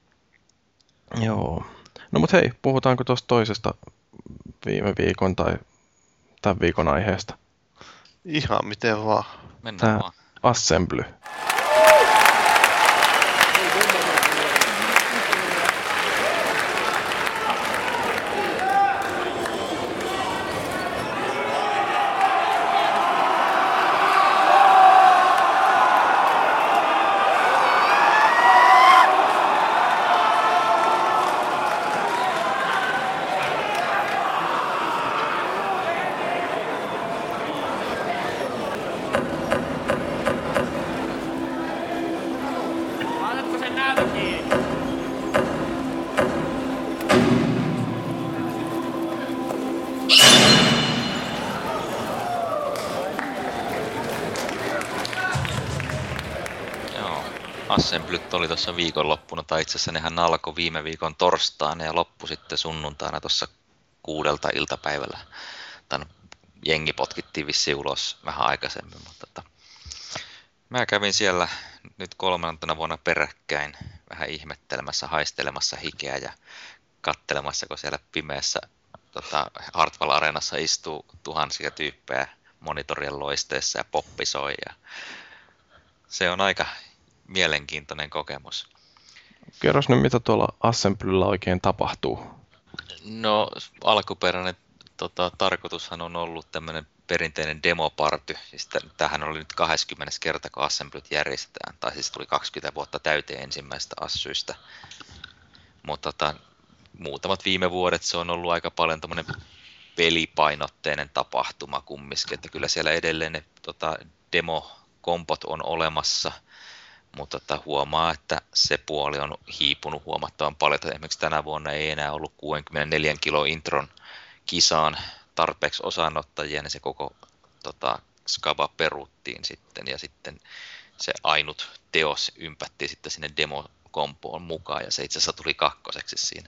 Joo. No mut hei, puhutaanko tuosta toisesta viime viikon tai tämän viikon aiheesta?
Ihan miten vaan.
Mennään vaan.
Assembly.
Assemblyt oli tuossa viikonloppuna, tai itse asiassa nehän alkoi viime viikon torstaina ja loppu sitten sunnuntaina tuossa 6 iltapäivällä. Tän jengi potkittiin vissiin ulos vähän aikaisemmin, mutta mä kävin siellä nyt 3. vuonna peräkkäin vähän ihmettelemässä, haistelemassa hikeä ja kattelemassa, kun siellä pimeässä Hartwall-areenassa istuu tuhansia tyyppejä monitorien loisteessa ja poppi soi. Ja se on aika mielenkiintoinen kokemus.
Kerros nyt, mitä tuolla Assemblyllä oikein tapahtuu.
No, alkuperäinen tarkoitushan on ollut tämmöinen perinteinen demoparty. Siis tämähän oli nyt 20. kerta, kun Assemblyt järjestetään. Tai siis tuli 20 vuotta täyteen ensimmäistä Assyistä. Mutta muutamat viime vuodet se on ollut aika paljon tämmöinen pelipainotteinen tapahtuma kumminkin. Että kyllä siellä edelleen ne demokompot on olemassa. Mutta huomaa, että se puoli on hiipunut huomattavan paljon. Esimerkiksi tänä vuonna ei enää ollut 64 kilo intron kisaan tarpeeksi osanottajia, niin se koko skaba peruttiin sitten. Ja sitten se ainut teos ympättiin sitten sinne demokompoon mukaan, ja se itse asiassa tuli 2. siinä.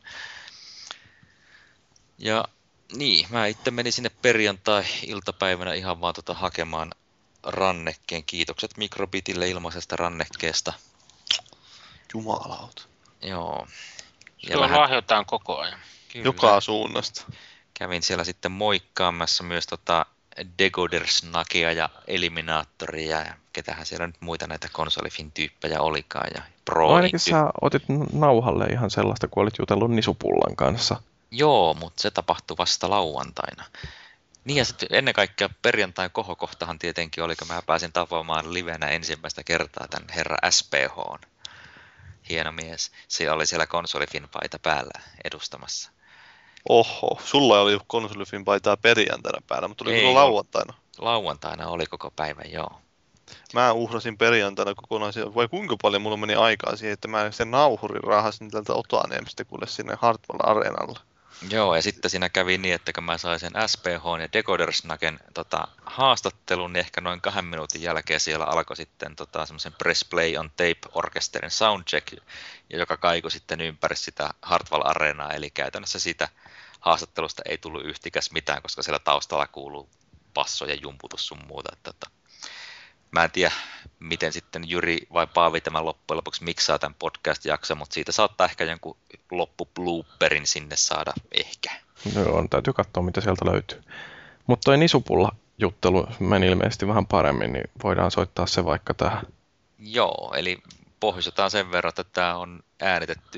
Ja niin, mä itse menin sinne perjantai-iltapäivänä ihan vaan hakemaan rannekkeen. Kiitokset Microbitille ilmaisesta rannekkeesta.
Jumalauta.
Joo.
Tuo lahjotaan koko ajan.
Kyllä.
Joka suunnasta.
Kävin siellä sitten moikkaamassa myös Decodersnakea ja Eliminaattoria ja ketähän siellä nyt muita näitä konsolifin tyyppejä olikaan. Ja
ainakin sä otit nauhalle ihan sellaista, kun olit jutellut Nisupullan kanssa.
Joo, mutta se tapahtui vasta lauantaina. Niin ja sitten ennen kaikkea perjantain kohokohtahan tietenkin oli, kun mä pääsin tapaamaan livenä ensimmäistä kertaa tämän herra SPH:n. Hieno mies. Se oli siellä konsolifin paita päällä edustamassa.
Oho, sulla oli konsolifin paitaa perjantaina päällä, mutta oli kyllä lauantaina.
Lauantaina oli koko päivän, joo.
Mä uhrasin perjantaina kokonaisen, vai kuinka paljon mulla meni aikaa siihen, että mä sen nauhurin rahasin tältä Otaniemestä kuule sinne Hartwall Areenalle.
Joo, ja sitten siinä kävi niin, että kun mä sain sen SPH:n ja Decodersnaken haastattelun, niin ehkä noin 2 minuutin jälkeen siellä alkoi sitten semmoisen Press Play on Tape-orkesterin soundcheck, joka kaikui sitten ympäri sitä Hartwall Areenaa, eli käytännössä sitä haastattelusta ei tullut yhtikäs mitään, koska siellä taustalla kuuluu basso ja jumputus sun muuta. Mä en tiedä, miten sitten Jyri vai Paavi tämän loppujen lopuksi miksaa tämän podcast-jakson, mutta siitä saattaa ehkä jonkun loppublooperin sinne saada ehkä.
Joo, täytyy katsoa, mitä sieltä löytyy. Mutta toi Nisupulla-juttelu meni ilmeisesti vähän paremmin, niin voidaan soittaa se vaikka tähän.
Joo, eli pohjustetaan sen verran, että tämä on äänitetty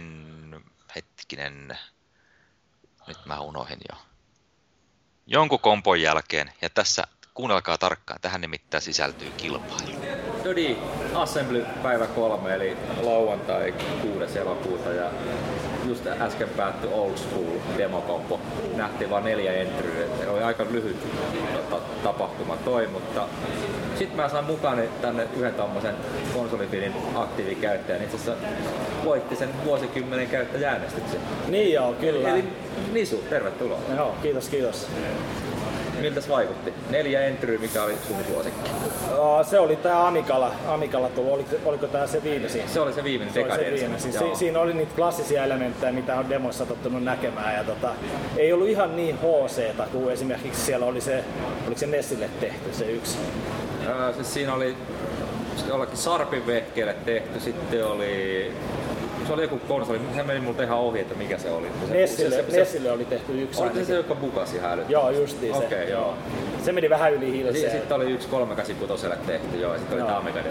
nyt mä unohdin jo, jonkun kompon jälkeen, ja tässä kuunnelkaa tarkkaan, tähän nimittäin sisältyy kilpailu.
Dodi Assembly päivä 3, eli lauantai 6. elokuuta, ja just äsken päättyi Old School demokompo. Nähtiin vain 4 entryä, oli aika lyhyt tapahtuma toi, mutta sitten mä sain mukaan tänne yhden tommosen konsolifinin aktiivikäyttäjän. Itse asiassa voitti sen vuosikymmenen käyttäjäänestyksen.
Niin joo, kyllä.
Eli Nisu, tervetuloa.
Joo, kiitos.
Miltäs vaikutti? 4 entryä, mikä oli sun suosikki?
Se oli tää Amicala tullut. Oliko tää se viimeisin?
Se oli se viimeinen Decadence.
Siinä oli niitä klassisia elementtejä, mitä on demoissa tottunut näkemään. Ja ei ollut ihan niin HC:ta kuin esimerkiksi siellä oli se, oliko se Nessille tehty se yksi?
Siinä oli jollakin Sharpin vehkeelle tehty, sitten oli... Se oli joku konsoli, se meni multa ihan ohi, että mikä se oli.
Nessille oli tehty yksi.
Oliko se joka bukasi hälyt?
Joo, justiin se.
Okei, joo.
Se meni vähän yli hilseen.
Sitten oli yksi 386 tehty, joo, ja sitten oli tämä Amiga.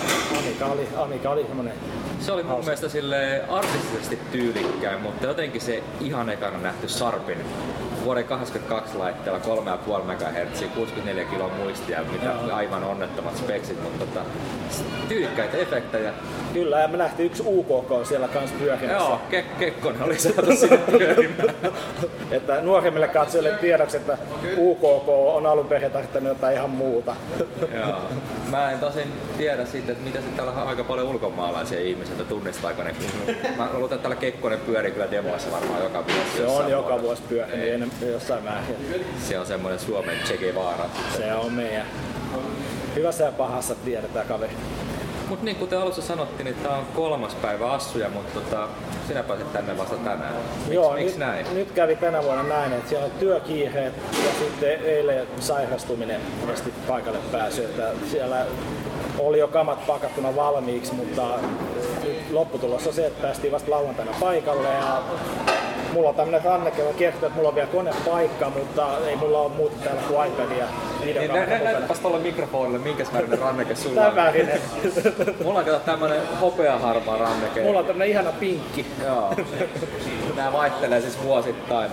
Amiga oli semmonen...
Se oli mun mielestä silleen artistisesti tyylikkäin, mutta jotenkin se ihan ekana nähty Sharpin vuoden 82 laitteella 3,5 MHz, 64 kiloa muistia, mitä aivan onnettomat speksit, mutta tyylikkäitä efektejä.
Kyllä, ja me nähtiin yksi UKK siellä kanssa pyörimässä.
Joo, Kekkonen oli saatu sinne pyörimään.
Että nuoremmille katsojille tiedoksi, että UKK on alun perin tarvittanut jotain ihan muuta.
Joo. Mä en tosin tiedä siitä, että mitä sitten täällä on aika paljon ulkomaalaisia ihmisiä, että tunnistaako ne. Mä luulen, että täällä Kekkonen pyörii kyllä demoissa varmaan joka vuosi.
Se on joka vuosi pyörinyt jossain määrin.
Se on semmoinen Suomen Che Guevara.
Se on meidän. Hyvässä ja pahassa tiedetään kaveri.
Mut niin kuten alussa sanottiin, niin tää on 3. päivä Assuja, mutta sinä pääsit tänne vasta tänään. Miksi näin?
Nyt kävi tänä vuonna näin, että siellä on työkiireet ja sitten eilen sairastuminen esti paikalle pääsy. Että siellä oli jo kamat pakattuna valmiiksi, mutta nyt lopputulos on se, että päästiin vasta lauantaina paikalle. Ja mulla on tämmönen ranneke, mä kertoo, että mulla on vielä konepaikka, mutta ei mulla ole muuta täällä kuin iPadia.
Näytäpäs tolle mikrofonille, minkäs värinen ranneke sulla on.
Tää värinen.
Mulla on kato tämmönen hopeaharmaa ranneke.
Mulla on tämmönen ihana pinkki.
Joo. Nää vaihtelee siis vuosittain.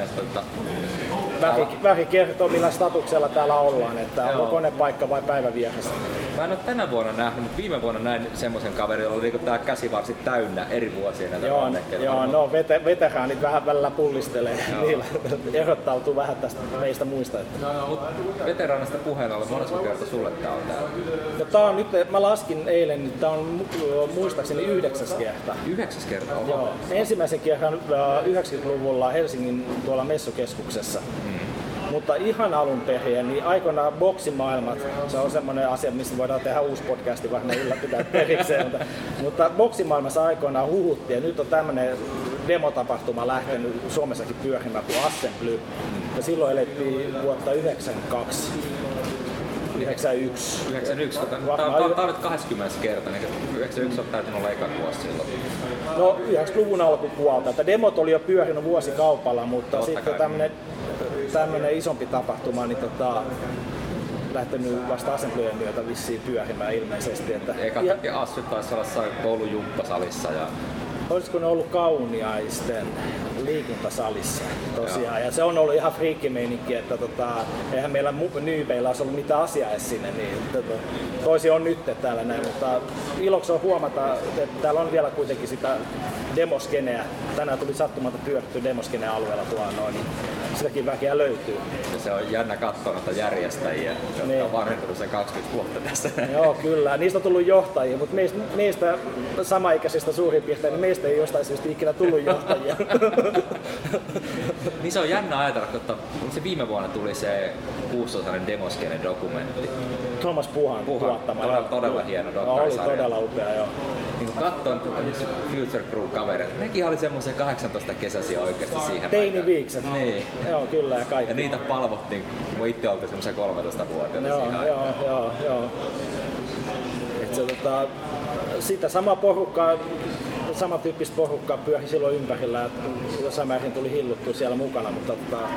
Väri kertoo, millä statuksella täällä ollaan, että onko konepaikka vai päivävieressä.
Mä en ole tänä vuonna nähnyt, mutta viime vuonna näin semmoisen kaverin, jolla oli tää käsivarsi täynnä eri vuosien näitä rannekkeita.
Joo, no veteraanit vähän välillä pullistelee, niillä erottautuu vähän tästä meistä muista.
Mutta veteraanista puheen ollen, monessa kerta sulle tää on täällä?
No tää on nyt, mä laskin eilen, niin tää on muistaakseni 9. kerta.
9. kerta?
Joo. Ensimmäisen kerran 90-luvulla Helsingin tuolla messukeskuksessa. Mutta ihan alun perin, niin aikoinaan boksimaailmat, se on semmoinen asia, mistä voidaan tehdä uusi podcasti, vaikka ne ylläpitää perikseen. Mutta boksimaailmassa aikoinaan huhuttiin, ja nyt on tämmöinen demotapahtuma lähtenyt Suomessakin pyörimään kuin Assembly. Ja silloin elettiin vuotta 1992. 91.
91, tää on nyt 20 kerta, niin 91 on täytynyt olla eka vuosi silloin.
No 90-luvun alkupuolta, että demot oli jo pyörinyt vuosikaupalla, mutta
totta
sitten tämmönen isompi tapahtuma, niin lähtenyt vasta Assemblyjen myötä vissiin pyörimään ilmeisesti. Että
eka Assy taisi olla koulun jumppasalissa ja
olisiko ne ollut Kauniaisten liikuntasalissa tosiaan, ja se on ollut ihan friikkimeininki, että eihän meillä nyypeillä olisi ollut mitään asiaa edes sinne, niin toisi on nyt täällä näin, mutta iloksi on huomata, että täällä on vielä kuitenkin sitä demoskeneä. Tänään tuli sattumalta pyöritty demoskeneen alueella tuolla noin, niin sitäkin väkeä löytyy.
Ja se on jännä katsoa noita järjestäjiä, jotka on vanhentunut sen 20 vuotta tässä.
Joo, kyllä. Niistä on tullut johtajia, mutta meistä samaikäisistä suurin piirtein, niin meistä ei jostain syystä ikinä tullut johtajia.
Niin se on jännä ajatella, että se viime vuonna tuli se 6-osainen demoskenen dokumentti.
Thomas Puhan tuottama.
Todella hieno dokkarisarja.
Oli todella upea, joo.
Niin kun katsoin Future Crew-kavereita, nekin oli semmoisia 18 kesäisiä oikeasti siihen
teini-viikset.
Niin.
Joo, kyllä ja kaikki.
Ja niitä palvottiin, kun itse oltiin semmoisia 13-vuotiaita siihen aikaan.
Joo. Et se, sitä samaa porukkaa, samantyyppistä porukkaa pyöri silloin ympärillä, että jossain määrin tuli hilluttua siellä mukana, mutta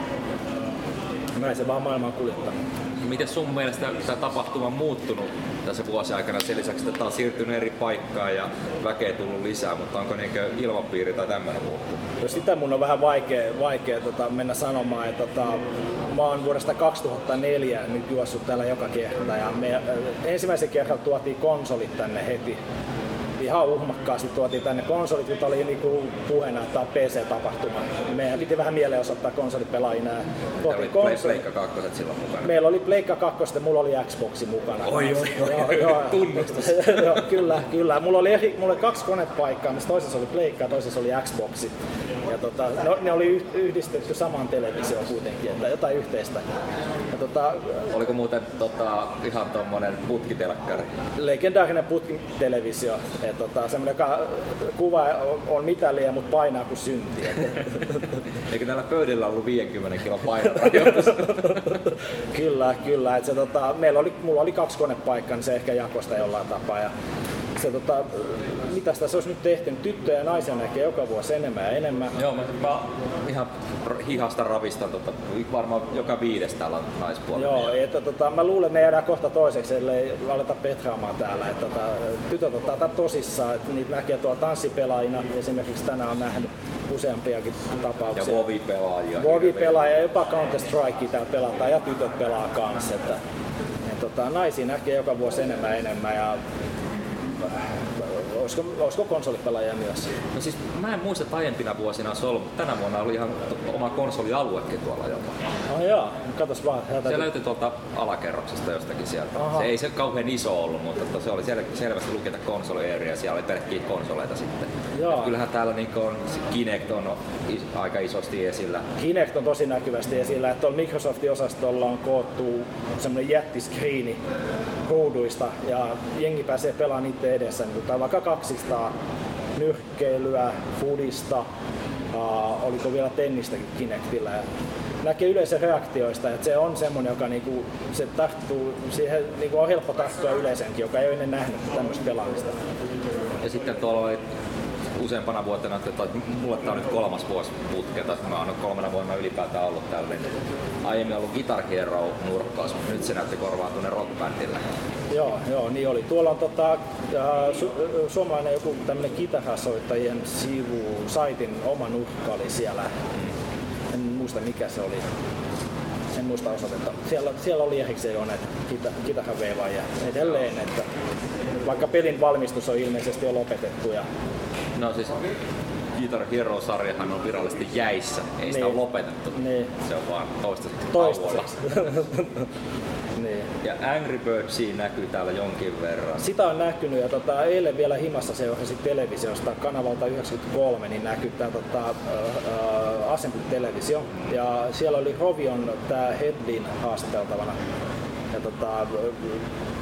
näin se vaan maailmaan kuljettanut.
Miten sun mielestä tämä tapahtuma on muuttunut tässä vuosien aikana? Sen lisäksi, että tämä on siirtynyt eri paikkaan ja väkeä tullut lisää, mutta onko niinkö ilmapiiri tai tämmöinen muuttunut?
No sitä mun on vähän vaikea mennä sanomaan, että mä oon vuodesta 2004 nyt juossut täällä joka kerta ja me ensimmäisen kerran tuotiin konsolit tänne heti. Ihan uhmakkaasti tuotiin tänne konsolit, joita oli niinku puheena, että PC-tapahtuma. Meidän piti vähän mieleen osoittaa konsolipelaajina.
Oli Pleikka 2 silloin mukana.
Meillä oli Pleikka 2 ja mulla oli Xboxi mukana.
Oi. Tunnustus.
Joo, kyllä. Mulla oli 2 konepaikkaa, missä toisessa oli Pleikka ja toisessa oli Xboxi. Ja ne oli yhdistetty samaan televisioon kuitenkin, että jotain yhteistä. Ja
oliko muuten ihan tommonen putkitelkkari?
Legendaarinen putkitelevisio. Semmoinen, joka kuva on mitä liian, mutta painaa kuin synti.
Eikö näillä pöydillä ollut 50 kilon painorajoitus?
Kyllä. Mulla oli 2 konepaikkaa, niin se ehkä jakoi sitä jollain tapaa. Ja mitäs tässä olisi nyt tehty? Tyttöjä ja naisia näkee joka vuosi enemmän ja enemmän.
Joo, mä ihan hihasta ravistan, varmaan joka 5 täällä on naispuolella.
Joo, että mä luulen, että me jäädään kohta toiseksi, ellei aleta petraamaan täällä. Että tytöt ottaa tätä tosissaan, että niitä näkee tuolla tanssipelaajina. Esimerkiksi tänään on nähnyt useampiakin tapauksia.
Ja Vovi-pelaajia.
Vovi-pelaajia, jopa Counter-Strikea täällä pelataan ja tytöt pelaa kanssa. Naisia näkee joka vuosi enemmän ja olisiko konsolipelaajia myös?
No siis mä en muista, että aiempina vuosina olisi ollut, mutta tänä vuonna oli ihan oma konsolialuekin tuolla jopa.
Oh joo, katos vaan.
Se löytyi tuolta alakerroksesta jostakin sieltä. Se ei se kauhean iso ollut, mutta se oli selvästi lukita konsoli-area ja siellä oli pelkkiä konsoleita sitten. Kyllähän täällä on Kinect on aika isosti esillä.
Kinect on tosi näkyvästi esillä, että tuolla Microsoftin osastolla on koottu semmoinen jättiskriini ruuduista ja jengi pääsee pelaamaan niiden edessä, niin vaikka 200 nyrkkeilyä, fudista, oliko vielä tennistäkin Kinectillä. Ja näkee yleisön reaktioista, että se on semmoinen, joka niinku, se tarttuu, siihen niinku on helppo tarttua yleisönkin, joka ei ole ennen nähnyt tämmöistä pelaamista.
Ja sitten tuolla oli useampana vuotena, että mulle tää on nyt 3. vuosi putketa, mä oon 3 vuonna ylipäätään ollut täällä. Aiemmin ollut Guitar Hero -nurkkaus, mutta nyt se näytti korvaan tuonne rockbandille.
Joo, niin oli. Tuolla on suomalainen joku tämmönen kitarasoittajien saitin oma nurkka oli siellä. En muista mikä se oli. En muista osoitetta. Siellä oli erikseen jo näitä kitaraveivajia edelleen, että vaikka pelin valmistus on ilmeisesti jo lopetettu.
No siis Guitar Hero-sarjahan on virallisesti jäissä, ei sitä ole lopetettu.
Niin.
Se on vaan toistaiseksi.
Niin.
Ja Angry Birdsia näkyy täällä jonkin verran.
Sitä on näkynyt ja eilen vielä himassa seurasi televisiosta kanavalta 93, niin näkyy tää Assembly-televisio. Ja siellä oli Rovion tää Headlin haastateltavana. Ja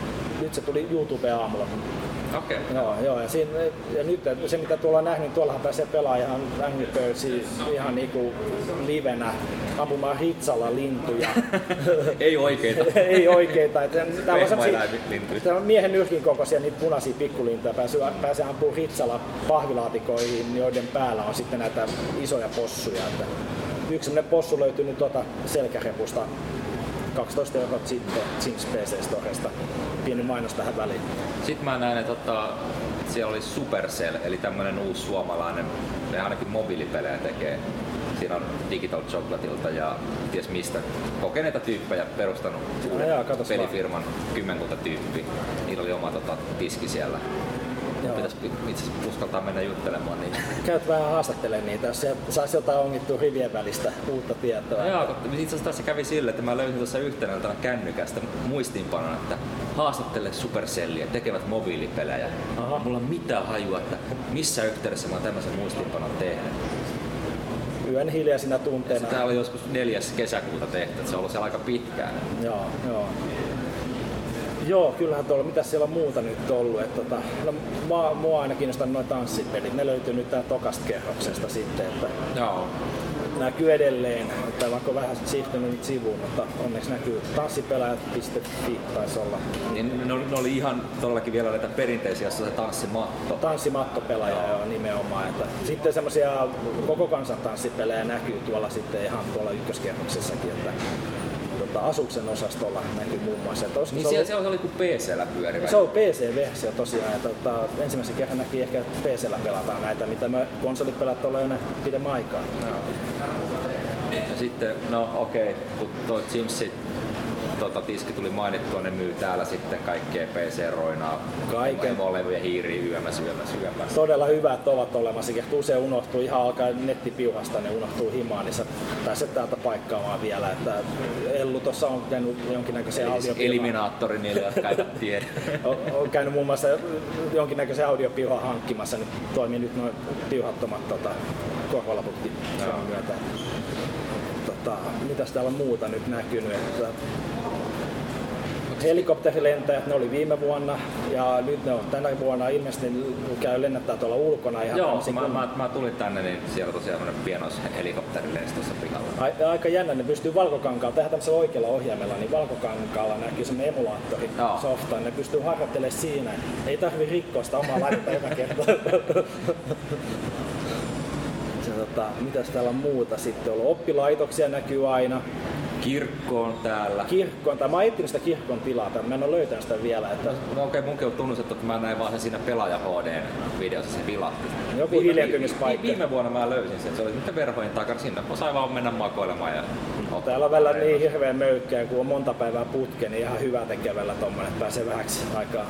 nyt se tuli YouTubeen aamulla.
Okei.
Joo, ja nyt se mitä tuolla on nähnyt, niin tuollahan pääsee pelaamaan Angry Birdsia ihan niinku livenä ampumaan hitsalla lintuja.
Ei oikeita.
Ei oikeita. Täällä on miehen nyrkin kokoisia niitä punaisia pikkulintuja. Pääsee ampumaan hitsalla pahvilaatikoihin, joiden päällä on sitten näitä isoja possuja. Yksi sellainen possu löytyy nyt selkärepusta 12 € sitten Sims PC Storesta. Pieni mainos tähän väliin.
Sitten mä näin, että siellä oli Supercell, eli tämmönen uusi suomalainen, ne ainakin mobiilipelejä tekee. Siinä on Digital Chocolatilta ja ties mistä kokeneita tyyppejä perustanut uuden pelifirman, 10 tyyppiä. Niillä oli oma tiski siellä. Pitäisi itse uskaltaa mennä juttelemaan niitä.
Käyt vähän haastattelemaan niitä, jos saisi jotain ongittua rivien välistä uutta tietoa.
Joo, itse asiassa se kävi sille, että mä löysin tuossa yhtenä kännykästä muistiinpanon, että haastattele Supercellia, tekevät mobiilipelejä. Aha. Mulla on mitään hajua, että missä yhteydessä mä oon tämmöisen muistiinpanon tehnyt.
Yön hiljaisina tunteina.
Tää oli joskus 4. kesäkuuta tehty, että se on ollut siellä aika pitkään.
Joo, kyllähän tuolla, mitä siellä on muuta nyt ollut. Mua aina kiinnostaa noin tanssipelit. Ne löytyy nyt tää tokasta kerroksesta sitten. Näkyy edelleen, että vaikka on vähän siirtynyt nyt sivuun, mutta onneksi näkyy tanssipelaajat.fi taisi olla.
Niin, ne oli ihan todellakin vielä näitä perinteisiä, jossa se tanssimatto.
Tanssimattopelaaja joo, nimenomaan. Että sitten semmosia koko kansan tanssipelejä näkyy tuolla sitten ihan tuolla ykköskerroksessakin. Että Asuksen osastolla näkyy muun muassa.
Niin siellä oli kuin PC-llä pyörivä.
Se on PC-versio tosiaan. Ja ensimmäisen kerran näki ehkä PC-llä pelataan näitä, mitä me konsolit pelataan olla jo pidemmän aikaa.
Ja sitten, kun toi Simsi tiski tuli mainittua, ne myy täällä sitten kaikkea PC-roinaa. Kaiken olevia hiiriä yömässä.
Todella hyvät ovat olemassa. Usein unohtuu, ihan alkaa nettipiuhasta, ne unohtuu himaan, niin sä pääset täältä paikkaamaan vielä. Että Ellu tuossa on käynyt jonkinnäköisen audiopiuhan.
Eliminaattori niille, jotka eivät tiedä.
On käynyt muun muassa jonkinnäköisen audiopiuhan hankkimassa, niin toimii nyt noin piuhattomat korvalaputkin myötä. Mitäs täällä on muuta nyt näkynyt? Helikopterilentäjät, ne oli viime vuonna ja nyt ne on tänä vuonna ilmeisesti käy lennättää tuolla ulkona. Ihan
joo, kun mä tulin tänne, niin siellä tosiaan pienos helikopterilensi tuossa pihalla.
Aika jännä, ne pystyy Valkokankaalla, tehdään tämmöisellä oikealla ohjaimella, niin Valkokankaalla näkyy semmoinen emulaattori softa, ne pystyy harjoittelemaan siinä. Ei tarvii rikkoa sitä omaa laitetta joka kerta. Mitäs täällä on muuta sitten ollut? Oppilaitoksia näkyy aina.
Kirkko on täällä.
Mä oon etsinyt sitä kirkon tilaa, mä en ole löytänyt sitä vielä.
Munkin on tunnustettu, että mä näin vaan sen siinä Pelaaja HD:n videossa se vilahti.
Joku hiljentymispaikka.
Viime vuonna mä löysin sen, se oli nyt verhojen takana, sinne sain vaan mennä makoilemaan.
Täällä on välillä niin hirveän möykkää, kun on monta päivää putke, niin ihan hyvä tekevällä tommonen, että pääsee vähäksi aikaa.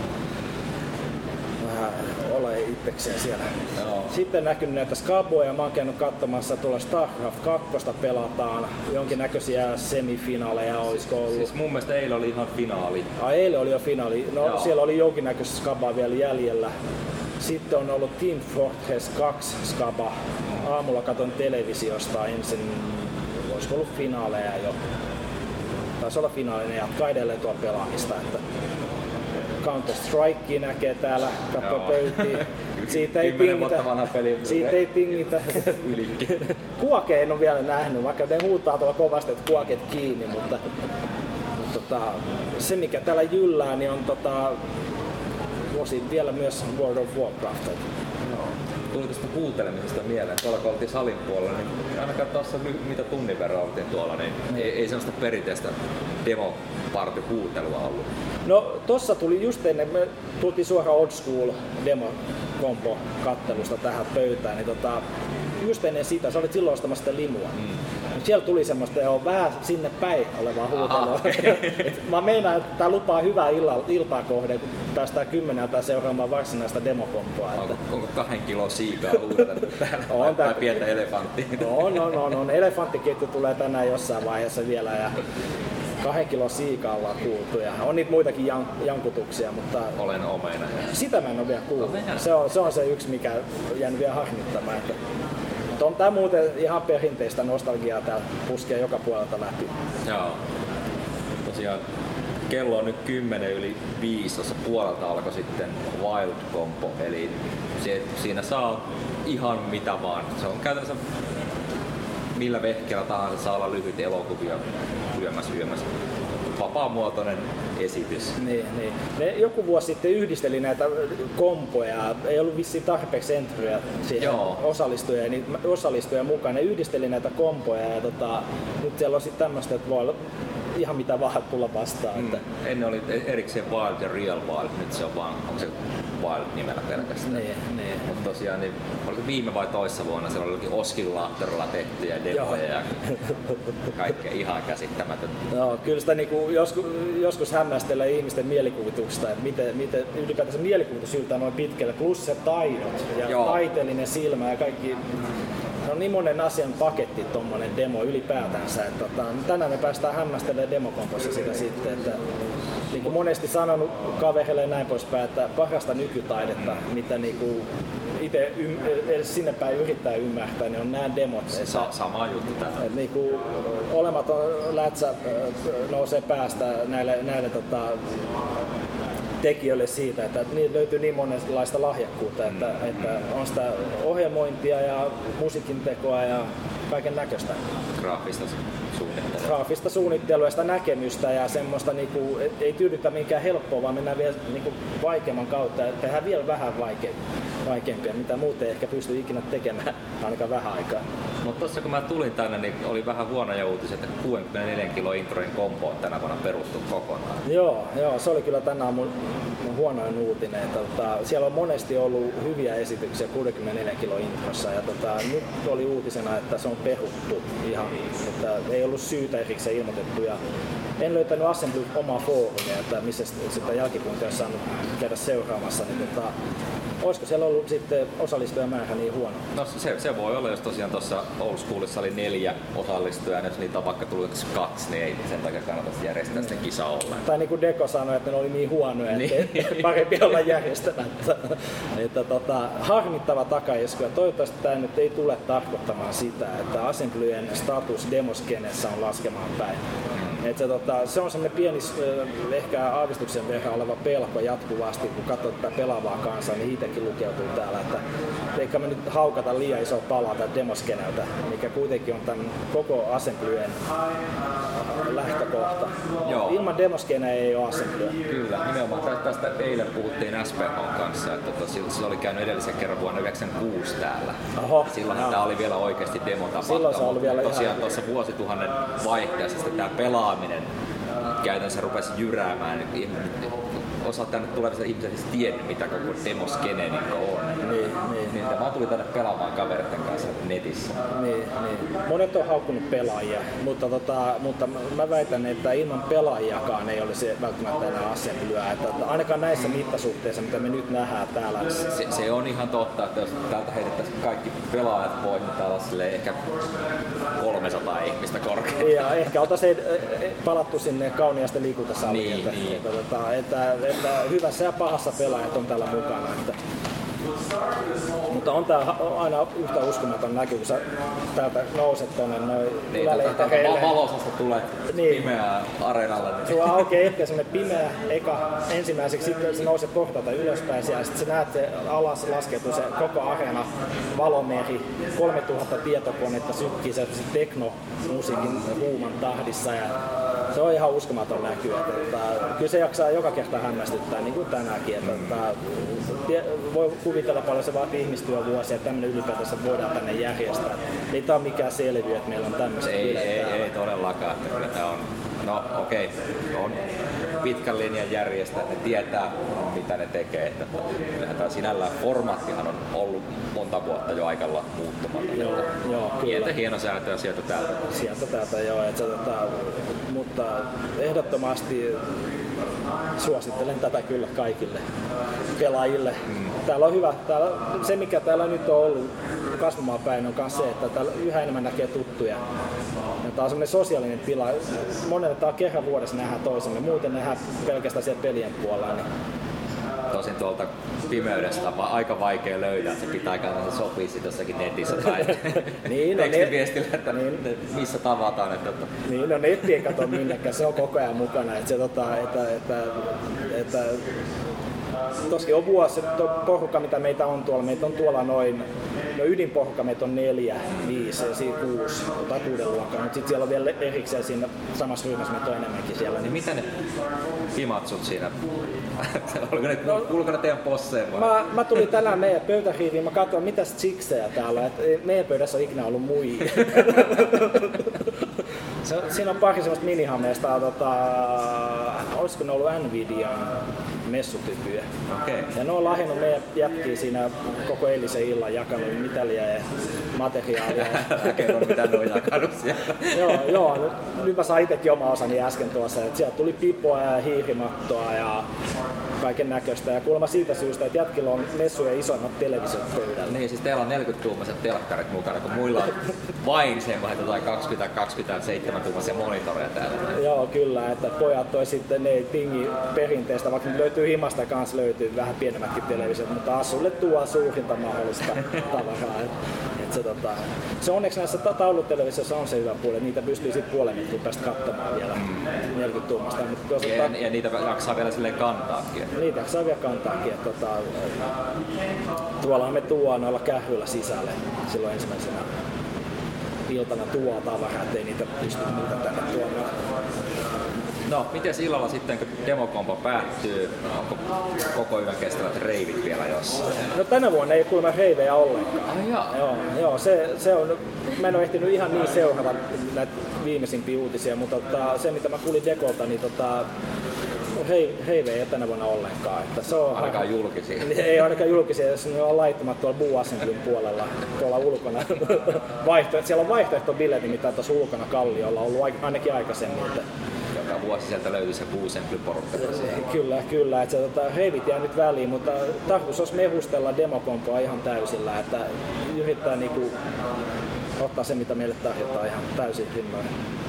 Ole itsekseen siellä. Joo. Sitten näkynyt näitä skaboja, mä oon käynyt katsomassa tuolla StarCraft 2 pelataan, jonkinnäköisiä semifinaaleja olisiko ollut.
Siis mun mielestä eilen oli ihan finaali.
Eilen oli jo finaali, siellä oli jonkinnäköistä skabaa vielä jäljellä. Sitten on ollut Team Fortress 2 skaba. Aamulla katon televisiosta ensin, olisiko ollut finaaleja jo. Taisi olla finaali, ne jatkaa edelleen tuolla pelaamista. Counter-Strikea näkee täällä, katsoo pöytiin. Siitä ei tingitä. Kuake en ole vielä nähnyt, vaikka ne huutaa tuolla kovasti, että kuaket kiinni, mutta se mikä täällä jyllää, niin on osin vielä myös World of Warcraft.
Tuli tästä kuuntelemisesta mieleen, tuolla kun oltiin salin puolella, niin ainakaan tuossa mitä tunnin verran oltiin tuolla, niin ei sellaista perinteistä demo-party-kuuntelua ollut.
No tossa tuli just ennen, me tultiin suoraan old school demo-kompo-kattelusta tähän pöytään, niin just ennen sitä, sä olit silloin ostamassa sitä limua. Siellä tuli semmoista vähän sinne päin olevaa huutelua. Mä meinaan, että tää lupaa hyvää iltaa kohden, kun päästään 10 seuraamaan varsinaista demokompoa.
Onko 2 kilon siikaa huudeltu täällä? Tai pientä elefanttia?
On. Elefanttiketju tulee tänään jossain vaiheessa vielä. Ja 2 kilon siikaa ollaan kuultu ja on niitä muitakin jankutuksia, mutta
olen omena.
Sitä mä en ole vielä kuullut. Se on se yksi, mikä jäänyt vielä harmittamaan. On tää muuten ihan perinteistä nostalgiaa täällä puskee joka puolelta läpi.
Joo. Tosiaan kello on nyt 10:05, tuossa puolelta alkoi sitten Wild Compo, eli siinä saa ihan mitä vaan. Se on käytännössä millä vehkeellä tahansa, saa olla lyhyt elokuvia yömässä. Vapaamuotoinen esitys.
Niin. Ne joku vuosi sitten yhdisteli näitä kompoja, ei ollut vissiin tarpeeksi entryjä siihen osallistujia mukaan. Ne yhdisteli näitä kompoja ja nyt siellä on sitten tämmöistä, että voi olla ihan mitä vaan tulla vastaan.
Ennen oli erikseen Wild ja Real Wild, nyt se on vaan, onko se Wild nimellä pelkästään.
Niin.
Mutta tosiaan, niin, oliko viime vai toissa vuonna, siellä oli oscillaattorilla tehtyjä demoja ja kaikkea ihan käsittämätöntä.
No, kyllä sitä niinku joskus hämmästelee ihmisten mielikuvituksesta, että miten ylipäätänsä mielikuvitus yltää noin pitkälle, plus se taidot ja taiteellinen silmä ja kaikki. No niin monen asian paketti tommonen demo ylipäätänsä. Että tänään me päästään hämmästelemään demokompossa sitä sitten, että niin kuin monesti sanonut kavereille ja näin poispäin, että parasta nykytaidetta, mitä niinku itse edes sinne päin yrittää ymmärtää, niin on nämä demot.
Sama juttu tätä.
Niinku olematon lätsä nousee päästä näille tekijöille siitä, että niitä löytyy niin monenlaista lahjakkuutta, että on sitä ohjelmointia ja musiikin tekoa ja kaiken näköistä. Graafista suunnittelua ja sitä näkemystä ja semmoista niinku, ei tyydytä minkään helppoa, vaan mennään vielä niinku vaikeamman kautta ja tehdään vielä vähän vaikeampia, mitä muuten ehkä pystyy ikinä tekemään ainakaan vähän aikaa.
Mutta tuossa kun mä tulin tänne, niin oli vähän huonoja uutisia, että 64 kilo introin kompo on tänä vuonna peruttu kokonaan.
Joo, se oli kyllä tänään mun huonoin uutinen. Siellä on monesti ollut hyviä esityksiä 64 kilo introssa ja nyt oli uutisena, että se on peruttu ihan, että ei ollut syytä erikseen ilmoitettu. Ja en löytänyt Assembly omaa foorumia, että missä sitä jälkipuintia on saanut käydä seuraamassa. Niin olisiko siellä ollut sitten osallistujamäärä niin huono?
No se voi olla, jos tosiaan tuossa Old Schoolissa oli 4 osallistujaa, ja jos niitä on vaikka tullut 2, niin ei sen takia kannata järjestää sitä kisaa ollenkaan.
Tai niin kuin Deko sanoi, että ne oli niin huonoja, että parempi olla järjestämättä. Harmittava takaisku, ja toivottavasti tämä nyt ei tule tarkoittamaan sitä, että Assemblyjen status demoskenessä on laskemaan päin. Se on semmoinen pieni, ehkä aavistuksen verran oleva pelko jatkuvasti, kun katsoo tätä pelaavaa kansaa, niin itsekin lukeutuu täällä, että eikä me nyt haukata liian iso palaa tätä demoskeneltä, mikä kuitenkin on tämän koko Assemblyen lähtökohta.
Joo.
Ilman demoskenää ei ole Assemblyä.
Kyllä, nimenomaan tästä eilen puhuttiin SPH:n kanssa, että sillä oli käynyt edellisen kerran vuonna 1996 täällä. Silloin tämä oli vielä oikeasti demotapahtuma. Tosiaan tuossa vuosituhannen vaihteessa tämä pelaaminen käytännössä rupesi jyräämään. Osa tänne tulevista ihmisistä siis tiennyt, mitä koko demoskene on. Niin vaan tuli tänne pelaamaan kavereiden kanssa netissä.
Niin. Monet on haukkunut pelaajia, mutta mä väitän, että ilman pelaajiakaan ei olisi välttämättä enää Assemblyä. Että ainakaan näissä mittasuhteissa, mitä me nyt nähdään täällä.
Se on ihan totta, että jos täältä heitettäisiin kaikki pelaajat pois, niin täällä olisi ehkä 300 ihmistä korkeaa. Ja
ehkä oltaisiin palattu sinne kauniasta liikuntasaliin.
Niin.
Että hyvässä ja pahassa pelaajat on täällä mukana. Mutta on tää aina yhtä uskomaton näky, kun sä täältä nouset tonne noin ylälehtereille.
Valosasta tulee pimeää areenalle. Niin.
Sulla aukeaa ehkä semmonen pimeä ensimmäiseksi, sitten sä nouset portaita ylöspäin ja sitten sä näet se alas laskeutuu se koko areena valomeri, 3000 tietokonetta sykkii se teknomusiikin huuman tahdissa ja se on ihan uskomaton näky. Kyllä se jaksaa joka kerta hämmästyttää, niin kuin tänäänkin. Voi kuvitella paljon, se vaatii ihmistyövuosia, että tämmöinen ylipäätänsä voidaan tänne järjestää. Ei tämä ole mikään selviö, että meillä on tämmöistä.
Ei todellakaan. Kyllä tämä on, on pitkän linjan järjestäjät, ne tietää mitä ne tekee. Kyllähän tämä sinällään formaattihan on ollut monta vuotta jo aikalla muuttumatta.
Joo, kyllä.
Hieno säätöä sieltä täältä.
Joo. Mutta ehdottomasti suosittelen tätä kyllä kaikille pelaajille. Täällä on hyvä. Se mikä täällä nyt on ollut kasvamaan päin on myös se, että täällä yhä enemmän näkee tuttuja. Ja tää on semmoinen sosiaalinen tila. Monelle tää on kerran vuodessa nähdään toisemme. Muuten nähdään pelkästään siellä pelien puolella. Niin
tosin tuolta pimeydestä on aika vaikea löydää, se pitää käydä, se sopii sit jossakin netissä tai
niin,
tekstiviestillä, että missä tavataan. Että
niin, no netti ei kato minnekään, se on koko ajan mukana. Toskin on vuosi, porukka mitä meitä on tuolla noin, no ydinporukka meitä on 4, 5, 6 tai 6 luokkaa, mutta sitten siellä on vielä erikseen siinä samassa ryhmässä meitä on enemmänkin siellä.
Niin mitä ne himatsut siinä? Kuuluuko ne teidän posseen vai?
Mä tulin tänään meidän pöytäriiviin, mä katsoin mitäs chiksejä täällä, että meidän pöydässä on ikinä ollut muijia. Siinä on pari semmoista minihameesta, olisiko ne ollut Nvidian messutypyjä.
Okay.
Ja ne on lahjannut meidän jätkiä siinä koko eilisen illan, jakanut mitalia ja materiaalia.
Kerro mitä ne on jakanut siellä.
Joo, nyt mä sain itsekin oma osani äsken tuossa. Että sieltä tuli pipoa ja hiirimattoa ja kaiken näköistä. Ja kuulemma siitä syystä, että jätkillä on messujen isoimmat televisiot pöydällä.
Niin, siis teillä on 40-tuumaiset telkkarit mukana, kun muilla on vain semmoiset 20-27-tuumaisia monitoreja täällä.
Joo, kyllä, että pojat toi sitten ne tingi perinteistä, vaikka nyt löytyy himasta kanssa löytyy vähän pienemmätkin televisiot, mutta Asulle tuo suurinta mahdollista tavaraa. Se onneksi näissä taulutelevisioissa on se hyvä puoli, että niitä pystyy sitten puolen metrin päästä katsomaan vielä 40-tuumasta.
Ja niitä jaksaa vielä silleen kantaakin.
Niitä jaksaa vielä kantaakin. Tuolla me tuodaan noilla kähryillä sisälle silloin ensimmäisenä iltana tuo tavaraa, ettei niitä pysty muuta tänne tuomaan.
No, miten illalla sitten, kun demokompo päättyy, onko koko yön kestävät reivit vielä jossain?
No tänä vuonna ei kuulemma reivejä ollenkaan. Joo, se on, mä en ole ehtinyt ihan niin seurata näitä viimeisimpiä uutisia, mutta se mitä mä kuulin Dekolta, niin reivejä ei ole tänä vuonna ollenkaan. Että se on
ainakaan julkisia.
Ei ainakaan julkisia, jos ne on laittomat tuolla Boo Assemblyn puolella, tuolla ulkona. Siellä on vaihtoehtobiletti, mitä tuossa ulkona Kalliolla on ollut ainakin aikaisemmin.
Joka vuosi sieltä löytyy se Boo Assembly-porukka.
Kyllä, että reivit jää nyt väliin, mutta tarkoitus olisi mehustella demokompoa ihan täysillä, että yrittää niinku ottaa se, mitä meille tarjotaan ihan täysin hinnoin.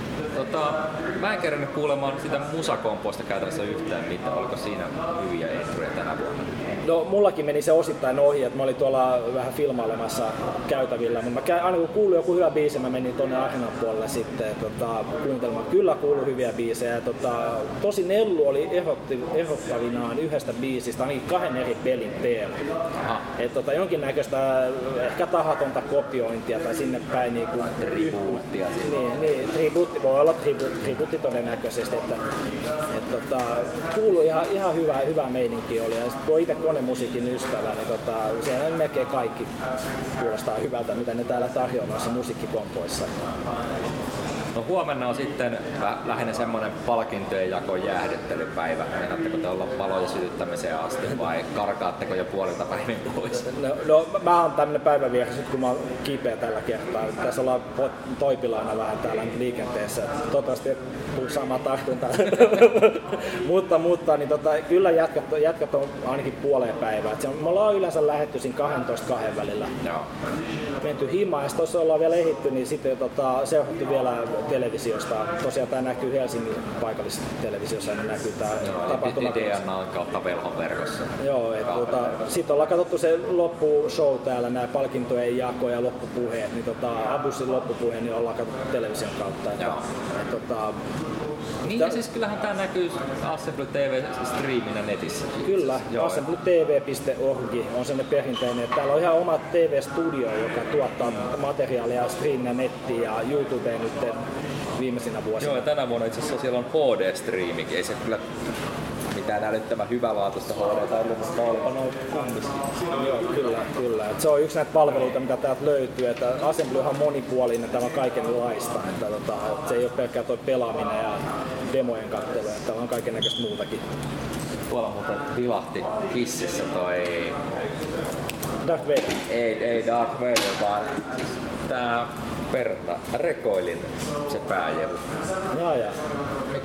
Mä en kerännyt kuulemaan sitä musakompoista käytännössä yhtään mitään. Oliko siinä hyviä entryjä tänä vuonna?
No mullakin meni se osittain ohi, että mä olin tuolla vähän filmailemassa käytävillä, mutta aina kun kuului joku hyvä biisi, mä menin tuonne Arinan puolelle sitten kuuntelemaan. Kyllä kuului hyviä biisejä. Tosi Nellu oli erottavinaan yhdestä biisistä, ainakin 2 eri pelin teema. Jonkinnäköistä ehkä tahatonta kopiointia tai sinne päin niinku
tribuuttia.
Niin, tribuutti voi olla tribuutti todennäköisesti, että kuului ihan hyvä meininki oli. Ja sit kun itse konemusiikin ystävä, niin siellä melkein kaikki kuulostaa hyvältä, mitä ne täällä tarjoaa noissa musiikkikompoissa.
No huomenna on sitten lähinnä semmoinen palkintojen jako jäähdyttelypäivä. Meinaatteko te olla paloja sytyttämiseen asti vai karkaatteko jo puolilta päivin pois? No
mä oon tämmönen päivävieras nyt kun mä oon kipeä tällä kertaa. Tässä ollaan toipilaana vähän täällä liikenteessä. Toivottavasti ei tule sama tartunta. mutta niin kyllä jätkät on ainakin puoleen päivää. Me ollaan yleensä lähdetty siinä 12-2 välillä.
Joo.
Menty himaan ja tuossa ollaan vielä ehitty, niin sitten seurattu vielä televisiosta. Tosiaan tää näkyy Helsingin paikallisessa televisiossa, niin näkyy tää tapahtuma.
DNA kautta velhon verkossa.
Joo, sitten ollaan katsottu se loppushow täällä, nämä palkintojen jako ja loppupuheet, niin Abussin loppupuhe, niin ollaan katsottu television kautta.
Niin ja siis kyllähän tää näkyy Assembly TV-striiminä netissä.
Kyllä, assemblytv.org on sellainen perinteinen, että täällä on ihan oma TV-studio, joka tuottaa materiaalia striiminä nettiin ja YouTubeen nyt viimeisinä vuosina.
Joo, ja tänä vuonna itse asiassa siellä on HD-striimikin, ei se kyllä mitään älyttömän hyvälaatuista HD-taulua, mutta on kumminkin.
Joo, kyllä. Et se on yksi näitä palveluita, mitä täältä löytyy, että Assembly on kaikenlainen, täällä on kaikenlaista. Se ei ole pelkkää toi pelaaminen ja demojen kattelu, että täällä on kaikennäköistä muutakin.
Tuolla muuten vilahti Kississä toi...
Darth Vader.
Ei Darth Vader, vaan tää Pertta Recoilin se pääjevu.
Jaa.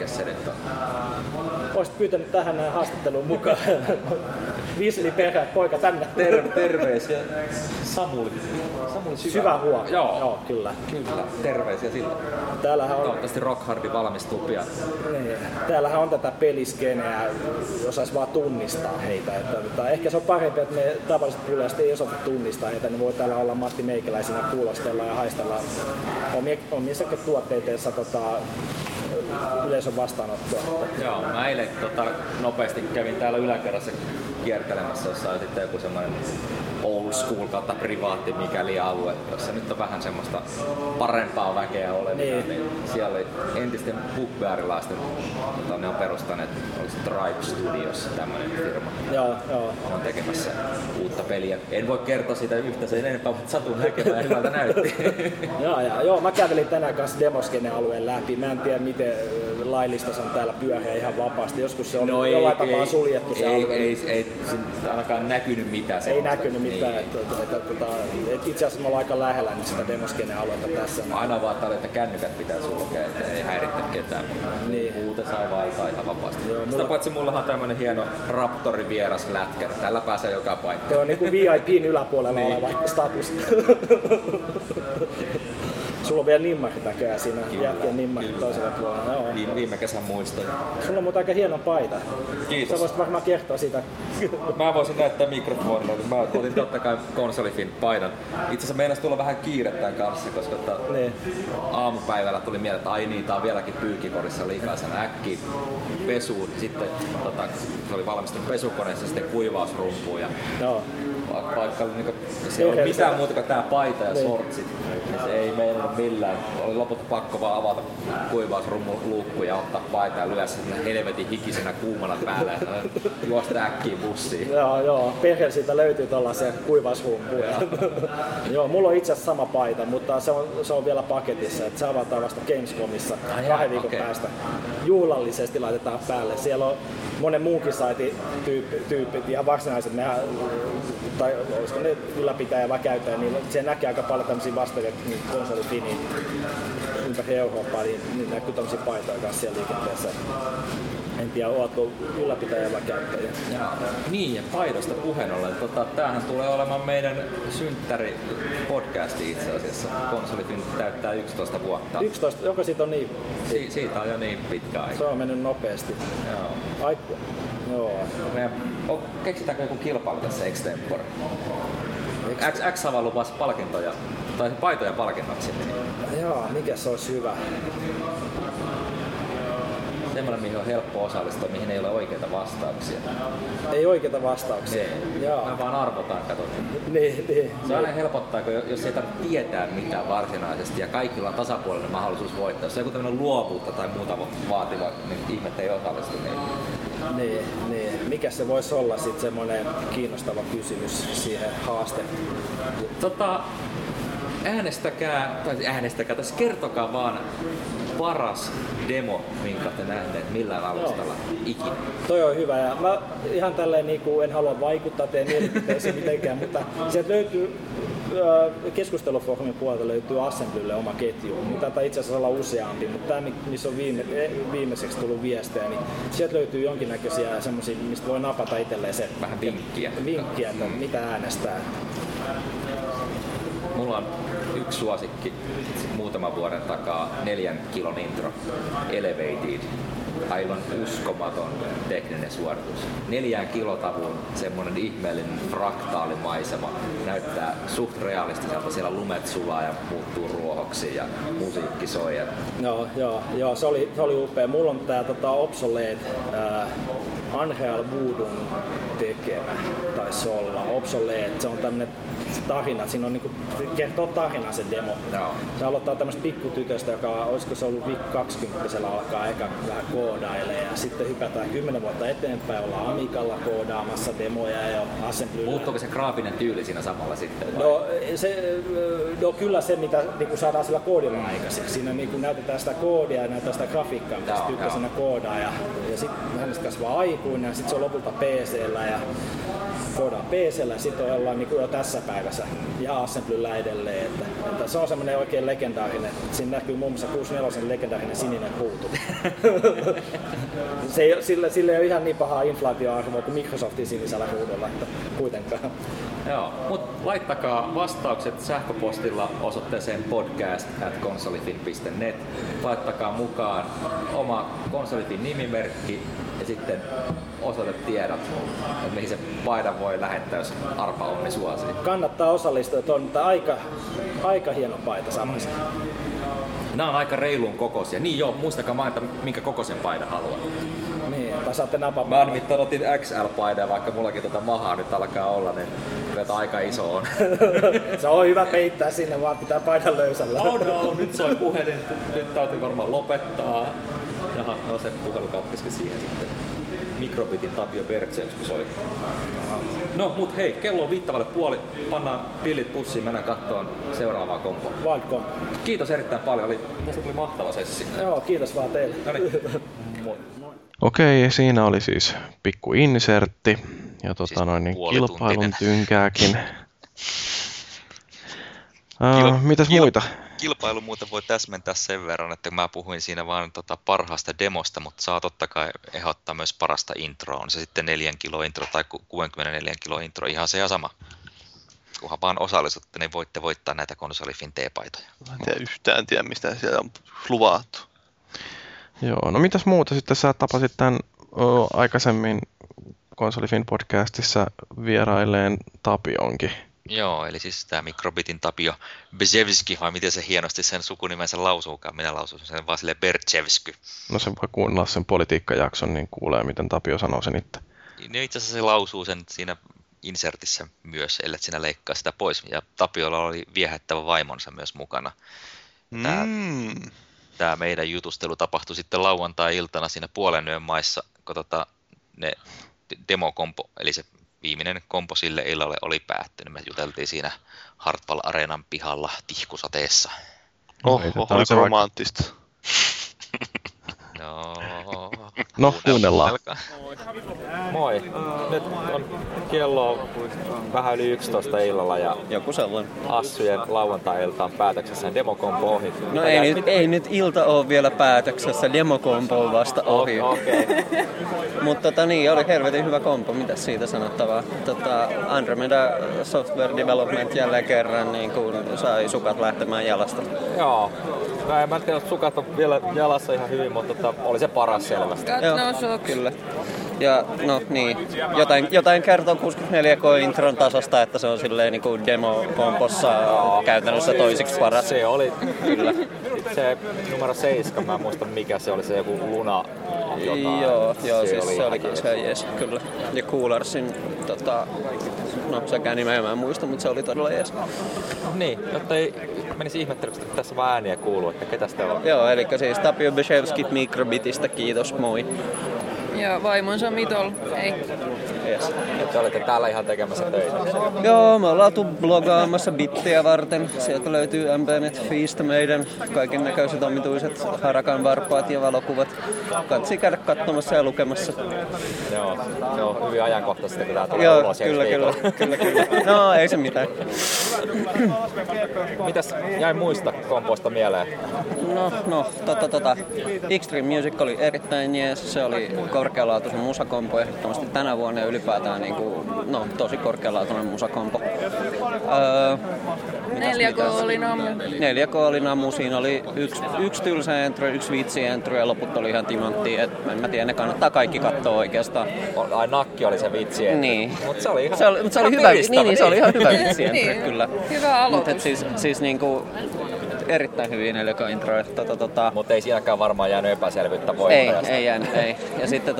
se nyt on?
Olisit pyytänyt tähän näin haastatteluun mukaan. Viiseli perä, poika tänne.
Terveisiä Samuli
Syvä huo.
Joo,
kyllä.
Terveisiä sillä.
Täällähän on,
toivottavasti Rockhardi valmistuu pian.
niin, täällähän on tätä peliskeneä, jos sais vaan tunnistaa heitä. Että ehkä se on parempi, että me tavalliset kuulijat ei osata tunnistaa heitä, niin voi täällä olla Matti Meikäläisenä kuulostella ja haistella omissa tuotteidensa yleisön vastaanottoa.
Joo, mä eilen nopeasti kävin täällä yläkerrassa kiertelemässä, jossa on sitten joku semmoinen old school kautta privaatti mikäli alue, jossa nyt on vähän semmoista parempaa väkeä olevia. Niin siellä oli entisten bugbearilaisten, ne on perustaneet, oliko Tribe Studios, tämmöinen firma.
Joo.
Ne on tekemässä uutta peliä. En voi kertoa siitä yhtä sen enempää, mutta satun näkemään ja hyvältä näytti.
Joo, mä kävelin tänään kanssa Demoskene-alueen läpi. Mä en tiedä miten laillista se on täällä pyöriä ihan vapaasti. Joskus se on jollain tapaa suljettu se alue.
Ei ainakaan näkynyt mitään.
Ei näkynyt mitään. Itse asiassa me ollaan aika lähellä nyt sitä Demoskene-aluetta tässä.
Aina vaan että kännykät pitää sulkea, että ei häiritse ketään.
Niin.
Muuten saa valtaa ihan vapaasti. Sitä paitsi mulla on tämmönen hieno Raptorin vieras lätkäri. Tällä pääsee joka paikkaan.
Tuo on niinku VIP:n yläpuolella oleva status. Sulla on vielä nimmarit näköjään siinä, jätkien nimmarit toisella puolella. Joo.
Viime kesän muistoja.
Sulla on muuten aika hieno paita.
Kiitos.
Sä voisit varmaan kertoa siitä.
Mä voisin näyttää mikrofonilla, niin mä otin totta kai Konsolifin paidan. Itse asiassa meinas tulla vähän kiire tämän kanssa, koska aamupäivällä tuli mieleen, että ai niin, tää on vieläkin pyykikorissa likaisena äkkiä pesuun. Sitten se oli valmistunut pesukoneessa sitten kuivausrumpuun.
Joo.
Vaikka se ei ole mitään muuta kuin tää paita ja sortsit, niin se ei meinannut millään. Oli lopulta pakko vaan avata kuivausrummun luukku ja ottaa paita ja lyödä sen helvetin hikisenä kuumana päällä ja juosta äkkiä bussiin.
Joo. Perheen siitä löytyy tällaisia kuivausrumpuja. Joo, mulla on itse asiassa sama paita, mutta se on vielä paketissa. Että se avataan vasta Gamescomissa 2 viikon päästä. Juhlallisesti laitetaan päälle. Siellä on monen muunkin saitin tyypit, ihan varsinaiset, tai olisiko ne ylläpitäjä vai käyttäjä, niin siellä näkee aika paljon tämmöisiä vastaavia konsolifiniä ympäri Eurooppaa, niin näkyy tämmöisiä paitoja kanssa siellä liikenteessä. En tiedä, oletko ylläpitäjä vai käyttäjä.
Niin, ja paidosta puheen ollen. Tämähän tulee olemaan meidän synttäri-podcasti itse asiassa. Konsolifin täyttää 11 vuotta.
11, joka siitä on niin?
Siitä on jo niin pitkä aika.
Se on mennyt nopeasti.
Joo.
Joo.
Keksitäänkö joku kilpailu tässä extempore? X-Hava lupasi palkintoja, tai paitoja palkinnoksi.
Joo, mikä se olisi hyvä?
Semmoinen, mihin on helppo osallistua, mihin ei ole oikeita vastauksia.
Ei oikeita vastauksia?
Joo. Me vaan arvotaan, katsotaan.
Niin.
Se aina helpottaa, jos ei tarvitse tietää mitään varsinaisesti ja kaikilla on tasapuolinen mahdollisuus voittaa. Jos on joku tämmöinen luovuutta tai muuta vaativa, niin ihmettä ei osallistu.
Niin. Mikä se voisi olla sitten semmoinen kiinnostava kysymys siihen haaste?
Äänestäkää, tässä kertokaa vaan paras demo, minkä olette nähneet millään alustalla ikinä.
Toi on hyvä ja mä ihan tälleen en halua vaikuttaa teidän mielipiteisiin mitenkään, mutta sieltä löytyy keskustelufoorumin puolelta löytyy Assemblylle oma ketju. Taitaa itse asiassa olla useampi, mutta tämä, missä on viimeiseksi tullut viestejä, niin sieltä löytyy jonkinnäköisiä semmoisia, mistä voi napata itselleen se
vähän vinkkiä,
että mitä äänestää.
Mulla on yksi suosikki muutaman vuoden takaa 4 kilon intro Elevated. Aivan uskomaton tekninen suoritus. 4 kilotavuun semmonen ihmeellinen fraktaalimaisema näyttää suht realistiselta. Siellä lumet sulaa ja muuttuu ruohoksi ja musiikki soi.
Joo, se oli upea. Mulla on tää Obsolete Unreal Voodoo tekemä taisi olla. Obsolete, se on tämmönen tarina, siinä on kertoo tarina se demo. Se aloittaa tämmöstä pikkutytöstä, joka olisiko se ollut 20 alkaa eka vähän koodailee ja sitten hypätään 10 vuotta eteenpäin, ollaan Amigalla koodaamassa demoja ja Assemblyllä.
Muuttuuko se graafinen tyyli siinä samalla sitten?
No kyllä se, mitä saadaan sillä koodilla aikaiseksi. Siinä näytetään sitä koodia ja näytetään sitä grafiikkaa, mitä se tykkäisenä koodaa ja sitten hänestä kasvaa aikuinen ja sitten se on lopulta PC:llä ja koodaan PC:llä ja sitten ollaan niin jo tässä päivässä ja assemblyllä edelleen. Että se on semmoinen oikein legendaarinen. Siinä näkyy muun muassa 64 legendaarinen sininen ruutu. Sillä ei ole ihan niin pahaa inflaatioarvoa kuin Microsoftin sinisellä ruudulla, että kuitenkaan.
Joo, mutta laittakaa vastaukset sähköpostilla osoitteeseen podcast@consolifin.net. Laittakaa mukaan oma Consolifin nimimerkki ja sitten osoitetiedot, että mihin se paidan voi lähettää, jos arpa onni suosii.
Kannattaa osallistua, että on aika hieno paita samassa.
Nämä on aika reilun kokoisia. Niin joo, muistakaa mainita, minkä kokoisen paidan haluat.
Niin, tai saatte napaa.
Mä nimittäin otin XL-paidan, vaikka mullakin mahaa nyt alkaa olla, niin kyllä aika iso on.
Se on hyvä peittää sinne, vaan pitää paidan löysällä.
No, nyt soi puhelin, nyt täytyy varmaan lopettaa. Jaha, no se puhelu katkesikin siihen sitten. Microbitin Tapio Bertsevski soi. No, mut hei, kello on 5:30. Pannaan pillit pussiin, mennään kattoon seuraavaa kompoa.
Wildcom.
Kiitos erittäin paljon, tästä tuli mahtava sessi.
Joo, kiitos vaan teille.
Moi.
Okei, siinä oli siis pikku insertti ja
Siis
kilpailun tynkääkin. Mitäs muita?
Kilpailu muuten voi täsmentää sen verran, että mä puhuin siinä vaan parhaasta demosta, mutta saa totta kai ehdottaa myös parasta introa. On se sitten 4 kilo intro tai 64 kilo intro, ihan se ja sama. Kunhan vaan osallistutte, niin voitte voittaa näitä Consolifin T-paitoja.
En tiedä mistä siellä on luvattu.
Joo, no mitäs muuta sitten sä tapasit tämän aikaisemmin Consolifin podcastissa vierailleen Tapionkin.
Joo, eli siis tämä Microbitin Tapio Bezevski, vai miten se hienosti sen sukunimensä lausuukaan, minä lausun sen vaan silleen Bertsevsky.
No se voi kuunnella sen politiikkajakson, niin kuulee miten Tapio sanoo sen itse.
No itse asiassa se lausuu sen siinä insertissä myös, ellei sinä leikkaa sitä pois. Ja Tapiolla oli viehättävä vaimonsa myös mukana. Tämä meidän jutustelu tapahtui sitten lauantai-iltana siinä puolen yön maissa, kun ne demokompo, eli se viimeinen kompo sille illalle oli päättynyt. Me juteltiin siinä Hartwall Areenan pihalla tihkusateessa.
Oliko romanttista?
No, kuunnellaan.
Moi. Nyt on kello vähän yli 11 illalla ja
joku sellainen.
Assujen lauantai-ilta on päätöksessä demokompo ohi.
No ei nyt ilta ole vielä päätöksessä, demokompo on vasta ohi.
Okay.
Mutta niin, oli helvetin hyvä kompo, mitäs siitä sanottavaa. Andromeda Software Development jälleen kerran niin kun sai sukat lähtemään jalasta.
Joo. No en mä tiedä, että sukat on vielä jalassa ihan hyvin, mutta oli se paras selvästi.
Joo, kyllä. Ja no niin, jotain kertoo 64K-intron tasosta, että se on silleen niin kuin demo-kompossa käytännössä toisiksi paras.
Se oli
kyllä.
Se numero 7, mä en muista mikä se oli, se joku Luna jotain.
Joo, siis se olikin se jees, kyllä. Ja Coolarsin, no sekään nimeä mä en muista, mutta se oli todella jees.
Niin, jotta ei menisi ihmettelyksi, että tässä vaan ääniä kuuluu, että ketäs te on?
Joo, eli siis Tapio Bezevski Microbitistä, kiitos, moi.
Ja vaimonsa Mitol, ei.
Yes.
Te olette täällä ihan tekemässä töitä.
Joo, me ollaan blogaamassa bittiä varten. Sieltä löytyy MPNet-fiistä meidän kaiken näköiset omituiset harakan varpaat ja valokuvat. Katsi käydä katsomassa ja lukemassa.
Joo, se on hyvin ajankohtaisesti, kun tää tulee
joo,
ulos.
Kyllä. No, ei se mitään.
Mitäs jäi muista kompoista mieleen?
No, Extreme Music oli erittäin jees. Se oli korkealaatuisen musakompo ehdottomasti tänä vuonna ja ylipäätään tosi korkealaatuinen musakompo.
4K oli namu.
4K oli namu. Siinä oli yksi tylsä entry, yksi vitsi entry ja loput oli ihan timanttia. En mä tiedä, ne kannattaa kaikki katsoa oikeastaan.
Ai nakki oli se vitsi entry.
Niin.
Mutta se oli ihan
hyvä. Niin, se oli ihan hyvä vitsi entry,
niin.
kyllä.
Hyvä aloitus.
Mutta siis niinku erittäin hyvin 4K-intro.
Mutta ei siinäkään varmaan jäänyt epäselvyyttä voittajasta.
Ei jäänyt, ei. Ja sitten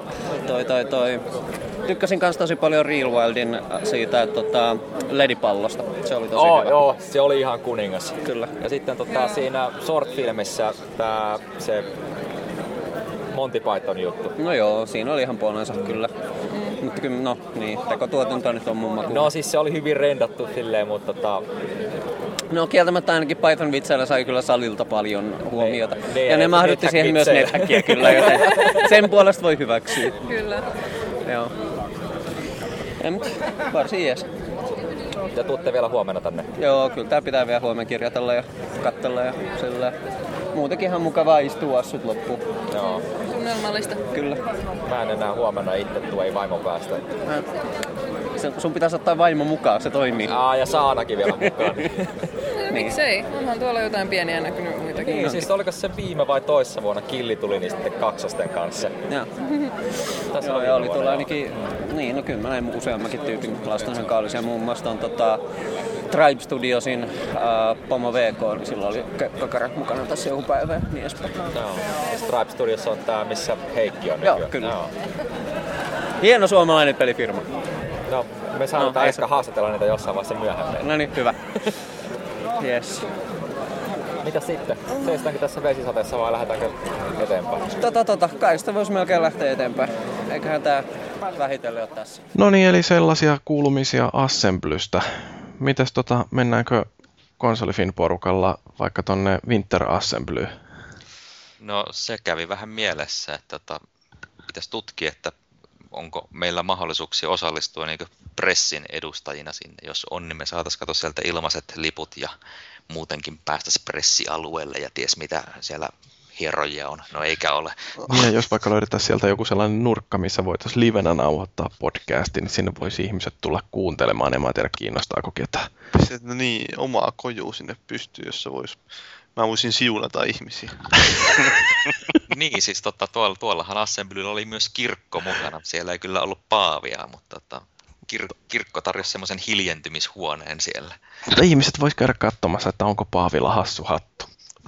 tykkäsin kans tosi paljon Real Wildin siitä ledipallosta. Se oli tosi hyvä.
Joo, se oli ihan kuningas.
Kyllä.
Ja sitten siinä short-filmissä se Monty Python juttu.
No joo, siinä oli ihan puolensa kyllä. Mutta kyllä, tekotuotanto nyt on mun makuun.
No siis se oli hyvin rendattu silleen, mutta
No kieltämättä ainakin Python-vitseillä sai kyllä salilta paljon huomiota. Ja ne mahdutti siihen myös NetHackia kyllä, joten sen puolesta voi hyväksyä.
Kyllä.
Joo. Varsin jees.
Ja tuutte vielä huomenna tänne.
Joo, kyllä tää pitää vielä huomenna kirjoitella ja katsella ja sillä. Muutenkin ihan mukavaa istua assut loppuun.
Joo.
Tunnelmallista.
Kyllä.
Mä en enää huomenna itse tuo, ei vaimon päästä.
Sun pitäisi ottaa vaimo mukaan, se toimii.
Ja Saanakin vielä mukaan.
Miksei? Onhan tuolla jotain pieniä näkynyt muitakin.
Niin, siis oliko se viime vai toissa vuonna Killi tuli niin sitten kaksosten kanssa?
Joo.
Tässä
Joo, ja oli tuolla ainakin, niin no kyllä mä näin useammakin tyypin Lastanhan kaalisia. Muun muassa on Tribe Studiosin Pomo VK, niin silloin oli kakarat mukana tässä joku päivä ja niin edespäin.
Joo. Tribe Studios on tää, missä Heikki on
Joo,
nykyään.
kyllä.
Joo.
Hieno suomalainen pelifirma.
No, me saadaan ehkä haastatella niitä jossain vaiheessa myöhemmin.
No niin, hyvä. Yes.
Mitä sitten? Seistänkö tässä vesisateessa vai lähdetäänkö eteenpäin?
Kai sitä voisi melkein lähteä eteenpäin. Eiköhän tää vähitellen ole tässä.
No niin, eli sellaisia kuulumisia Assemblystä. Mites mennäänkö Konsolifin porukalla vaikka tonne Winter Assemblyyn?
No se kävi vähän mielessä, että pitäisi tutkia, että onko meillä mahdollisuuksia osallistua niin pressin edustajina sinne. Jos on, niin me saataisiin katsoa sieltä ilmaiset liput ja muutenkin päästäisiin pressialueelle ja ties mitä siellä hierojia on. No eikä ole.
Ja jos vaikka löydettäisiin sieltä joku sellainen nurkka, missä voitaisiin livenä nauhoittaa podcastin, niin sinne voisi ihmiset tulla kuuntelemaan. En mä tiedä, kiinnostaako ketään.
No niin, omaa kojuu sinne pystyy, jossa mä voisin siunata ihmisiä.
Niin, siis tuollahan Assemblyllä oli myös kirkko mukana. Siellä ei kyllä ollut paavia, mutta kirkko tarjosi semmoisen hiljentymishuoneen siellä.
Mutta ihmiset vois käydä katsomassa, että onko paavilla hassu hattu.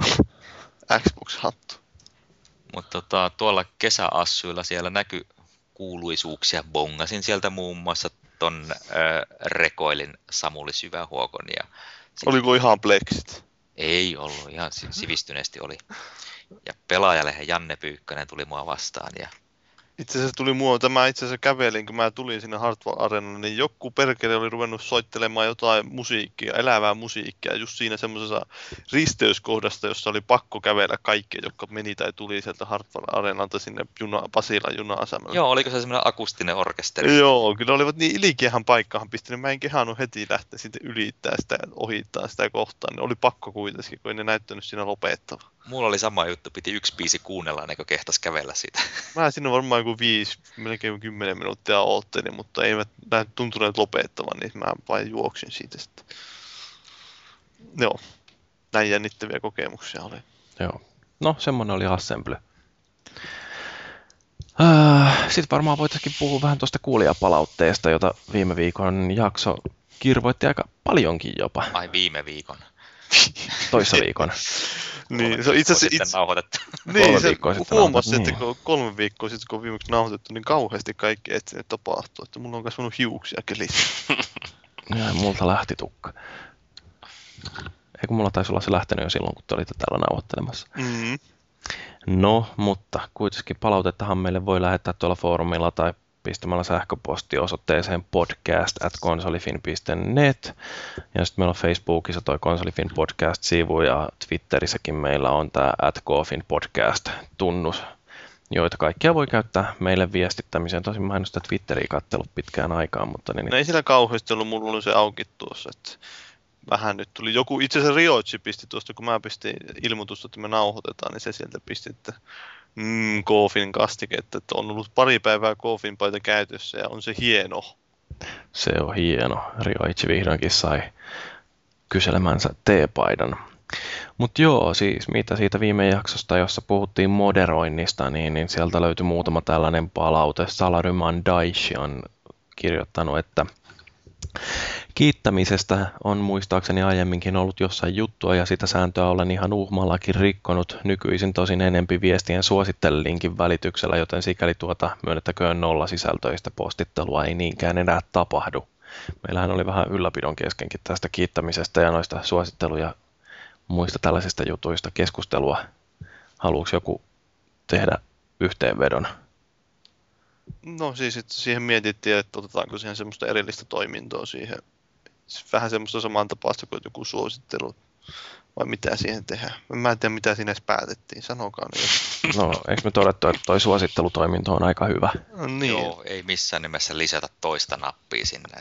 Xbox-hattu.
Mutta tuolla kesäassuilla siellä näkyi kuuluisuuksia. Bongasin sieltä muun muassa ton Rekoilin Samuli Syvähuokon.
Oliko ihan pleksit?
Ei ollut, ihan sivistyneesti oli. Ja pelaajalehen Janne Pyykkönen tuli mua vastaan. Ja
itse asiassa itse asiassa kävelin, kun mä tulin sinne Hartwall-areenalle, niin joku perkele oli ruvennut soittelemaan jotain musiikkia, elävää musiikkia, just siinä semmoisessa risteyskohdasta, jossa oli pakko kävellä kaikkia, jotka meni tai tuli sieltä Hartwall-areenalta sinne Pasilan juna-asemalle.
Joo, oliko se semmoinen akustinen orkesteri?
Joo, kyllä olivat niin ilikehän paikkaan pistänyt, mä en kehannut heti lähteä sitten ylittää sitä, ohittaa sitä kohtaa, niin oli pakko kuitenkin, kun ei ne näyttänyt siinä lopettavaa.
Mulla oli sama juttu, piti yksi biisi kuunnella ennen kuin kehtas kävellä siitä.
Mä siinä varmaan joku 5, melkein 10 minuuttia oottelin, mutta eivät tuntuneet lopettavan, niin mä vain juoksin siitä sitten. Joo, näin jännittäviä kokemuksia oli.
Joo, no semmonen oli Assembly. Sitten varmaan voitaisiin puhua vähän tuosta kuulijapalautteesta, jota viime viikon jakso kirvoitti aika paljonkin jopa.
Ai viime viikon.
Toissa viikon.
Niin, se on itse asiassa
nauhoitettu.
Niin, se huomasi, että kun 3 viikkoa sitten, kun on viimeksi nauhoitettu, niin kauheasti kaikki etsinyt tapahtuu. Että mulla on kasvanut hiuksia kelissä.
Ja multa lähti tukka. Eikö mulla taisi olla se lähtenyt jo silloin, kun te olitte täällä nauhoittelemassa.
Mm-hmm.
No, mutta kuitenkin palautettahan meille voi lähettää tuolla foorumilla tai pistämällä sähköpostiosoitteeseen podcast@konsolifin.net. Ja sitten meillä on Facebookissa toi Konsolifin podcast-sivu ja Twitterissäkin meillä on tämä @kofin podcast-tunnus, joita kaikkia voi käyttää meille viestittämiseen. Tosin mä en ole sitä Twitteriä katsellut pitkään aikaan, mutta niin.
No ei sillä kauheasti ollut, mulla oli se auki tuossa, että vähän nyt tuli joku, itse asiassa Riochi pisti tuosta, kun mä pistin ilmoitusta, että me nauhoitetaan, niin se sieltä pisti, että Kofin kastiketta, että on ollut pari päivää Kofin paita käytössä ja on se hieno.
Se on hieno. Rioichi vihdoinkin sai kyselemänsä T-paidan. Mutta joo, siis mitä siitä viime jaksosta, jossa puhuttiin moderoinnista, niin sieltä löytyi muutama tällainen palaute. Salaryman Daishi on kirjoittanut, että kiittämisestä on muistaakseni aiemminkin ollut jossain juttua ja sitä sääntöä olen ihan uhmallakin rikkonut. Nykyisin tosin enempi viestien suosittelinkin välityksellä, joten sikäli myönnettäköön nollasisältöistä postittelua ei niinkään enää tapahdu. Meillähän oli vähän ylläpidon keskenkin tästä kiittämisestä ja noista suosittelu- ja muista tällaisista jutuista keskustelua. Haluuks joku tehdä yhteenvedon?
No siis että siihen mietittiin, että otetaanko siihen semmoista erillistä toimintoa siihen. Vähän semmoista samantapaista kuin joku suosittelu. Vai mitä siihen tehdään? Mä en tiedä, mitä siinä edes päätettiin. Sanokaa nyt.
No, eikö me todettu, että toi suosittelutoiminto on aika hyvä?
No, niin.
Joo, ei missään nimessä lisätä toista nappia sinne.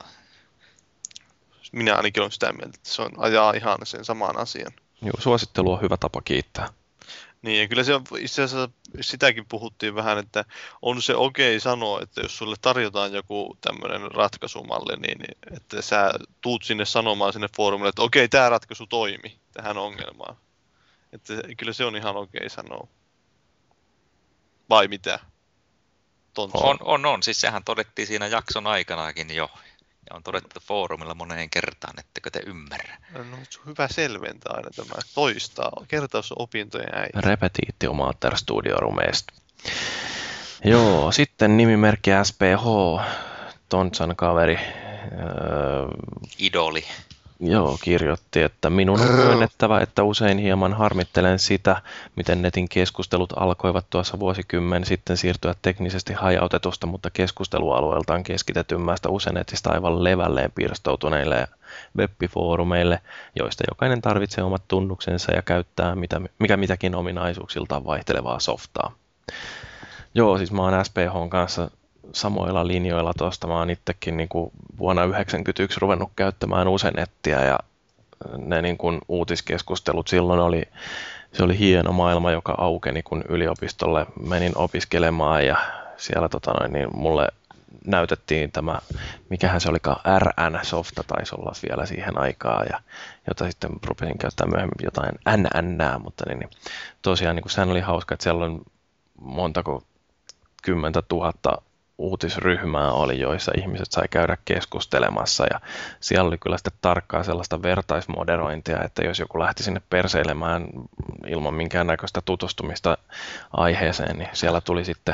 Minä ainakin olen sitä mieltä, että se on ajaa ihan sen saman asian.
Joo, suosittelu on hyvä tapa kiittää.
Niin, ja kyllä se on, itse asiassa sitäkin puhuttiin vähän, että on se okei sanoa, että jos sulle tarjotaan joku tämmöinen ratkaisumalli, niin että sä tuut sinne sanomaan sinne foorumille, että okei, tämä ratkaisu toimi tähän ongelmaan. Että kyllä se on ihan okei sanoa. Vai mitä?
On. Siis sehän todettiin siinä jakson aikanakin jo. Ja on todettu foorumilla moneen kertaan, ettekö te ymmärrä.
No, se on hyvä selventää aina tämä. Toistaa. Kertaus on opintojen äiti.
Repetitio mater studiorum est. Joo, sitten nimimerkki SPH, Tontsan kaveri.
Idoli.
Joo, kirjoitti, että minun on myönnettävä, että usein hieman harmittelen sitä, miten netin keskustelut alkoivat tuossa vuosikymmen sitten siirtyä teknisesti hajautetusta, mutta keskustelualueeltaan keskitetymmästä Usenetistä aivan levälleen pirstoutuneille web-foorumeille, joista jokainen tarvitsee omat tunnuksensa ja käyttää mikä mitäkin ominaisuuksiltaan vaihtelevaa softaa. Joo, siis mä oon SPHn kanssa samoilla linjoilla tuosta. Mä oon itsekin niin kuin vuonna 1991 ruvennut käyttämään Usenettiä ja ne niin kuin uutiskeskustelut silloin se oli hieno maailma, joka aukeni, kun yliopistolle menin opiskelemaan ja siellä niin mulle näytettiin tämä, mikähän se olikaan, RN-softa taisi olla vielä siihen aikaan, ja jota sitten rupesin käyttämään myöhemmin jotain NN:ää, mutta niin tosiaan niin sehän oli hauska, että siellä on montako 10 000 uutisryhmää oli, joissa ihmiset sai käydä keskustelemassa, ja siellä oli kyllä sitten tarkkaa sellaista vertaismoderointia, että jos joku lähti sinne perseilemään ilman minkäännäköistä tutustumista aiheeseen, niin siellä tuli sitten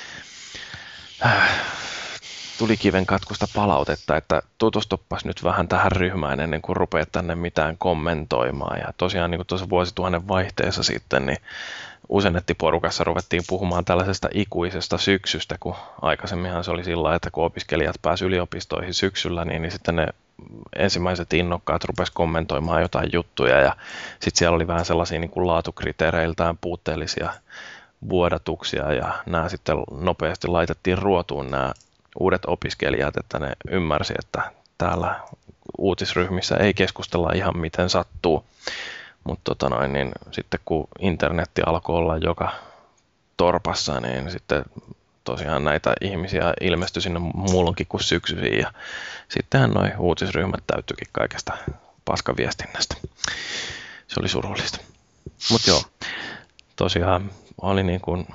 tuli kivenkatkusta palautetta, että tutustuppas nyt vähän tähän ryhmään ennen kuin rupeat tänne mitään kommentoimaan. Ja tosiaan niin kuin tuossa vuosituhannen vaihteessa sitten, niin Usenettiporukassa ruvettiin puhumaan tällaisesta ikuisesta syksystä, kun aikaisemminhan se oli sillä lailla, että kun opiskelijat pääsivät yliopistoihin syksyllä, niin sitten ne ensimmäiset innokkaat rupesi kommentoimaan jotain juttuja, ja sitten siellä oli vähän sellaisia niin kuin laatukriteereiltään puutteellisia vuodatuksia, ja nämä sitten nopeasti laitettiin ruotuun nämä uudet opiskelijat, että ne ymmärsi, että täällä uutisryhmissä ei keskustella ihan miten sattuu. Mutta niin sitten kun internetti alkoi olla joka torpassa, niin sitten tosiaan näitä ihmisiä ilmestyi sinne muulloinkin kuin syksyisin. Ja sittenhän noi uutisryhmät täyttyikin kaikesta paskaviestinnästä. Se oli surullista. Mutta joo, tosiaan oli niin kuin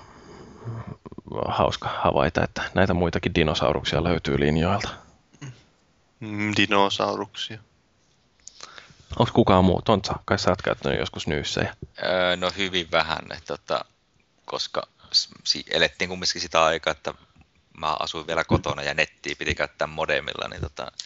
hauska havaita, että näitä muitakin dinosauruksia löytyy linjoilta.
Dinosauruksia.
Onko kukaan muu? Tontsa, kai sä oot käyttänyt joskus nyyssejä?
No hyvin vähän, koska elettiin kumminkin sitä aikaa, että mä asuin vielä kotona ja nettiä piti käyttää modemilla, niin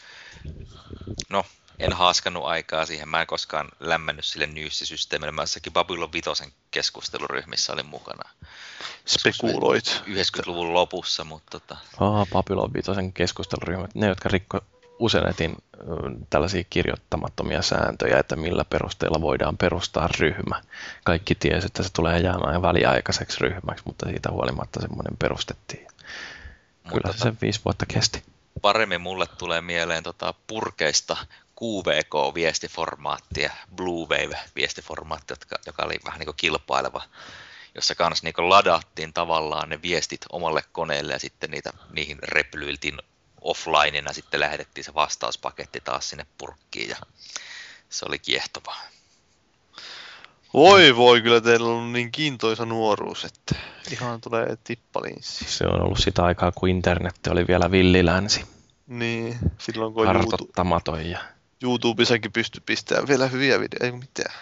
no en haaskannut aikaa siihen. Mä en koskaan lämmännyt sille nyyssisysteemille. Mä jossakin Babylon 5 keskusteluryhmissä olin mukana.
Spekuloit.
90-luvun lopussa, mutta
Babylon 5 keskusteluryhmät, ne jotka rikko Usenetin tällaisia kirjoittamattomia sääntöjä, että millä perusteella voidaan perustaa ryhmä. Kaikki tiesi, että se tulee jäämään väliaikaiseksi ryhmäksi, mutta siitä huolimatta semmoinen perustettiin. Kyllä se 5 vuotta kesti.
Paremmin mulle tulee mieleen purkeista QVK-viestiformaatti ja Blue Wave-viestiformaatti, joka oli vähän niin kuin kilpaileva, jossa kanssa niin kuin ladattiin tavallaan ne viestit omalle koneelle ja sitten niihin replyiltiin offlineina, sitten lähetettiin se vastauspaketti taas sinne purkkiin ja se oli kiehtovaa.
Voi, kyllä teillä on ollut niin kiintoisa nuoruus, että ihan tulee tippalinssi.
Se on ollut sitä aikaa, kun internetti oli vielä villilänsi.
Niin, silloin kun
kartottamaton ja
YouTubessakin pystyi pistämään vielä hyviä videoita, ei mitään.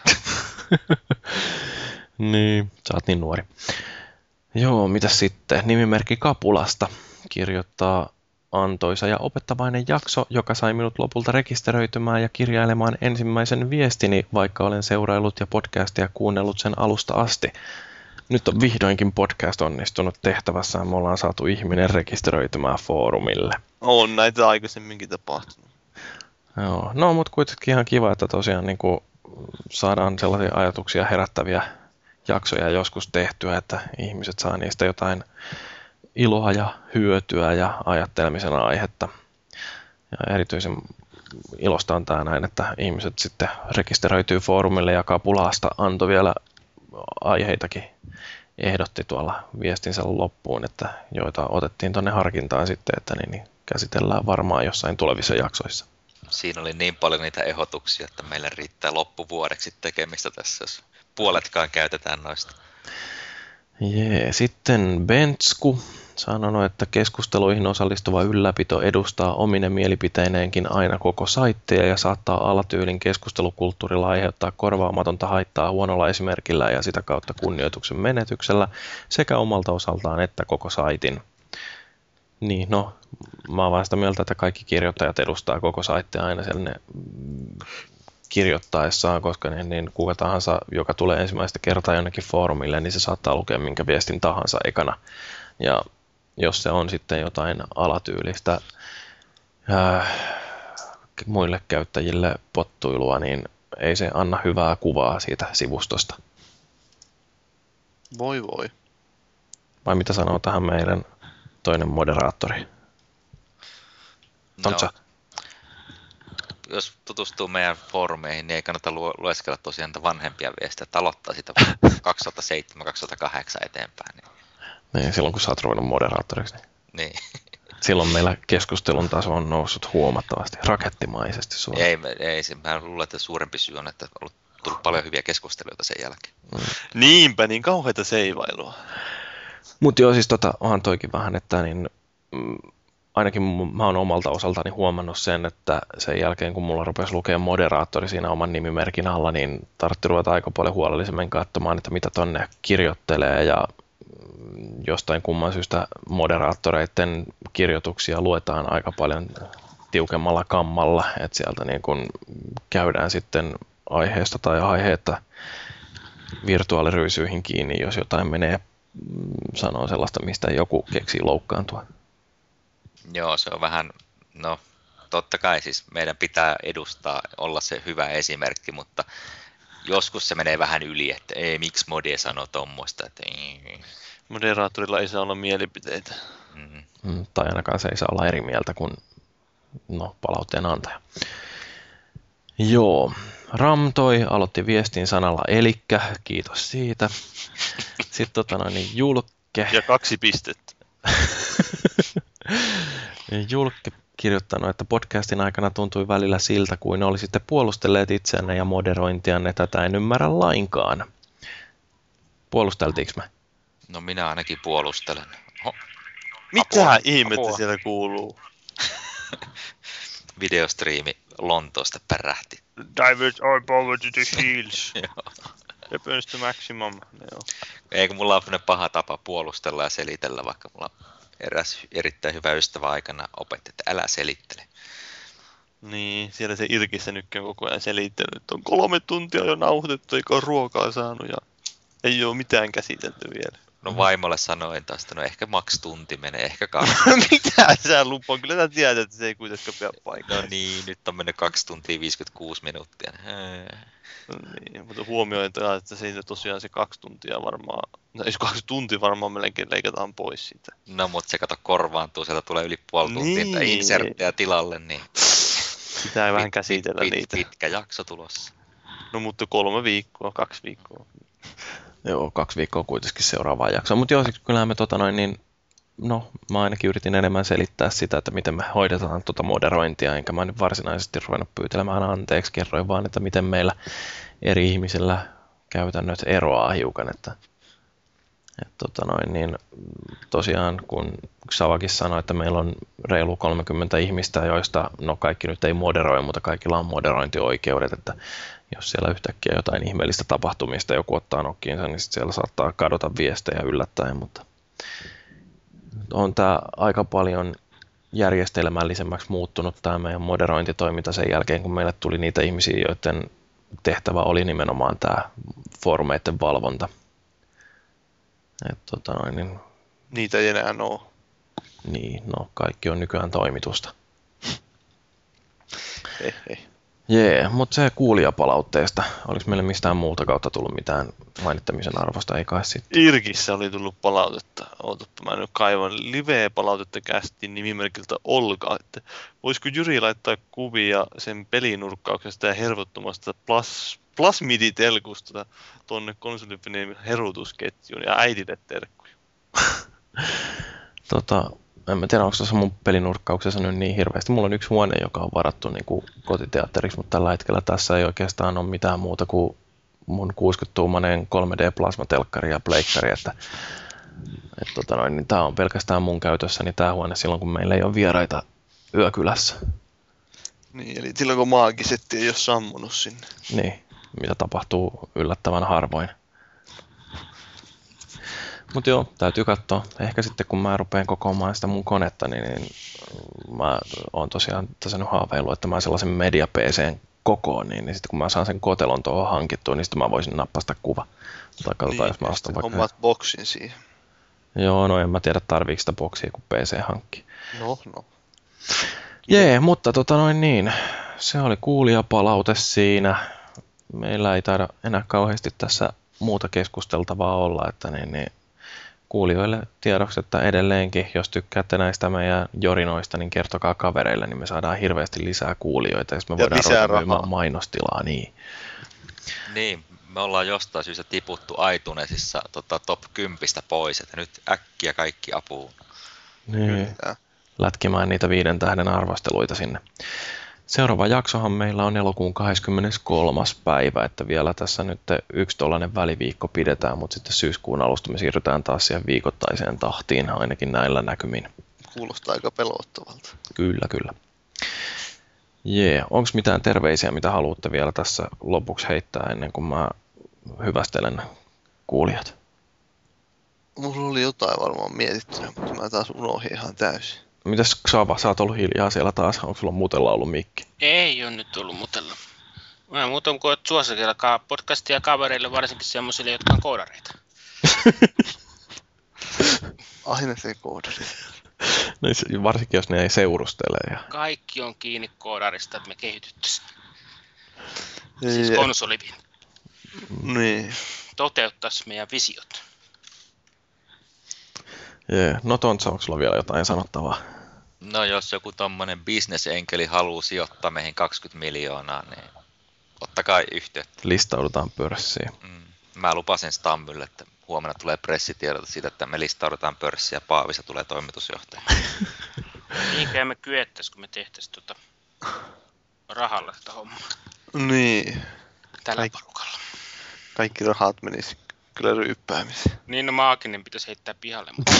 Niin, sä oot niin nuori. Joo, mitäs sitten? Nimimerkki Kapulasta kirjoittaa antoisa ja opettavainen jakso, joka sai minut lopulta rekisteröitymään ja kirjailemaan ensimmäisen viestini, vaikka olen seuraillut ja podcastia kuunnellut sen alusta asti. Nyt on vihdoinkin podcast onnistunut tehtävässään. Me ollaan saatu ihminen rekisteröitymään foorumille.
On näitä aikaisemminkin tapahtunut.
Joo, no mutta kuitenkin ihan kiva, että tosiaan niin kuin saadaan sellaisia ajatuksia herättäviä jaksoja joskus tehtyä, että ihmiset saa niistä jotain iloa ja hyötyä ja ajattelemisen aihetta. Ja erityisen ilosta on tämä näin, että ihmiset sitten rekisteröityy foorumille ja Kapulasta antoi vielä aiheitakin, ehdotti tuolla viestinsä loppuun, että joita otettiin tuonne harkintaan sitten, että niin käsitellään varmaan jossain tulevissa jaksoissa.
Siinä oli niin paljon niitä ehdotuksia, että meillä riittää loppuvuodeksi tekemistä tässä, jos puoletkaan käytetään noista.
Jee, sitten Bentsku sanonut, että keskusteluihin osallistuva ylläpito edustaa omine mielipiteineenkin aina koko saitteja ja saattaa alatyylin keskustelukulttuurilla aiheuttaa korvaamatonta haittaa huonolla esimerkillä ja sitä kautta kunnioituksen menetyksellä sekä omalta osaltaan että koko saitin. Niin, no, mä oon vaan sitä mieltä, että kaikki kirjoittajat edustaa koko saittia aina sellainen kirjoittaessaan, koska niin kuka tahansa, joka tulee ensimmäistä kertaa jonnekin foorumille, niin se saattaa lukea minkä viestin tahansa ekana. Ja jos se on sitten jotain alatyylistä muille käyttäjille pottuilua, niin ei se anna hyvää kuvaa siitä sivustosta.
Voi.
Vai mitä sanoo tähän meidän toinen moderaattori?
No, jos tutustuu meidän foorumeihin, niin ei kannata lueskella tosiaan niitä vanhempia viestejä, että aloittaa sitä 2007-2008 eteenpäin.
Niin, silloin kun sä oot ruvennut moderaattoriksi.
Niin.
Silloin meillä keskustelun taso on noussut huomattavasti, rakettimaisesti suoraan.
Ei, mä luulen, että suurempi syy on, että on tullut paljon hyviä keskusteluita sen jälkeen.
Niinpä, niin kauheita seivailua.
Mutta joo, siis onhan toikin vähän, että niin, ainakin mä oon omalta osaltani huomannut sen, että sen jälkeen kun mulla rupesi lukea moderaattori siinä oman nimimerkin alla, niin tarvitsi ruveta aika paljon huolellisemmin katsomaan, että mitä tonne kirjoittelee ja jostain kumman syystä moderaattoreiden kirjoituksia luetaan aika paljon tiukemmalla kammalla, että sieltä niin kun käydään sitten aiheesta tai aiheetta virtuaaliryysyihin kiinni, jos jotain menee sanoa sellaista, mistä joku keksii loukkaantua.
Joo, se on vähän, no totta kai siis meidän pitää edustaa, olla se hyvä esimerkki, mutta joskus se menee vähän yli, että ei, miksi Mode sanoo tommoista, että
Moderaattorilla ei saa olla mielipiteitä.
Tai ainakaan se ei saa olla eri mieltä kuin palautteen antaja. Joo, Ramtoi aloitti viestin sanalla elikkä, kiitos siitä. Sitten Julkke.
Ja 2 pistettä.
Julkke kirjoittanut, että podcastin aikana tuntui välillä siltä, kuin olisitte puolustelleet itseänne ja moderointianne. Tätä en ymmärrä lainkaan. Puolusteltiinko me?
No minä ainakin puolustelen.
Mitä ihmettä siellä kuuluu?
Videostriimi Lontoosta pärähti.
Divert our power to the shields. Weapons to maximum.
Ei, kun mulla on paha tapa puolustella ja selitellä, vaikka mulla eräs erittäin hyvä ystävä aikana opetti, että älä selittele.
Niin, siellä se Irkissä nyt on koko ajan selittänyt, että on 3 tuntia jo nauhoitettu, eikä ole ruokaa saanut ja ei ole mitään käsitelty vielä.
No vaimolle sanoin taas, että no ehkä maks tunti menee, ehkä 2.
Mitä sä lupaa? Kyllä sä tiedät, että se ei kuitenkaan pidä paikkaa.
No niin, nyt on mennyt 2 tuntia 56 minuuttia.
Niin, mutta huomioitaan, että siitä tosiaan se 2 tuntia varmaan, no ei 2 tuntia varmaan melkein leikataan pois siitä.
No mutta se kato korvaantuu, sieltä tulee yli puoli tuntia niin. Inserttejä tilalle, niin
pitää vähän käsitellä niitä.
Pitkä jakso tulossa.
No mutta 3 viikkoa, 2 viikkoa.
Joo, 2 viikkoa kuitenkin seuraavaa jaksoa. Mutta joo, kyllähän me mä ainakin yritin enemmän selittää sitä, että miten me hoidetaan moderointia, enkä mä nyt varsinaisesti ruvennut pyytelemään anteeksi, kerroin vaan, että miten meillä eri ihmisillä käytännöt eroaa hiukan, että tosiaan kun Xavakin sanoi, että meillä on reilu 30 ihmistä, joista kaikki nyt ei moderoi, mutta kaikilla on moderointioikeudet, että jos siellä yhtäkkiä jotain ihmeellistä tapahtumista joku ottaa nokkiinsa, niin sit siellä saattaa kadota viestejä yllättäen, mutta on tämä aika paljon järjestelmällisemmäksi muuttunut tämä meidän moderointitoiminta sen jälkeen, kun meille tuli niitä ihmisiä, joiden tehtävä oli nimenomaan tämä foorumeiden valvonta.
Niitä ei enää ole.
Niin, kaikki on nykyään toimitusta.
Ei.
Jee, mutta se kuulijapalautteesta. Oliko meille mistään muulta kautta tullut mitään mainittamisen arvosta? Ei kai sitten.
Irkissä oli tullut palautetta. Ootappa, mä nyt kaivan live-palautetta kästin nimimerkiltä Olga. Että voisiko Jyri laittaa kuvia sen pelinurkkauksesta ja hervottomasta plasmiditelkusta tuonne konsolifinin herutusketjuun ja äidille terkkuja.
En mä tiedä, onko tuossa mun pelinurkkauksessa nyt niin hirveästi. Mulla on yksi huone, joka on varattu niin kuin kotiteatteriksi, mutta tällä hetkellä tässä ei oikeastaan ole mitään muuta kuin mun 60-tuumainen 3D-plasmatelkkari ja pleikkari, niin tää on pelkästään mun käytössäni tää huone silloin, kun meillä ei ole vieraita yökylässä.
Niin, eli silloin kun maagisetti ei ole sammunut sinne.
Niin, mitä tapahtuu yllättävän harvoin. Mutta joo, täytyy katsoa. Ehkä sitten kun mä rupean kokoamaan sitä mun konetta, niin mä oon tosiaan tässä nyt haaveillut, että mä sellaisen media-PCn kokoon, niin sitten kun mä saan sen kotelon tuohon hankittua, niin sitten mä voisin nappasta kuva. Tai katsotaan, jos mä ostan vaikka...
Hommaat boksin siihen.
Joo, no en mä tiedä tarviiko sitä boksia, kun PC hankkii.
No.
Jee, mutta se oli kuulijapalaute siinä. Meillä ei taida enää kauheasti tässä muuta keskusteltavaa olla, että kuulijoille tiedoksi, että edelleenkin, jos tykkäätte näistä meidän jorinoista, niin kertokaa kavereille, niin me saadaan hirveästi lisää kuulijoita, jos me voidaan ruveta myymään mainostilaa.
Niin, me ollaan jostain syystä tiputtu iTunesissa top 10 pois, että nyt äkkiä kaikki apuun.
Niin, lätkimään niitä 5 tähden arvosteluita sinne. Seuraava jaksohan meillä on elokuun 23. päivä, että vielä tässä nyt yksi tollainen väliviikko pidetään, mutta sitten syyskuun alusta me siirrytään taas siihen viikoittaiseen tahtiin, ainakin näillä näkymin.
Kuulostaa aika pelottavalta.
Kyllä. Jee, onko mitään terveisiä, mitä haluatte vielä tässä lopuksi heittää ennen kuin mä hyvästelen kuulijat?
Mulla oli jotain varmaan mietittynä, mutta mä taas unohdin ihan täysin.
Mitäs Xava, sä oot ollut hiljaa siellä taas? Onko sulla mutella ollut mikki?
Ei ole nyt ollut mutella. Mä muuten koet suosikella podcastia kavereille, varsinkin semmoisille, jotka on koodareita.
Aina se koodari.
No, varsinkin jos ne ei seurustele. Ja...
Kaikki on kiinni koodarista, että me kehityttäisiin. Siis konsolivin.
Niin.
Toteuttaisi meidän visiot.
Jee. No Tontsa, onko sulla vielä jotain sanottavaa?
No jos joku tommonen bisnesenkeli haluaa sijoittaa meihin 20 miljoonaa, niin ottakaa yhteyttä.
Listaudutaan pörssiin.
Mä lupasin Stammylle, että huomenna tulee pressitiedote siitä, että me listaudutaan pörssiin ja Paavissa tulee toimitusjohtaja.
Niinkään me kyettäisiin, kun me tehtäisiin rahalla sitä hommaa.
Niin.
Tällä porukalla.
Kaikki rahat menis kyllä ryyppäämiseen.
Niin, no maaginen pitäisi heittää pihalle. Mutta...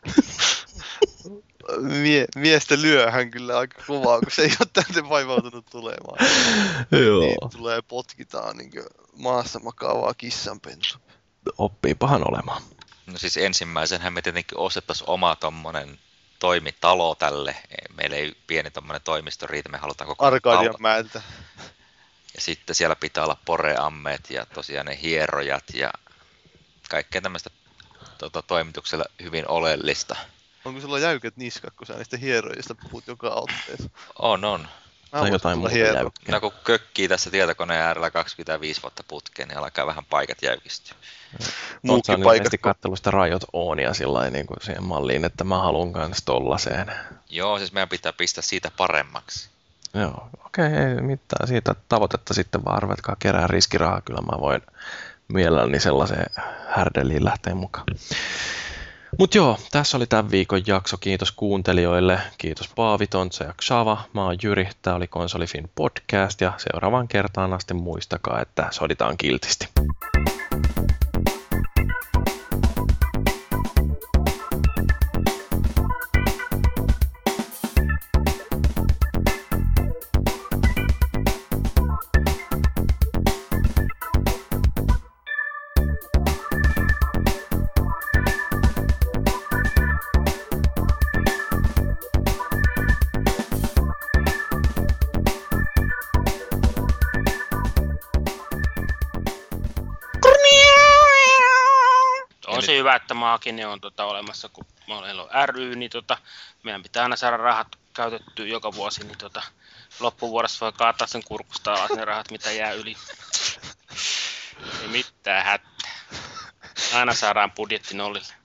Miestä lyöhän kyllä aika kovaa, kun se ei ole tänne vaivautunut tulemaan.
Joo.
Niin tulee potkitaan niin maassa makaavaa kissanpentua.
Oppiipahan olemaan.
No siis ensimmäisenhän me tietenkin ostettaisiin oma tommonen toimitalo tälle. Meillä ei pieni tommonen toimisto riitä, me halutaan koko
Arkadianmäeltä.
Ja sitten siellä pitää olla poreammeet ja tosiaan ne hierojat ja kaikkea tämmöistä toimituksella hyvin oleellista.
Onko sulla jäykät niskat, kun sä niistä hierojista puhut joka otteessa?
On.
Tai jotain muuta jäykkiä.
No kun kökkii tässä tietokoneen äärellä 25 vuotta putkeen, niin alkaa vähän paikat jäykistyä.
Tontsa on ilmeisesti katsellut sitä Riot Onia sillain niin kuin siihen malliin, että mä haluan kans tollaseen.
Joo, siis meidän pitää pistää siitä paremmaksi.
Joo, okei, ei mitään. Siitä tavoitetta sitten vaan arvetkaa kerää riskirahaa. Kyllä mä voin mielelläni sellaiseen härdeliin lähteä mukaan. Mut joo, tässä oli tämän viikon jakso. Kiitos kuuntelijoille. Kiitos Paavi, Tontsa ja Xava. Mä oon Jyri. Tää oli Konsolifin podcast ja seuraavaan kertaan asti muistakaa, että soditaan kiltisti.
On se hyvä, että maakine on olemassa, kun meillä on ry, niin meidän pitää aina saada rahat käytettyä joka vuosi, niin loppuvuodessa voi kaataa sen kurkusta alas ne rahat, mitä jää yli. Ei mitään hätää. Aina saadaan budjetti nollille.